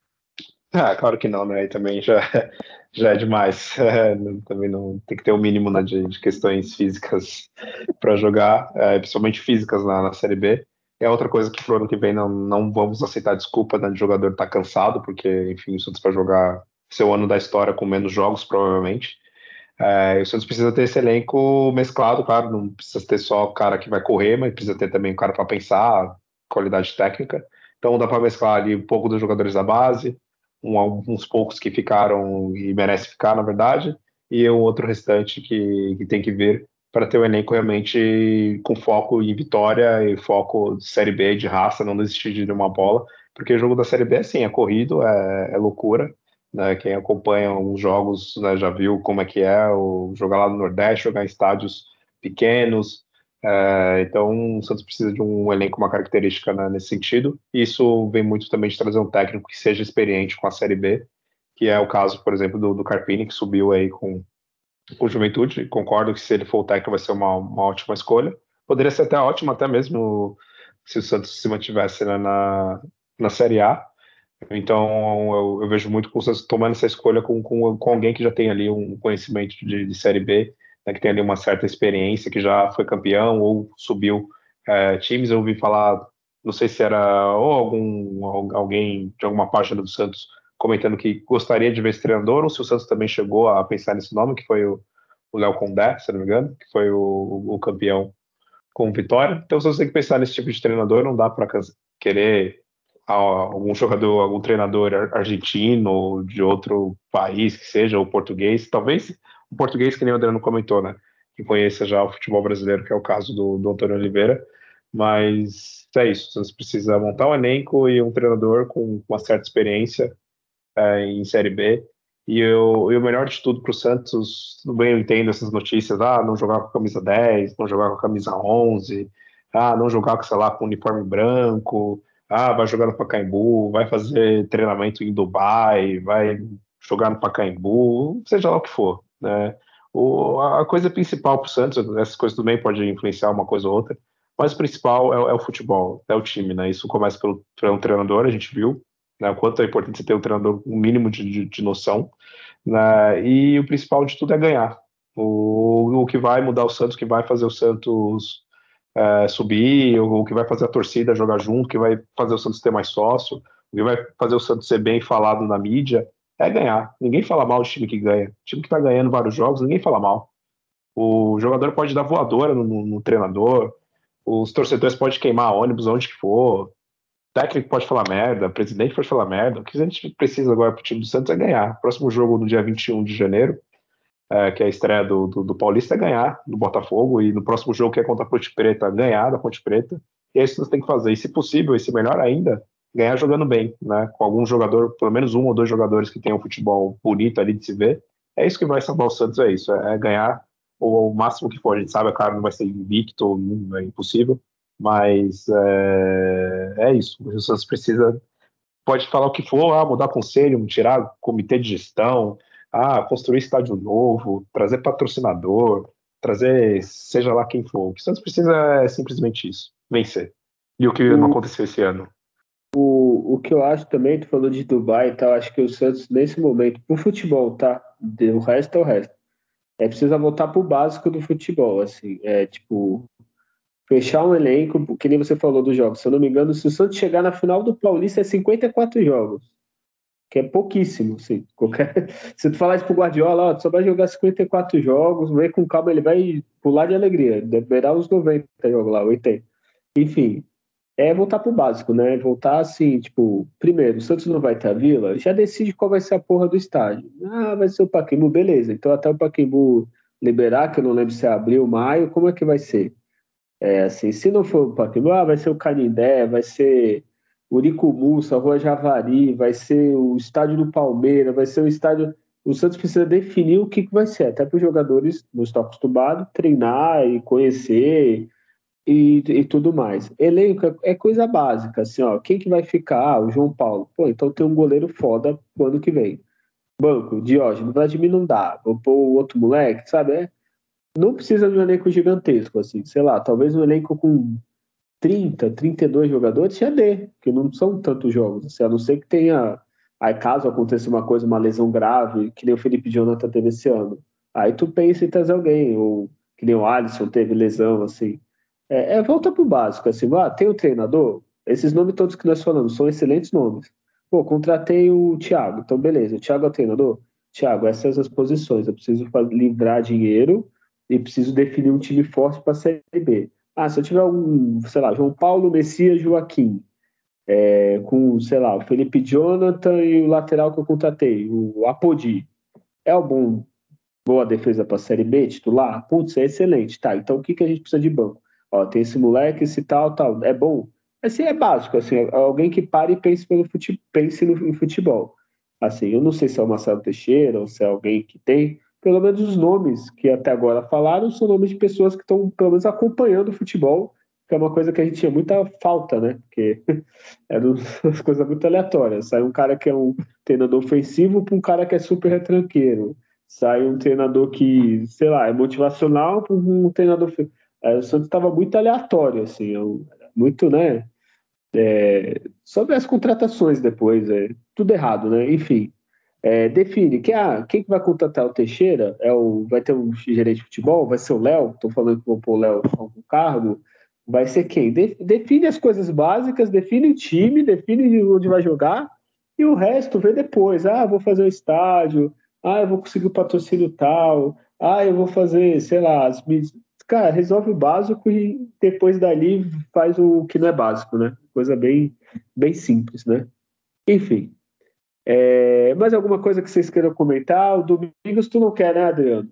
Speaker 2: Ah, claro que não, né? Aí também já, já é demais. É, não- também não tem que ter o mínimo, né, de, de questões físicas para jogar, é, principalmente físicas na, na Série B. É outra coisa que pro ano que vem não, não vamos aceitar desculpa, né, de jogador estar cansado, porque, enfim, o Santos vai jogar seu ano da história com menos jogos, provavelmente. É, e o Santos precisa ter esse elenco mesclado, claro, não precisa ter só o cara que vai correr, mas precisa ter também o cara para pensar, qualidade técnica. Então dá para mesclar ali um pouco dos jogadores da base, um, uns poucos que ficaram e merecem ficar, na verdade, e o outro restante que, que tem que vir para ter o elenco realmente com foco em vitória e foco de Série B, de raça, não desistir de uma bola, porque o jogo da Série B, assim, é corrido, é, é loucura, né? Quem acompanha os jogos, né, já viu como é que é o jogar lá no Nordeste, jogar em estádios pequenos. É, então, o Santos precisa de um elenco, uma característica, né, nesse sentido. Isso vem muito também de trazer um técnico que seja experiente com a Série B, que é o caso, por exemplo, do, do Carpini, que subiu aí com, com o Juventude. Concordo que se ele for o técnico vai ser uma, uma ótima escolha. Poderia ser até ótimo, até mesmo se o Santos se mantivesse, né, na, na Série A. Então, eu, eu vejo muito com vocês tomando essa escolha com, com, com alguém que já tem ali um conhecimento de, de Série B, né, que tem ali uma certa experiência, que já foi campeão ou subiu é, times. Eu ouvi falar, não sei se era ou algum alguém de alguma página do Santos comentando que gostaria de ver esse treinador, ou se o Santos também chegou a pensar nesse nome, que foi o o Léo Condé, se não me engano, que foi o, o campeão com vitória. Então, se você tem que pensar nesse tipo de treinador, não dá para querer algum jogador, algum treinador argentino ou de outro país que seja, ou português, talvez um português que nem o Adriano comentou, né? Que conheça já o futebol brasileiro, que é o caso do, do Antônio Oliveira. Mas é isso, você precisa montar um elenco e um treinador com uma certa experiência é, em Série B. E, eu, e o melhor de tudo para o Santos, tudo bem, eu entendo essas notícias, ah, não jogar com a camisa dez, não jogar com a camisa onze, ah, não jogar, com, sei lá, com uniforme branco, ah, vai jogar no Pacaembu, vai fazer treinamento em Dubai, vai jogar no Pacaembu, seja lá o que for, né? O, a coisa principal para o Santos, essas coisas também podem influenciar uma coisa ou outra, mas o principal é, é o futebol, é o time, né? Isso começa pelo, pelo treinador, a gente viu, né, o quanto é importante você ter um treinador com um mínimo de, de, de noção, né, e o principal de tudo é ganhar. O, o que vai mudar o Santos, o que vai fazer o Santos é, subir, o, o que vai fazer a torcida jogar junto, o que vai fazer o Santos ter mais sócio, o que vai fazer o Santos ser bem falado na mídia, é ganhar. Ninguém fala mal do time que ganha. O time que está ganhando vários jogos, ninguém fala mal. O jogador pode dar voadora no, no, no treinador, os torcedores podem queimar ônibus onde que for, técnico pode falar merda, presidente pode falar merda. O que a gente precisa agora pro time do Santos é ganhar. Próximo jogo no dia vinte e um de janeiro, é, que é a estreia do, do, do Paulista, é ganhar do Botafogo. E no próximo jogo, que é contra a Ponte Preta, ganhar da Ponte Preta. E é isso que nós temos que fazer. E se possível, e se melhor ainda, ganhar jogando bem, né? Com algum jogador, pelo menos um ou dois jogadores que tenham um futebol bonito ali de se ver. É isso que vai salvar o Santos, é isso. É, é ganhar o, o máximo que for. A gente sabe, é claro, não vai ser invicto, não é impossível. Mas é, é isso. O Santos precisa, pode falar o que for, ah, mudar conselho, tirar comitê de gestão, ah, construir estádio novo, trazer patrocinador, trazer seja lá quem for. O que o Santos precisa é simplesmente isso, vencer. E o que não
Speaker 1: O,
Speaker 2: aconteceu esse ano?
Speaker 1: o, o que eu acho também, tu falou de Dubai e tal, acho que o Santos, nesse momento, pro futebol, tá? O resto é o resto. É preciso voltar pro básico do futebol, assim. É tipo, fechar um elenco, que nem você falou dos jogos. Se eu não me engano, se o Santos chegar na final do Paulista, é cinquenta e quatro jogos. Que é pouquíssimo, assim. Qualquer... Se tu falar isso pro Guardiola, ó, tu só vai jogar cinquenta e quatro jogos, vem com calma, ele vai pular de alegria. Deverá uns noventa jogos lá, oitenta. Enfim, é voltar pro básico, né? Voltar assim, tipo, primeiro, o Santos não vai ter a Vila, já decide qual vai ser a porra do estádio. Ah, vai ser o Pacaembu, beleza. Então até o Pacaembu liberar, que eu não lembro se é abril, maio, como é que vai ser? É assim, se não for o Pacaembu, ah, vai ser o Canindé, vai ser o Uricubuça, a Rua Javari, vai ser o estádio do Palmeiras, vai ser o estádio. O Santos precisa definir o que, que vai ser, até para os jogadores não estão acostumados, treinar e conhecer e, e tudo mais. Elenco é, é coisa básica, assim, ó, quem que vai ficar? Ah, o João Paulo. Pô, então tem um goleiro foda pro ano que vem. Banco, Diógenes, Vladimir não dá, vou pôr o outro moleque, sabe? É, não precisa de um elenco gigantesco, assim, sei lá, talvez um elenco com trinta, trinta e dois jogadores já dê, porque não são tantos jogos, assim, a não ser que tenha, aí caso aconteça uma coisa, uma lesão grave, que nem o Felipe Jonathan teve esse ano, aí tu pensa em trazer alguém, ou que nem o Alisson teve lesão, assim, é, é volta pro básico, assim, ah, tem o treinador, esses nomes todos que nós falamos são excelentes nomes, pô, contratei o Thiago, então beleza, o Thiago é o treinador? Thiago, essas são as posições, eu preciso livrar dinheiro e preciso definir um time forte para a Série B. Ah, se eu tiver um, sei lá, João Paulo, Messias, Joaquim, é, com, sei lá, o Felipe Jonathan e o lateral que eu contratei, o Apodi, é um bom, boa defesa para a Série B, titular? Putz, é excelente. Tá, então o que, que a gente precisa de banco? Ó, tem esse moleque, esse tal, tal. É bom? Assim, é básico, assim, é alguém que pare e pense, pelo fute, pense no em futebol. Assim, eu não sei se é o Marcelo Teixeira ou se é alguém que tem, pelo menos os nomes que até agora falaram são nomes de pessoas que estão, pelo menos, acompanhando o futebol, que é uma coisa que a gente tinha muita falta, né? Porque era umas coisas muito aleatórias. Sai um cara que é um treinador ofensivo para um cara que é super retranqueiro. Sai um treinador que, sei lá, é motivacional para um treinador. É, o Santos estava muito aleatório, assim, muito, né? É, sobre as contratações depois, é tudo errado, né? Enfim, é, define que ah, quem que vai contratar o Teixeira é o, vai ter um gerente de futebol, vai ser o Léo. Estou falando que vou pôr o Léo no cargo. Vai ser quem? De, define as coisas básicas, define o time, define onde vai jogar e o resto vê depois. Ah, vou fazer o estádio. Ah, eu vou conseguir o patrocínio tal. Ah, eu vou fazer, sei lá, as mídias. Cara, resolve o básico e depois dali faz o que não é básico, né? Coisa bem, bem simples, né? Enfim. É, mais alguma coisa que vocês queiram comentar? O Domingos tu não quer, né, Adriano?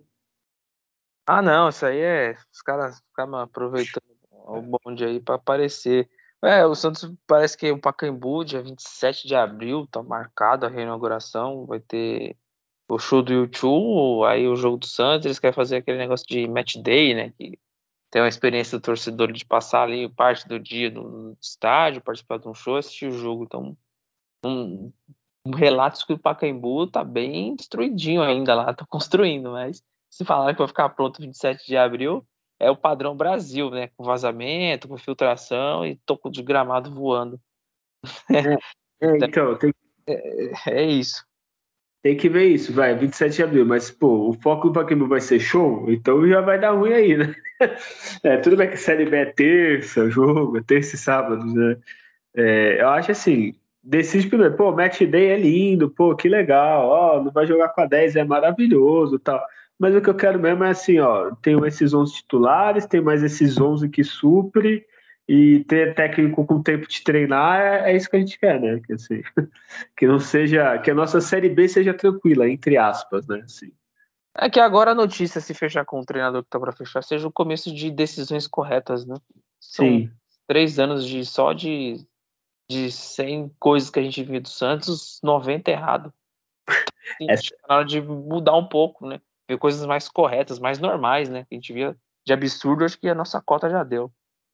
Speaker 3: Ah, não, isso aí é os caras ficam aproveitando o bonde aí para aparecer. É, o Santos parece que o Pacaembu, dia vinte e sete de abril, tá marcado a reinauguração, vai ter o show do YouTube, aí o jogo do Santos, eles querem fazer aquele negócio de match day, né, que tem uma experiência do torcedor de passar ali parte do dia no estádio, participar de um show, assistir o jogo. Então, um, um relatos que o Pacaembu tá bem destruidinho ainda lá, tá construindo, mas se falar que vai ficar pronto vinte e sete de abril, é o padrão Brasil, né? Com vazamento, com filtração e toco de gramado voando.
Speaker 1: É, é, então, tem,
Speaker 3: É, é isso.
Speaker 1: tem que ver isso, vai, vinte e sete de abril, mas, pô, o foco do Pacaembu vai ser show, então já vai dar ruim aí, né? É, tudo bem que a Série B é terça, o jogo, é terça e sábado, né? É, eu acho assim, decide primeiro, pô, match day é lindo, pô, que legal, ó, não vai jogar com a dez, é maravilhoso, tal. Mas o que eu quero mesmo é assim, ó, tem esses onze titulares, tem mais esses onze que supre e ter técnico com tempo de treinar, é, é isso que a gente quer, né? Que, assim, que não seja, que a nossa série B seja tranquila, entre aspas, né? Assim.
Speaker 3: É que agora a notícia, se fechar com o treinador que tá para fechar, seja o começo de decisões corretas, né? São
Speaker 1: Sim.
Speaker 3: três anos de só de, de cem coisas que a gente viu do Santos, noventa errado. Sim,
Speaker 1: Essa,
Speaker 3: na hora de mudar um pouco, né? Ver coisas mais corretas, mais normais, né? Que a gente via de absurdo, acho que a nossa cota já deu.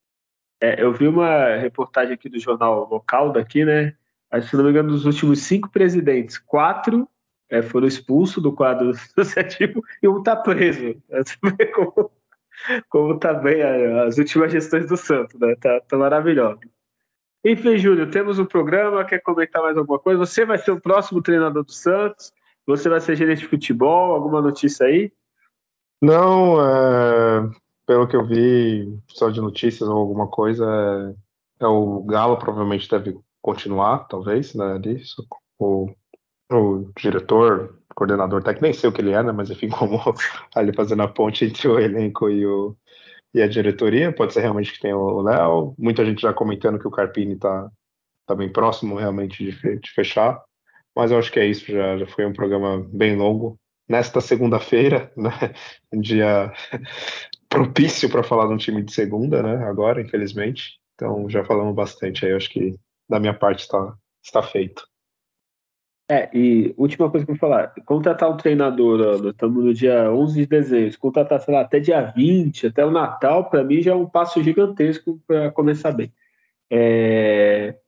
Speaker 1: é, eu vi uma reportagem aqui do jornal local daqui, né? Acho que, se não me engano, dos últimos cinco presidentes, quatro é, foram expulsos do quadro associativo e um está preso. Você vê como, como tá bem a- as últimas gestões do Santos, né? Tá, tá maravilhoso. Enfim, Júlio, temos um programa. Quer comentar mais alguma coisa? Você vai ser o próximo treinador do Santos? Você vai ser gerente de futebol? Alguma notícia aí?
Speaker 2: Não, é, pelo que eu vi, só de notícias ou alguma coisa, é, é o Galo provavelmente deve continuar, talvez, né, ali, só o, o diretor, coordenador técnico, nem sei o que ele é, né, mas enfim, como ali fazendo a ponte entre o elenco e, o, e a diretoria, pode ser realmente que tem o Léo, muita gente já comentando que o Carpini tá, tá bem próximo realmente de, fe- de fechar, mas eu acho que é isso, já, já foi um programa bem longo. Nesta segunda-feira, né, um dia propício para falar de um time de segunda, né? Agora, infelizmente. Então já falamos bastante aí, acho que da minha parte está, está feito.
Speaker 1: É, e última coisa que eu vou falar, contratar um treinador, ó, nós estamos no dia onze de dezembro, se contratar, sei lá, até dia vinte, até o Natal, para mim já é um passo gigantesco para começar bem. É,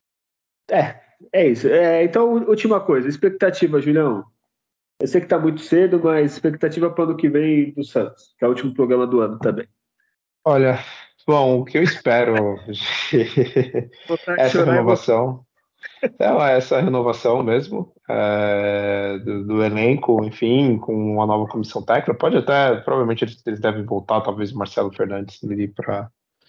Speaker 1: é, é isso. É, então, última coisa, expectativa, Julião. Eu sei que está muito cedo, mas expectativa para o ano que vem do Santos, que é o último programa do ano também.
Speaker 2: Olha, bom, o que eu espero de
Speaker 1: Vontade de
Speaker 2: essa
Speaker 1: chorar é você.
Speaker 2: renovação, então, é essa renovação mesmo, é, do, do elenco, enfim, com uma nova comissão técnica, pode até, provavelmente eles, eles devem voltar, talvez o Marcelo Fernandes para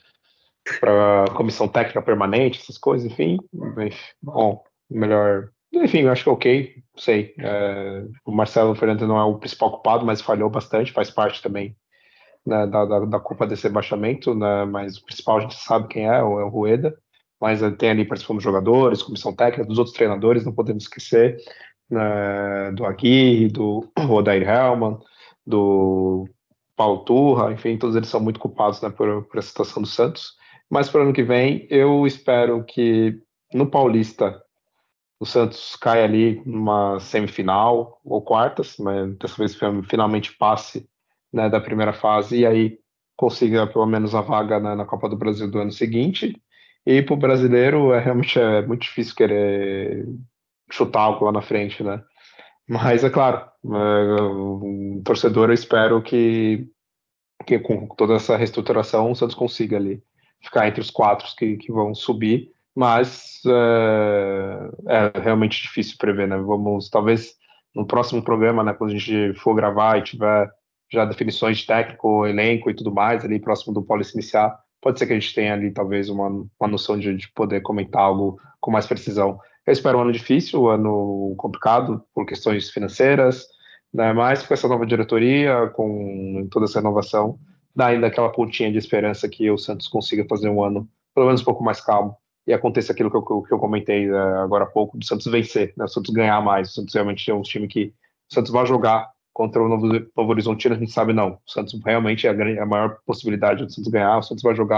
Speaker 2: para comissão técnica permanente, essas coisas, enfim, bom, melhor, enfim, eu acho que é ok, sei, é, o Marcelo Fernandes não é o principal culpado, mas falhou bastante, faz parte também, né, da, da, da culpa desse rebaixamento, né, mas o principal a gente sabe quem é, é o Rueda, mas tem ali participando dos jogadores, comissão técnica, dos outros treinadores, não podemos esquecer, né, do Aguirre, do Odair Hellmann, do Paulo Turra, enfim, todos eles são muito culpados, né, por, por essa situação do Santos. Mas para o ano que vem, eu espero que no Paulista o Santos caia ali numa semifinal ou quartas, mas dessa vez finalmente passe, né, da primeira fase e aí consiga pelo menos a vaga na, na Copa do Brasil do ano seguinte. E para o brasileiro é realmente é muito difícil querer chutar algo lá na frente, né? Mas é claro, é, um torcedor eu espero que, que com toda essa reestruturação o Santos consiga ali ficar entre os quatro que, que vão subir, mas é, é realmente difícil prever, né? Vamos, talvez no próximo programa, né, quando a gente for gravar e tiver já definições de técnico, elenco e tudo mais, ali próximo do Paulista iniciar, pode ser que a gente tenha ali talvez uma, uma noção de, de poder comentar algo com mais precisão. Eu espero um ano difícil, um ano complicado por questões financeiras, né? Mas com essa nova diretoria, com toda essa renovação, dá ainda aquela pontinha de esperança que o Santos consiga fazer um ano pelo menos um pouco mais calmo e aconteça aquilo que eu, que eu comentei uh, agora há pouco, do Santos vencer, né? O Santos ganhar mais, o Santos realmente é um time que o Santos vai jogar contra o Novo, Novo Horizontino, a gente sabe não, o Santos realmente é a, grande, a maior possibilidade do Santos ganhar, o Santos vai jogar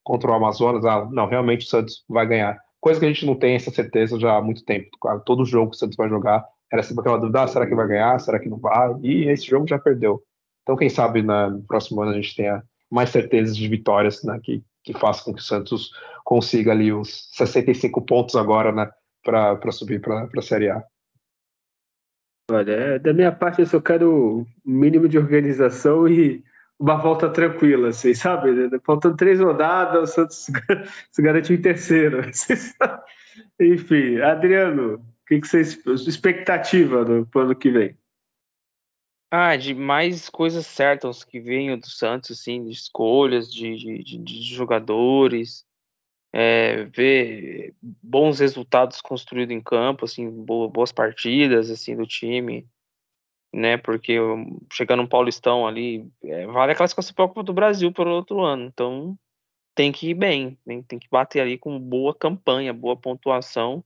Speaker 2: contra o Amazonas, ah, não, realmente o Santos vai ganhar. Coisa que a gente não tem essa certeza já há muito tempo. Todo jogo que o Santos vai jogar era sempre aquela dúvida, ah, será que vai ganhar, será que não vai? E esse jogo já perdeu. Então, quem sabe né, no próximo ano a gente tenha mais certezas de vitórias, né, que, que façam com que o Santos consiga ali os sessenta e cinco pontos agora, né, para subir para a Série A.
Speaker 1: Olha, da minha parte eu só quero o mínimo de organização e uma volta tranquila, assim, sabe? Faltando três rodadas, o Santos se garante em terceiro. Enfim, Adriano, o que, que você expectativa do ano que vem?
Speaker 3: Ah, de mais coisas certas que venham do Santos, assim, de escolhas, de, de, de jogadores, é, ver bons resultados construídos em campo, assim, boas partidas, assim, do time, né, porque chegando no Paulistão ali, é, vale a classificação para a Copa do Brasil pelo outro ano, então tem que ir bem, né, tem que bater ali com boa campanha, boa pontuação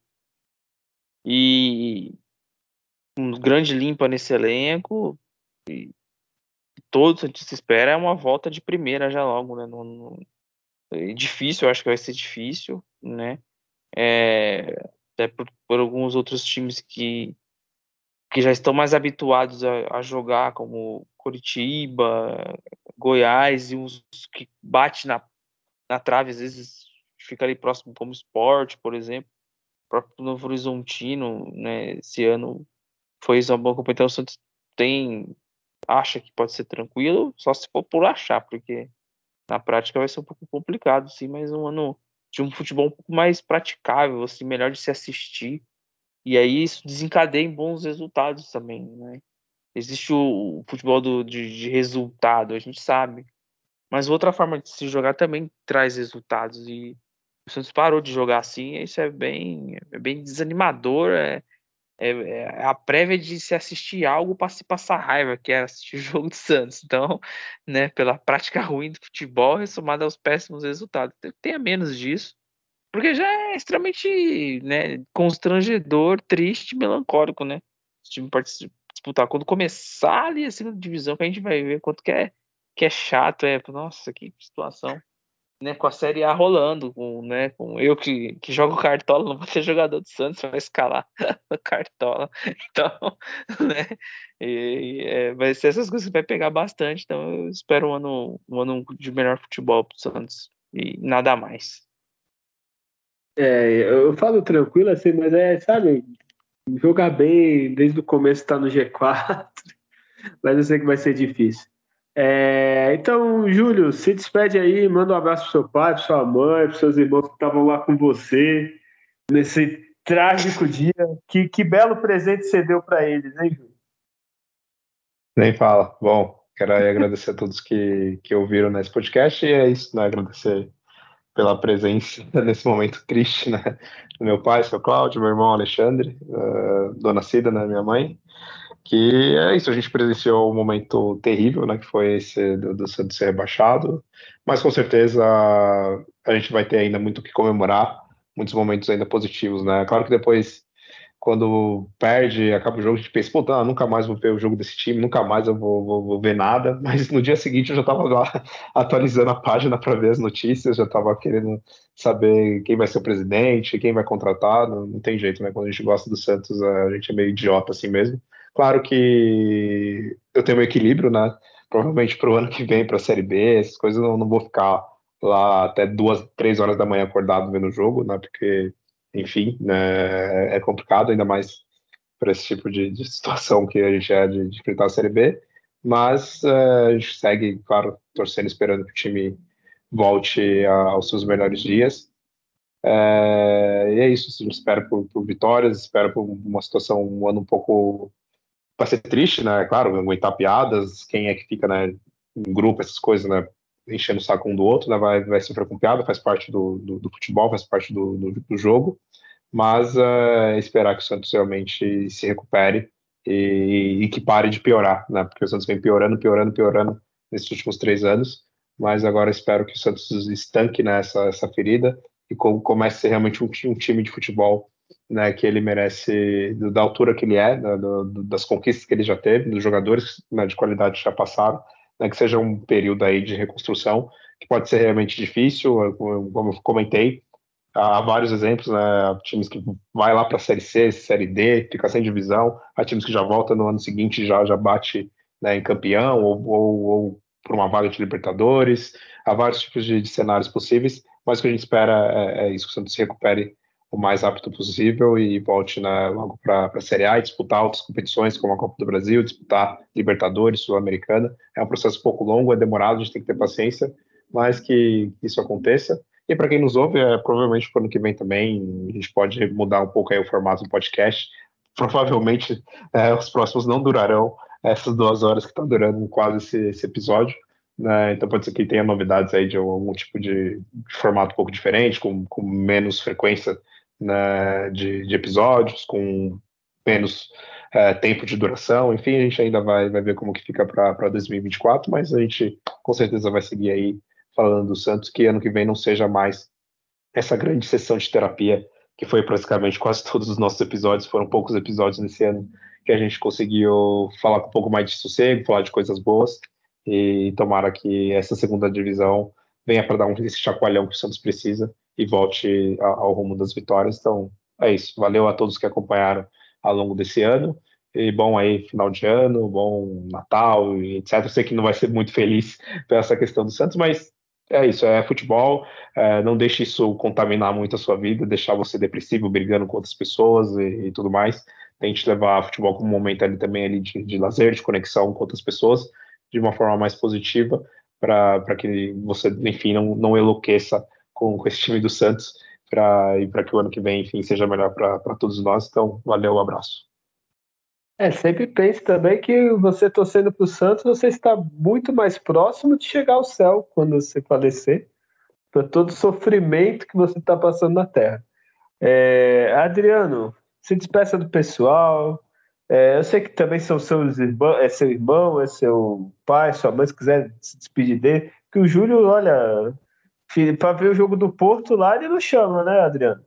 Speaker 3: e um grande limpa nesse elenco. E todo a gente se espera é uma volta de primeira já logo, né? No, no, é difícil, eu acho que vai ser difícil, né? É, até por, por alguns outros times que, que já estão mais habituados a, a jogar, como Coritiba, Goiás, e uns que bate na, na trave, às vezes fica ali próximo, como Sport, por exemplo. O próprio Novo Horizontino, né? Esse ano foi uma boa competição. O Santos tem acha que pode ser tranquilo, só se for por achar, porque na prática vai ser um pouco complicado, sim, mas um ano de um futebol um pouco mais praticável, assim, melhor de se assistir, e aí isso desencadeia em bons resultados também, né? Existe o, o futebol do, de, de resultado, a gente sabe, mas outra forma de se jogar também traz resultados, e o Santos parou de jogar assim, e isso é bem, é bem desanimador, é É, é a prévia de se assistir algo para se passar raiva, que é assistir o jogo do Santos. Então, né, pela prática ruim do futebol, somada aos péssimos resultados. Tenha menos disso, porque já é extremamente, né, constrangedor, triste, melancólico, né? O time pode disputar. Quando começar ali a segunda divisão, que a gente vai ver quanto que é, que é chato. É, nossa, que situação. Né, com a Série A rolando, com, né, com eu que, que jogo Cartola, não vou ser jogador do Santos, vai escalar no Cartola, então, né, e, é, vai ser essas coisas que vai pegar bastante, então eu espero um ano, um ano de melhor futebol pro Santos, e nada mais.
Speaker 1: É, eu falo tranquilo assim, mas é, sabe, jogar bem desde o começo tá no G quatro, mas eu sei que vai ser difícil. É, então, Júlio, se despede aí, manda um abraço pro seu pai, pra sua mãe, pros seus irmãos que estavam lá com você nesse trágico dia. Que, que belo presente você deu para eles, hein, Júlio?
Speaker 2: Nem fala. Bom, quero aí agradecer a todos que, que ouviram nesse podcast e é isso, né? Agradecer pela presença nesse momento triste, né? Do meu pai, seu Cláudio, meu irmão Alexandre, uh, dona Cida, né? Minha mãe. Que é isso, a gente presenciou um momento terrível, né, que foi esse do, do Santos ser rebaixado, mas com certeza a gente vai ter ainda muito o que comemorar, muitos momentos ainda positivos, né, claro que depois, quando perde, acaba o jogo, a gente pensa, pô, tá, nunca mais vou ver o jogo desse time, nunca mais eu vou, vou, vou ver nada, mas no dia seguinte eu já estava lá atualizando a página para ver as notícias, já estava querendo saber quem vai ser o presidente, quem vai contratar, não, não tem jeito, né, quando a gente gosta do Santos, a gente é meio idiota assim mesmo. Claro que eu tenho um equilíbrio, né? Provavelmente para o ano que vem, para a Série B, essas coisas eu não vou ficar lá até duas, três horas da manhã acordado vendo o jogo, né? Porque, enfim, né, é complicado, ainda mais para esse tipo de, de situação que a gente é de, de enfrentar a Série B. Mas é, a gente segue, claro, torcendo, esperando que o time volte a, aos seus melhores dias. É, e é isso, a gente espera por, por vitórias, espera por uma situação, um ano um pouco vai ser triste, né? Claro, aguentar piadas, quem é que fica, né, em grupo, essas coisas, né? Enchendo o saco um do outro, né? Vai, vai sofrer com piada, faz parte do, do, do futebol, faz parte do, do, do jogo. Mas uh, esperar que o Santos realmente se recupere e, e que pare de piorar, né? Porque o Santos vem piorando, piorando, piorando nesses últimos três anos. Mas agora espero que o Santos estanque nessa essa ferida e co comece a ser realmente um, um time de futebol, né, que ele merece, da altura que ele é, né, do, das conquistas que ele já teve, dos jogadores, né, de qualidade que já passaram, né, que seja um período aí de reconstrução que pode ser realmente difícil, como eu comentei. Há vários exemplos, né? Times que vai lá para a Série C, Série D, fica sem divisão. Há times que já voltam no ano seguinte já já bate, né, em campeão ou, ou, ou por uma vaga de Libertadores. Há vários tipos de, de cenários possíveis, mas o que a gente espera é, é isso, que o Santos se recupere o mais rápido possível e volte, né, logo para a Série A e disputar outras competições como a Copa do Brasil, disputar Libertadores, Sul-Americana. É um processo um pouco longo, é demorado, a gente tem que ter paciência, mas que isso aconteça. E para quem nos ouve, é, provavelmente para o ano que vem também, a gente pode mudar um pouco aí o formato do podcast. Provavelmente é, os próximos não durarão essas duas horas que está durando quase esse, esse episódio, né? Então pode ser que tenha novidades aí de algum tipo de, de formato um pouco diferente, com, com menos frequência, né, de, de episódios, com menos é, tempo de duração. Enfim, a gente ainda vai, vai ver como que fica para dois mil e vinte e quatro, mas a gente com certeza vai seguir aí falando do Santos, que ano que vem não seja mais essa grande sessão de terapia que foi praticamente quase todos os nossos episódios. Foram poucos episódios nesse ano que a gente conseguiu falar com um pouco mais de sossego, falar de coisas boas, e tomara que essa segunda divisão venha para dar um esse chacoalhão que o Santos precisa e volte ao rumo das vitórias. Então é isso, valeu a todos que acompanharam ao longo desse ano. E bom aí, final de ano, bom Natal e etcétera. Eu sei que não vai ser muito feliz pela essa questão do Santos, mas é isso, é futebol, é, não deixe isso contaminar muito a sua vida, deixar você depressivo, brigando com outras pessoas e, e tudo mais. Tente levar futebol como um momento ali também ali de, de lazer, de conexão com outras pessoas, de uma forma mais positiva, para que você, enfim, não, não enlouqueça com, com esse time do Santos, pra, e para que o ano que vem, enfim, seja melhor para todos nós. Então, valeu, um abraço.
Speaker 1: É, sempre pense também que você torcendo para o Santos, você está muito mais próximo de chegar ao céu quando você falecer, para todo o sofrimento que você está passando na Terra. É, Adriano, se despeça do pessoal. É, eu sei que também são seus irmãos, é seu irmão, é seu pai, sua mãe, se quiser se despedir dele. Que o Júlio, olha, para ver o jogo do Porto lá, ele não chama, né, Adriano?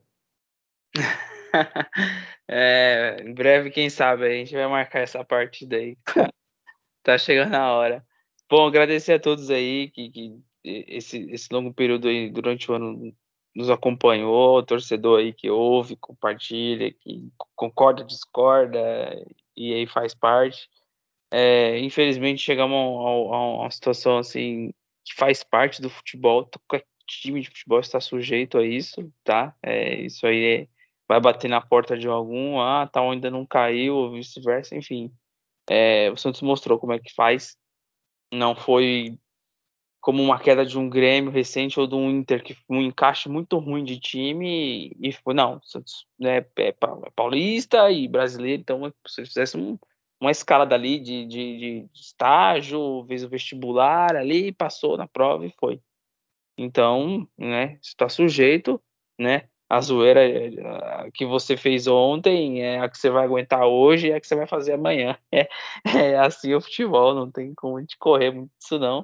Speaker 3: É, em breve, quem sabe, a gente vai marcar essa partida aí. Tá, tá chegando a hora. Bom, agradecer a todos aí que, que esse, esse longo período aí durante o ano nos acompanhou, o torcedor aí que ouve, compartilha, que concorda, discorda e aí faz parte. É, infelizmente chegamos a, a, a uma situação assim que faz parte do futebol. Qualquer time de futebol está sujeito a isso, tá? É, isso aí é, vai bater na porta de algum, ah, tal, ainda não caiu, ou vice-versa, enfim. É, o Santos mostrou como é que faz. Não foi como uma queda de um Grêmio recente ou de um Inter, que foi um encaixe muito ruim de time, e foi, não, o Santos, né, é paulista e brasileiro, então se fizesse um, uma escala dali de, de, de, de estágio, fez o vestibular ali, passou na prova e foi. Então, né, está sujeito, né, a zoeira que você fez ontem é a que você vai aguentar hoje e é a que você vai fazer amanhã. É, é assim o futebol, não tem como a gente correr muito disso não.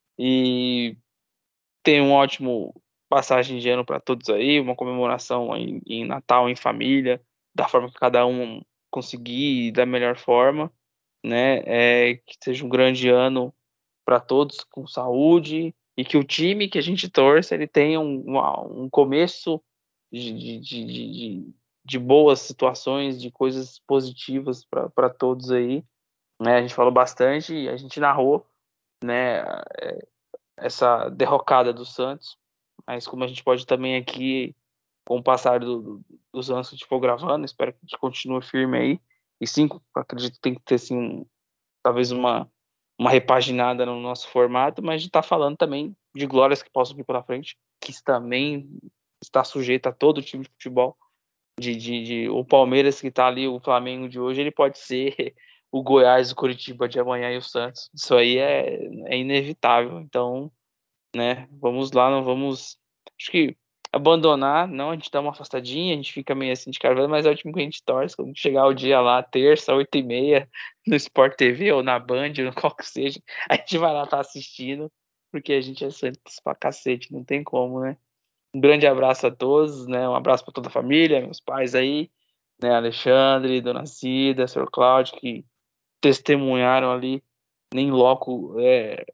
Speaker 3: E tem um ótimo passagem de ano para todos aí, uma comemoração em, em Natal, em família, da forma que cada um conseguir, da melhor forma, né? É, que seja um grande ano para todos, com saúde, e que o time que a gente torce, ele tenha um, um começo de, de, de, de, de boas situações, de coisas positivas para todos aí, né? A gente falou bastante, a gente narrou, né, essa derrocada do Santos, mas como a gente pode também aqui, com o passar do, do, dos anos que a gente for gravando, espero que a gente continue firme aí, e sim, acredito que tem que ter assim, um, talvez uma, uma repaginada no nosso formato, mas a gente está falando também de glórias que possam vir pela frente, que também está sujeito a todo time de futebol, de, de, de o Palmeiras que está ali, o Flamengo de hoje, ele pode ser o Goiás, o Curitiba de amanhã e o Santos. Isso aí é, é inevitável. Então, né, vamos lá, não vamos, acho que abandonar, não, a gente dá uma afastadinha, a gente fica meio assim de cara, mas é o time que a gente torce. Quando chegar o dia lá, terça, oito e meia, no Sport T V ou na Band, ou qual que seja, a gente vai lá estar tá assistindo, porque a gente é Santos pra cacete, não tem como, né? Um grande abraço a todos, né? Um abraço para toda a família, meus pais aí, né? Alexandre, Dona Cida, senhor Cláudio, que testemunharam ali, nem loco, é,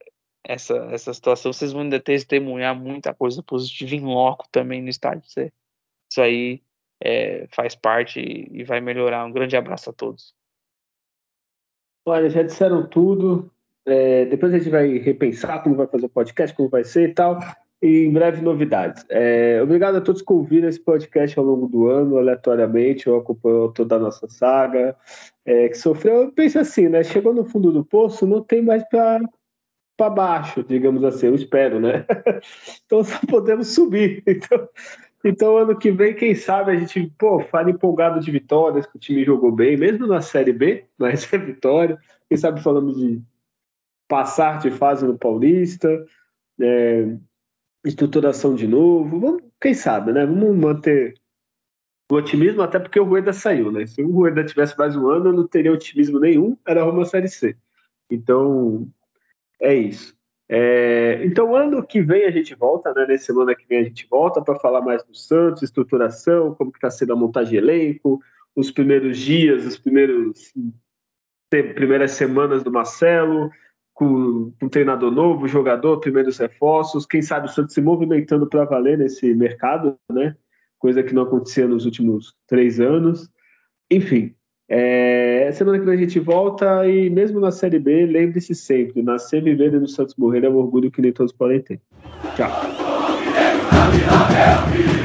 Speaker 3: essa, essa situação, vocês vão ainda testemunhar muita coisa positiva em loco também no estádio. Isso aí é, faz parte e vai melhorar. Um grande abraço a todos.
Speaker 1: Olha, já disseram tudo. É, depois a gente vai repensar como vai fazer o podcast, como vai ser e tal. E em breve novidades. É, obrigado a todos que ouviram esse podcast ao longo do ano, aleatoriamente, ou acompanhou toda a nossa saga, é, que sofreu. Eu penso assim, né? Chegou no fundo do poço, não tem mais para baixo, digamos assim, eu espero, né? Então só podemos subir. Então, então, ano que vem, quem sabe a gente, pô, fala empolgado de vitórias, que o time jogou bem, mesmo na Série B, mas é vitória. Quem sabe falamos de passar de fase no Paulista, é, estruturação de novo, vamos, quem sabe, né? Vamos manter o otimismo, até porque o Rueda saiu, né? Se o Rueda tivesse mais um ano, eu não teria otimismo nenhum, era uma Série C. Então, é isso. É, então, ano que vem a gente volta, né? Nessa semana que vem a gente volta para falar mais do Santos, estruturação, como que está sendo a montagem de elenco, os primeiros dias, os primeiros primeiras semanas do Marcelo, com um treinador novo, jogador, primeiros reforços, quem sabe o Santos se movimentando para valer nesse mercado, né? Coisa que não acontecia nos últimos três anos. Enfim, é, semana que vem a gente volta e mesmo na Série B, lembre-se sempre, nascer, viver e no Santos morrer é um orgulho que nem todos podem ter. Tchau.